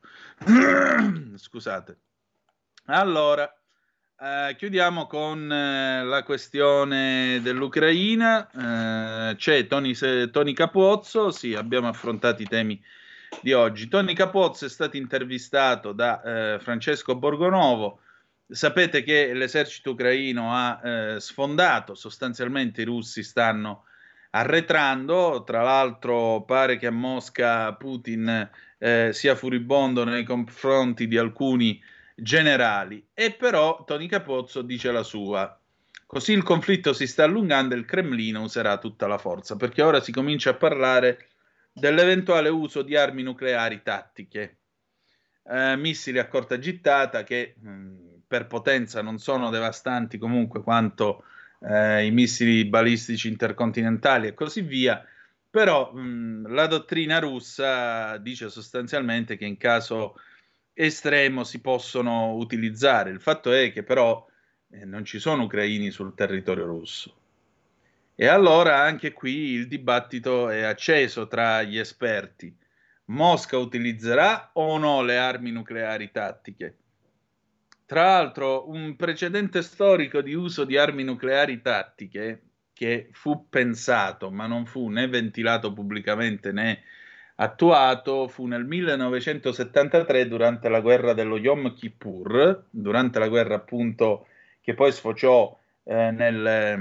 Scusate. Allora, eh, chiudiamo con eh, la questione dell'Ucraina. Eh, c'è Tony, Tony Capozzo, sì, abbiamo affrontato i temi di oggi. Tony Capozzo è stato intervistato da eh, Francesco Borgonovo. Sapete che l'esercito ucraino ha eh, sfondato, sostanzialmente i russi stanno arretrando, tra l'altro pare che a Mosca Putin eh, sia furibondo nei confronti di alcuni generali, e però Tony Capozzo dice la sua. Così il conflitto si sta allungando e il Cremlino userà tutta la forza, perché ora si comincia a parlare dell'eventuale uso di armi nucleari tattiche, eh, missili a corta gittata che mh, per potenza non sono devastanti comunque quanto Eh, i missili balistici intercontinentali e così via, però mh, la dottrina russa dice sostanzialmente che in caso estremo si possono utilizzare. Il fatto è che però eh, non ci sono ucraini sul territorio russo, e allora anche qui il dibattito è acceso tra gli esperti. Mosca utilizzerà o no le armi nucleari tattiche? Tra l'altro, un precedente storico di uso di armi nucleari tattiche che fu pensato, ma non fu né ventilato pubblicamente né attuato, fu nel millenovecentosettantatré durante la guerra dello Yom Kippur, durante la guerra appunto che poi sfociò eh, nel,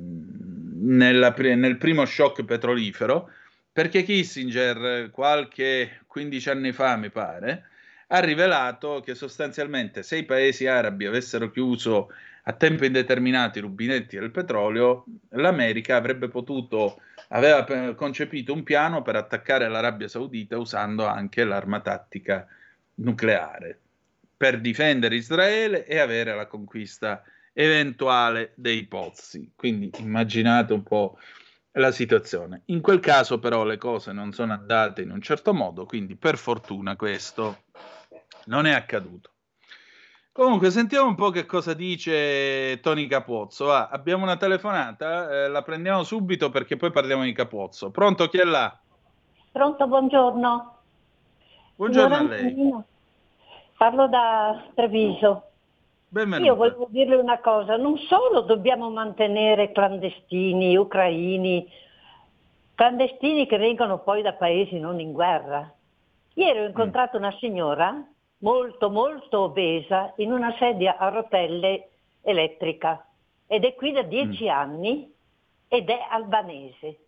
nella, nel primo shock petrolifero, perché Kissinger qualche quindici anni fa, mi pare, ha rivelato che sostanzialmente se i paesi arabi avessero chiuso a tempo indeterminato i rubinetti del petrolio, l'America avrebbe potuto, aveva concepito un piano per attaccare l'Arabia Saudita usando anche l'arma tattica nucleare, per difendere Israele e avere la conquista eventuale dei pozzi. Quindi immaginate un po' la situazione. In quel caso però le cose non sono andate in un certo modo, quindi per fortuna questo non è accaduto. Comunque sentiamo un po' che cosa dice Tony Capozzo. Va, abbiamo una telefonata, eh, la prendiamo subito perché poi parliamo di Capozzo. Pronto, chi è là?
Pronto, buongiorno.
Buongiorno
Signora
a lei.
Antonino, parlo da Treviso.
Benvenuto.
Io volevo dirle una cosa, non solo dobbiamo mantenere clandestini, ucraini, clandestini che vengono poi da paesi non in guerra. Ieri ho incontrato mm. una signora molto molto obesa in una sedia a rotelle elettrica ed è qui da dieci mm. anni ed è albanese.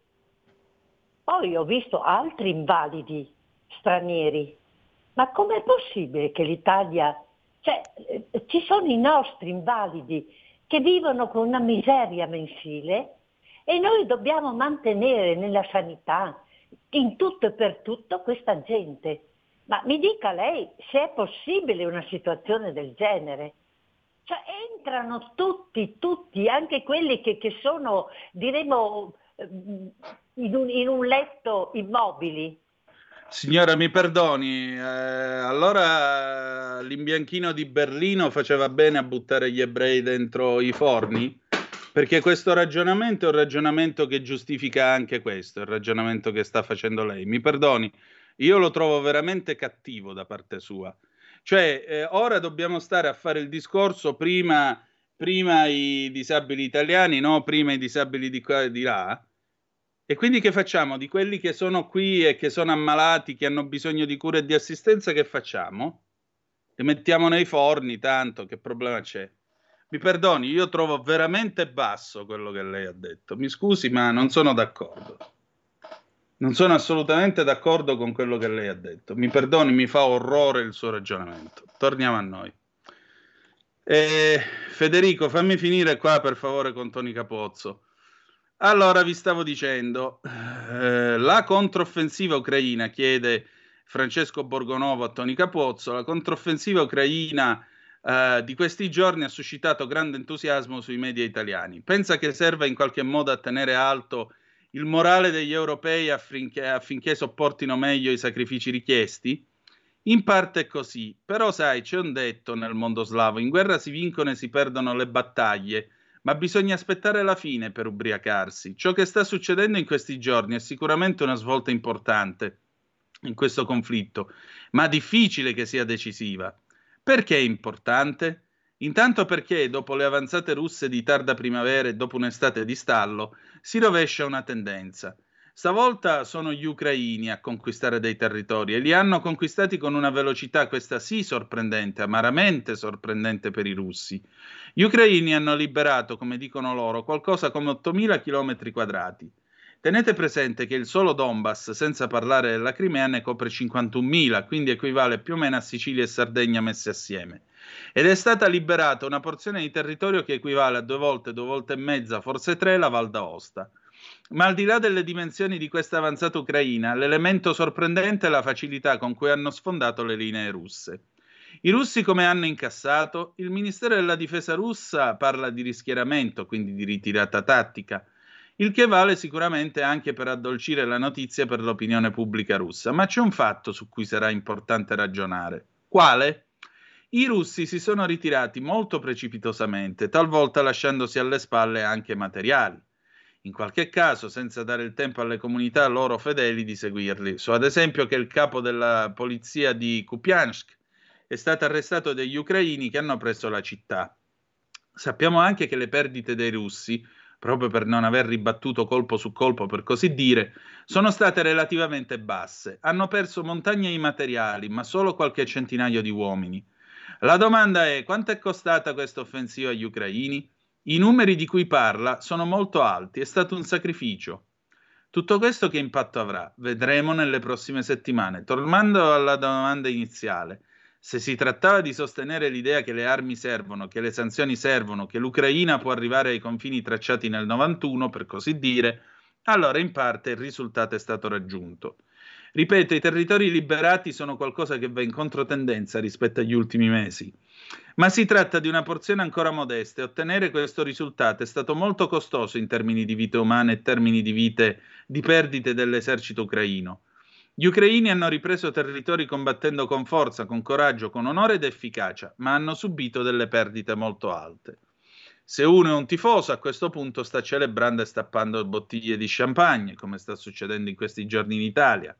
Poi ho visto altri invalidi stranieri, ma com'è possibile che l'Italia, cioè ci sono i nostri invalidi che vivono con una miseria mensile e noi dobbiamo mantenere nella sanità, in tutto e per tutto questa gente. Ma mi dica lei se è possibile una situazione del genere. Cioè entrano tutti, tutti, anche quelli che, che sono, diremo, in un, in un letto immobili.
Signora, mi perdoni, eh, allora l'imbianchino di Berlino faceva bene a buttare gli ebrei dentro i forni? Perché questo ragionamento è un ragionamento che giustifica anche questo, il ragionamento che sta facendo lei. Mi perdoni, io lo trovo veramente cattivo da parte sua. Cioè, eh, ora dobbiamo stare a fare il discorso prima, prima i disabili italiani, no? Prima i disabili di qua e di là. E quindi che facciamo? Di quelli che sono qui e che sono ammalati, che hanno bisogno di cura e di assistenza, che facciamo? Li mettiamo nei forni, tanto, che problema c'è? Mi perdoni, io trovo veramente basso quello che lei ha detto. Mi scusi, ma non sono d'accordo. Non sono assolutamente d'accordo con quello che lei ha detto. Mi perdoni, mi fa orrore il suo ragionamento. Torniamo a noi. Eh, Federico, fammi finire qua per favore con Tony Capozzo. Allora, vi stavo dicendo, eh, la controffensiva ucraina, chiede Francesco Borgonovo a Tony Capozzo, la controffensiva ucraina eh, di questi giorni ha suscitato grande entusiasmo sui media italiani. Pensa che serva in qualche modo a tenere alto il morale degli europei affinché, affinché sopportino meglio i sacrifici richiesti? In parte è così, però sai, c'è un detto nel mondo slavo, in guerra si vincono e si perdono le battaglie, ma bisogna aspettare la fine per ubriacarsi. Ciò che sta succedendo in questi giorni è sicuramente una svolta importante in questo conflitto, ma difficile che sia decisiva. Perché è importante? Intanto perché dopo le avanzate russe di tarda primavera e dopo un'estate di stallo si rovescia una tendenza. Stavolta sono gli ucraini a conquistare dei territori e li hanno conquistati con una velocità, questa sì sorprendente, amaramente sorprendente per i russi. Gli ucraini hanno liberato, come dicono loro, qualcosa come ottomila chilometri quadrati. Tenete presente che il solo Donbass, senza parlare della Crimea, ne copre cinquantunomila, quindi equivale più o meno a Sicilia e Sardegna messe assieme. Ed è stata liberata una porzione di territorio che equivale a due volte, due volte e mezza, forse tre, la Val d'Aosta. Ma al di là delle dimensioni di questa avanzata ucraina, l'elemento sorprendente è la facilità con cui hanno sfondato le linee russe. I russi come hanno incassato? Il Ministero della Difesa russa parla di rischieramento, quindi di ritirata tattica, il che vale sicuramente anche per addolcire la notizia per l'opinione pubblica russa. Ma c'è un fatto su cui sarà importante ragionare. Quale? I russi si sono ritirati molto precipitosamente, talvolta lasciandosi alle spalle anche materiali. In qualche caso senza dare il tempo alle comunità loro fedeli di seguirli. So ad esempio che il capo della polizia di Kupiansk è stato arrestato dagli ucraini che hanno preso la città. Sappiamo anche che le perdite dei russi, proprio per non aver ribattuto colpo su colpo per così dire, sono state relativamente basse. Hanno perso montagne di materiali, ma solo qualche centinaio di uomini. La domanda è: quanto è costata questa offensiva agli ucraini? I numeri di cui parla sono molto alti, è stato un sacrificio. Tutto questo che impatto avrà? Vedremo nelle prossime settimane. Tornando alla domanda iniziale, se si trattava di sostenere l'idea che le armi servono, che le sanzioni servono, che l'Ucraina può arrivare ai confini tracciati nel novantuno, per così dire, allora in parte il risultato è stato raggiunto. Ripeto, i territori liberati sono qualcosa che va in controtendenza rispetto agli ultimi mesi. Ma si tratta di una porzione ancora modesta e ottenere questo risultato è stato molto costoso in termini di vite umane e termini di vite di perdite dell'esercito ucraino. Gli ucraini hanno ripreso territori combattendo con forza, con coraggio, con onore ed efficacia, ma hanno subito delle perdite molto alte. Se uno è un tifoso, a questo punto sta celebrando e stappando bottiglie di champagne, come sta succedendo in questi giorni in Italia.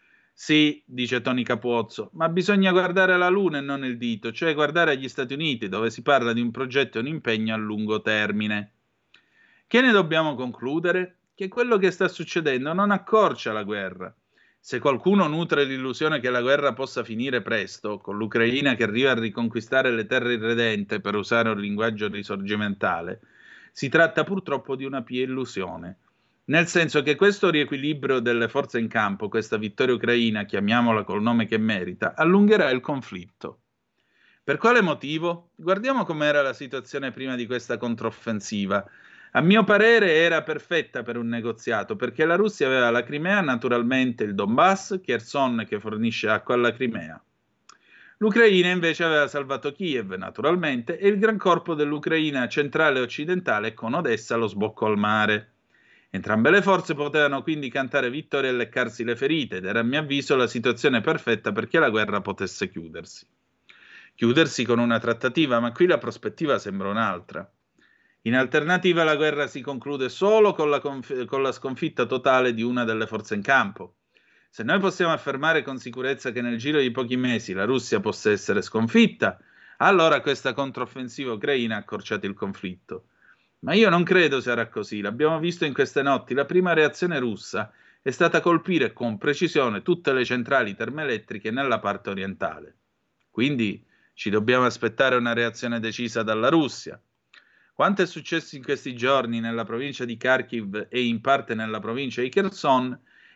Sì, dice Tony Capozzo, ma bisogna guardare la luna e non il dito, cioè guardare agli Stati Uniti, dove si parla di un progetto e un impegno a lungo termine. Che ne dobbiamo concludere? Che quello che sta succedendo non accorcia la guerra. Se qualcuno nutre l'illusione che la guerra possa finire presto, con l'Ucraina che arriva a riconquistare le terre irredente, per usare un linguaggio risorgimentale, si tratta purtroppo di una pia illusione. Nel senso che questo riequilibrio delle forze in campo, questa vittoria ucraina, chiamiamola col nome che merita, allungherà il conflitto. Per quale motivo? Guardiamo com'era la situazione prima di questa controffensiva. A mio parere era perfetta per un negoziato, perché la Russia aveva la Crimea, naturalmente il Donbass, Kherson che fornisce acqua alla Crimea. L'Ucraina invece aveva salvato Kiev, naturalmente, e il gran corpo dell'Ucraina centrale e occidentale con Odessa allo sbocco al mare. Entrambe le forze potevano quindi cantare vittoria e leccarsi le ferite, ed era a mio avviso la situazione perfetta perché la guerra potesse chiudersi. Chiudersi con una trattativa, ma qui la prospettiva sembra un'altra. In alternativa la guerra si conclude solo con la, conf- con la sconfitta totale di una delle forze in campo. Se noi possiamo affermare con sicurezza che nel giro di pochi mesi la Russia possa essere sconfitta, allora questa controffensiva ucraina ha accorciato il conflitto. Ma io non credo sarà così, l'abbiamo visto in queste notti, la prima reazione russa è stata colpire con precisione tutte le centrali termoelettriche nella parte orientale. Quindi ci dobbiamo aspettare una reazione decisa dalla Russia. Quanto è successo in questi giorni nella provincia di Kharkiv e in parte nella provincia di Kherson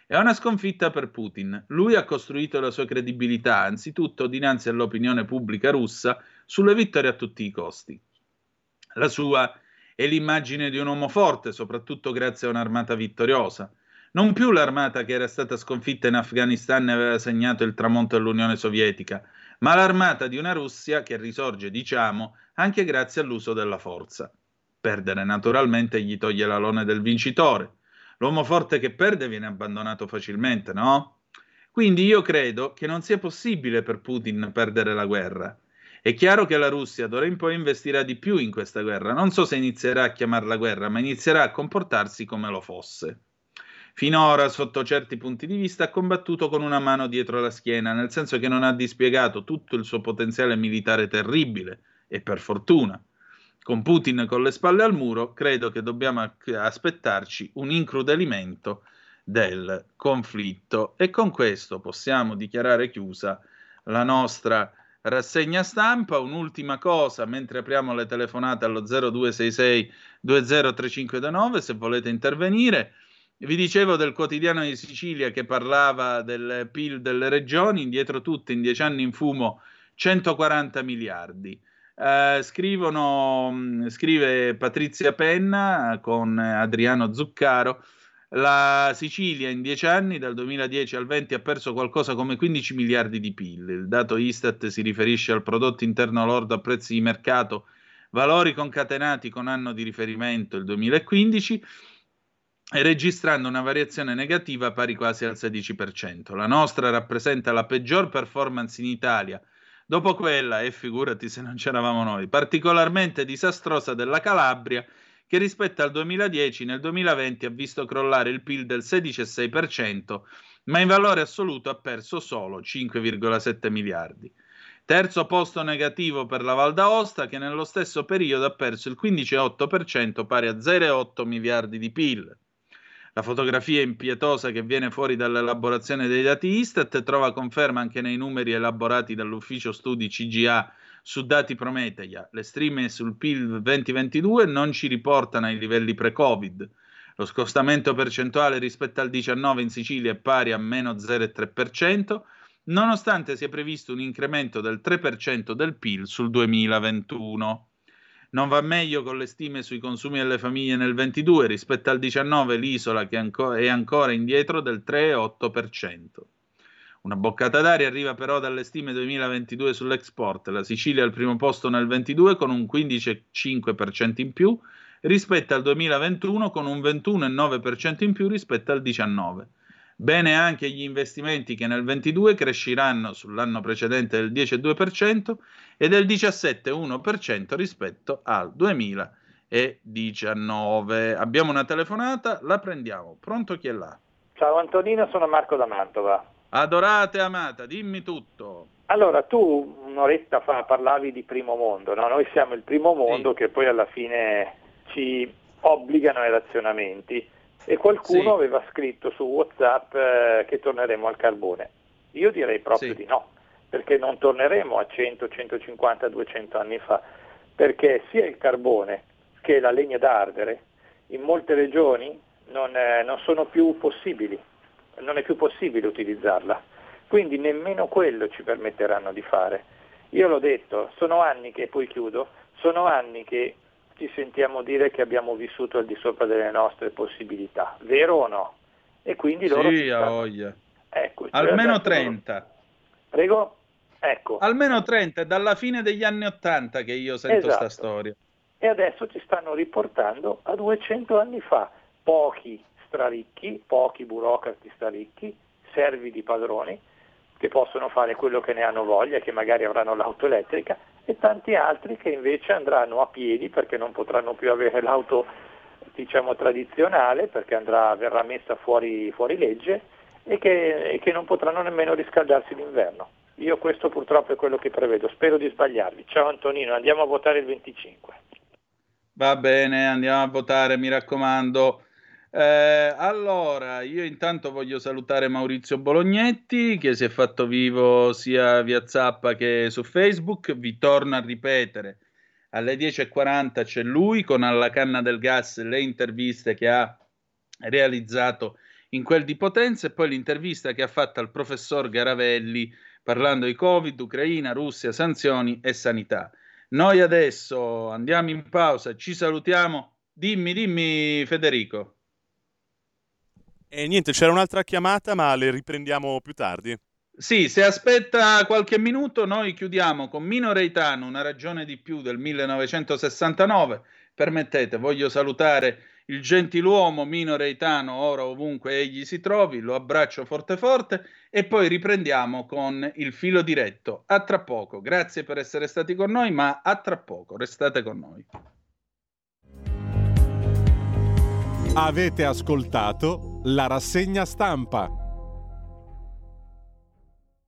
È una sconfitta per Putin. Lui ha costruito la sua credibilità, anzitutto dinanzi all'opinione pubblica russa, sulle vittorie a tutti i costi. La sua è l'immagine di un uomo forte, soprattutto grazie a un'armata vittoriosa. Non più l'armata che era stata sconfitta in Afghanistan e aveva segnato il tramonto dell'Unione Sovietica, ma l'armata di una Russia che risorge, diciamo, anche grazie all'uso della forza. Perdere naturalmente gli toglie l'alone del vincitore. L'uomo forte che perde viene abbandonato facilmente, no? Quindi io credo che non sia possibile per Putin perdere la guerra. È chiaro che la Russia d'ora in poi investirà di più in questa guerra. Non so se inizierà a chiamarla guerra, ma inizierà a comportarsi come lo fosse. Finora, sotto certi punti di vista, ha combattuto con una mano dietro la schiena, nel senso che non ha dispiegato tutto il suo potenziale militare terribile, e per fortuna. Con Putin con le spalle al muro, credo che dobbiamo aspettarci un incrudelimento del conflitto. E con questo possiamo dichiarare chiusa la nostra rassegna stampa. Un'ultima cosa, mentre apriamo le telefonate allo zero due sei sei due zero tre cinque due nove, se volete intervenire. Vi dicevo del Quotidiano di Sicilia che parlava del P I L delle regioni, dietro tutte in dieci anni in fumo centoquaranta miliardi. Uh, scrivono, scrive Patrizia Penna con Adriano Zuccaro, la Sicilia in dieci anni, dal duemiladieci al venti, ha perso qualcosa come quindici miliardi di P I L. Il dato Istat si riferisce al prodotto interno lordo a prezzi di mercato, valori concatenati con anno di riferimento, il duemilaquindici, registrando una variazione negativa pari quasi al sedici per cento. La nostra rappresenta la peggior performance in Italia, dopo quella, e figurati se non c'eravamo noi, particolarmente disastrosa della Calabria, che rispetto al duemiladieci nel duemilaventi ha visto crollare il P I L del sedici virgola sei per cento, ma in valore assoluto ha perso solo cinque virgola sette miliardi. Terzo posto negativo per la Val d'Aosta, che nello stesso periodo ha perso il quindici virgola otto per cento, pari a zero virgola otto miliardi di P I L. La fotografia impietosa che viene fuori dall'elaborazione dei dati Istat trova conferma anche nei numeri elaborati dall'ufficio studi C G A su dati Prometeia. Le stime sul P I L duemilaventidue non ci riportano ai livelli pre-Covid. Lo scostamento percentuale rispetto al diciannove in Sicilia è pari a meno zero virgola tre per cento, nonostante sia previsto un incremento del tre per cento del P I L sul duemilaventuno. Non va meglio con le stime sui consumi delle famiglie nel ventidue, rispetto al diciannove l'isola che è ancora indietro del tre virgola otto per cento. Una boccata d'aria arriva però dalle stime duemilaventidue sull'export. La Sicilia è al primo posto nel ventidue con un quindici virgola cinque per cento in più rispetto al duemilaventuno, con un ventuno virgola nove per cento in più rispetto al diciannove. Bene anche gli investimenti che nel ventidue cresceranno sull'anno precedente del dieci virgola due per cento e del diciassette virgola uno per cento rispetto al duemiladiciannove. Abbiamo una telefonata, la prendiamo. Pronto, chi è là?
Ciao Antonino, sono Marco da Mantova.
Adorata e amata, dimmi tutto.
Allora, tu un'oretta fa parlavi di primo mondo, no? Noi siamo il primo mondo, sì, che poi alla fine ci obbligano ai razionamenti. E qualcuno sì. aveva scritto su WhatsApp eh, che torneremo al carbone. Io direi proprio sì. di no, perché non torneremo a cento, centocinquanta, duecento anni fa, perché sia il carbone che la legna da ardere in molte regioni non, eh, non sono più possibili, non è più possibile utilizzarla, quindi nemmeno quello ci permetteranno di fare. Io l'ho detto, sono anni che, poi chiudo, sono anni che ci sentiamo dire che abbiamo vissuto al di sopra delle nostre possibilità, vero o no? E quindi loro
sì, a voglia.
Ecco, cioè
almeno trenta. Loro...
Prego? Ecco.
Almeno trenta, è dalla fine degli anni ottanta che io sento
esatto.
sta storia.
E adesso ci stanno riportando a duecento anni fa, pochi straricchi, pochi burocrati straricchi, servi di padroni, che possono fare quello che ne hanno voglia, che magari avranno l'auto elettrica, e tanti altri che invece andranno a piedi perché non potranno più avere l'auto, diciamo, tradizionale, perché andrà, verrà messa fuori, fuori legge e che, e che non potranno nemmeno riscaldarsi d'inverno. Io questo purtroppo è quello che prevedo, spero di sbagliarvi. Ciao Antonino, andiamo a votare il venticinque.
Va bene, andiamo a votare, mi raccomando. Eh, allora, io intanto voglio salutare Maurizio Bolognetti, che si è fatto vivo sia via Zappa che su Facebook. Vi torno a ripetere, alle dieci e quaranta c'è lui con Alla canna del gas, le interviste che ha realizzato in quel di Potenza, e poi l'intervista che ha fatto al professor Garavelli parlando di Covid, Ucraina, Russia, sanzioni e sanità. Noi adesso andiamo in pausa, ci salutiamo. Dimmi, dimmi Federico.
E niente, c'era un'altra chiamata, ma le riprendiamo più tardi.
Sì, se aspetta qualche minuto noi chiudiamo con Mino Reitano, Una ragione di più del millenovecentosessantanove. Permettete, voglio salutare il gentiluomo Mino Reitano, ora ovunque egli si trovi, lo abbraccio forte forte e poi riprendiamo con il filo diretto. A tra poco, grazie per essere stati con noi, ma a tra poco, restate con noi.
Avete ascoltato la rassegna stampa.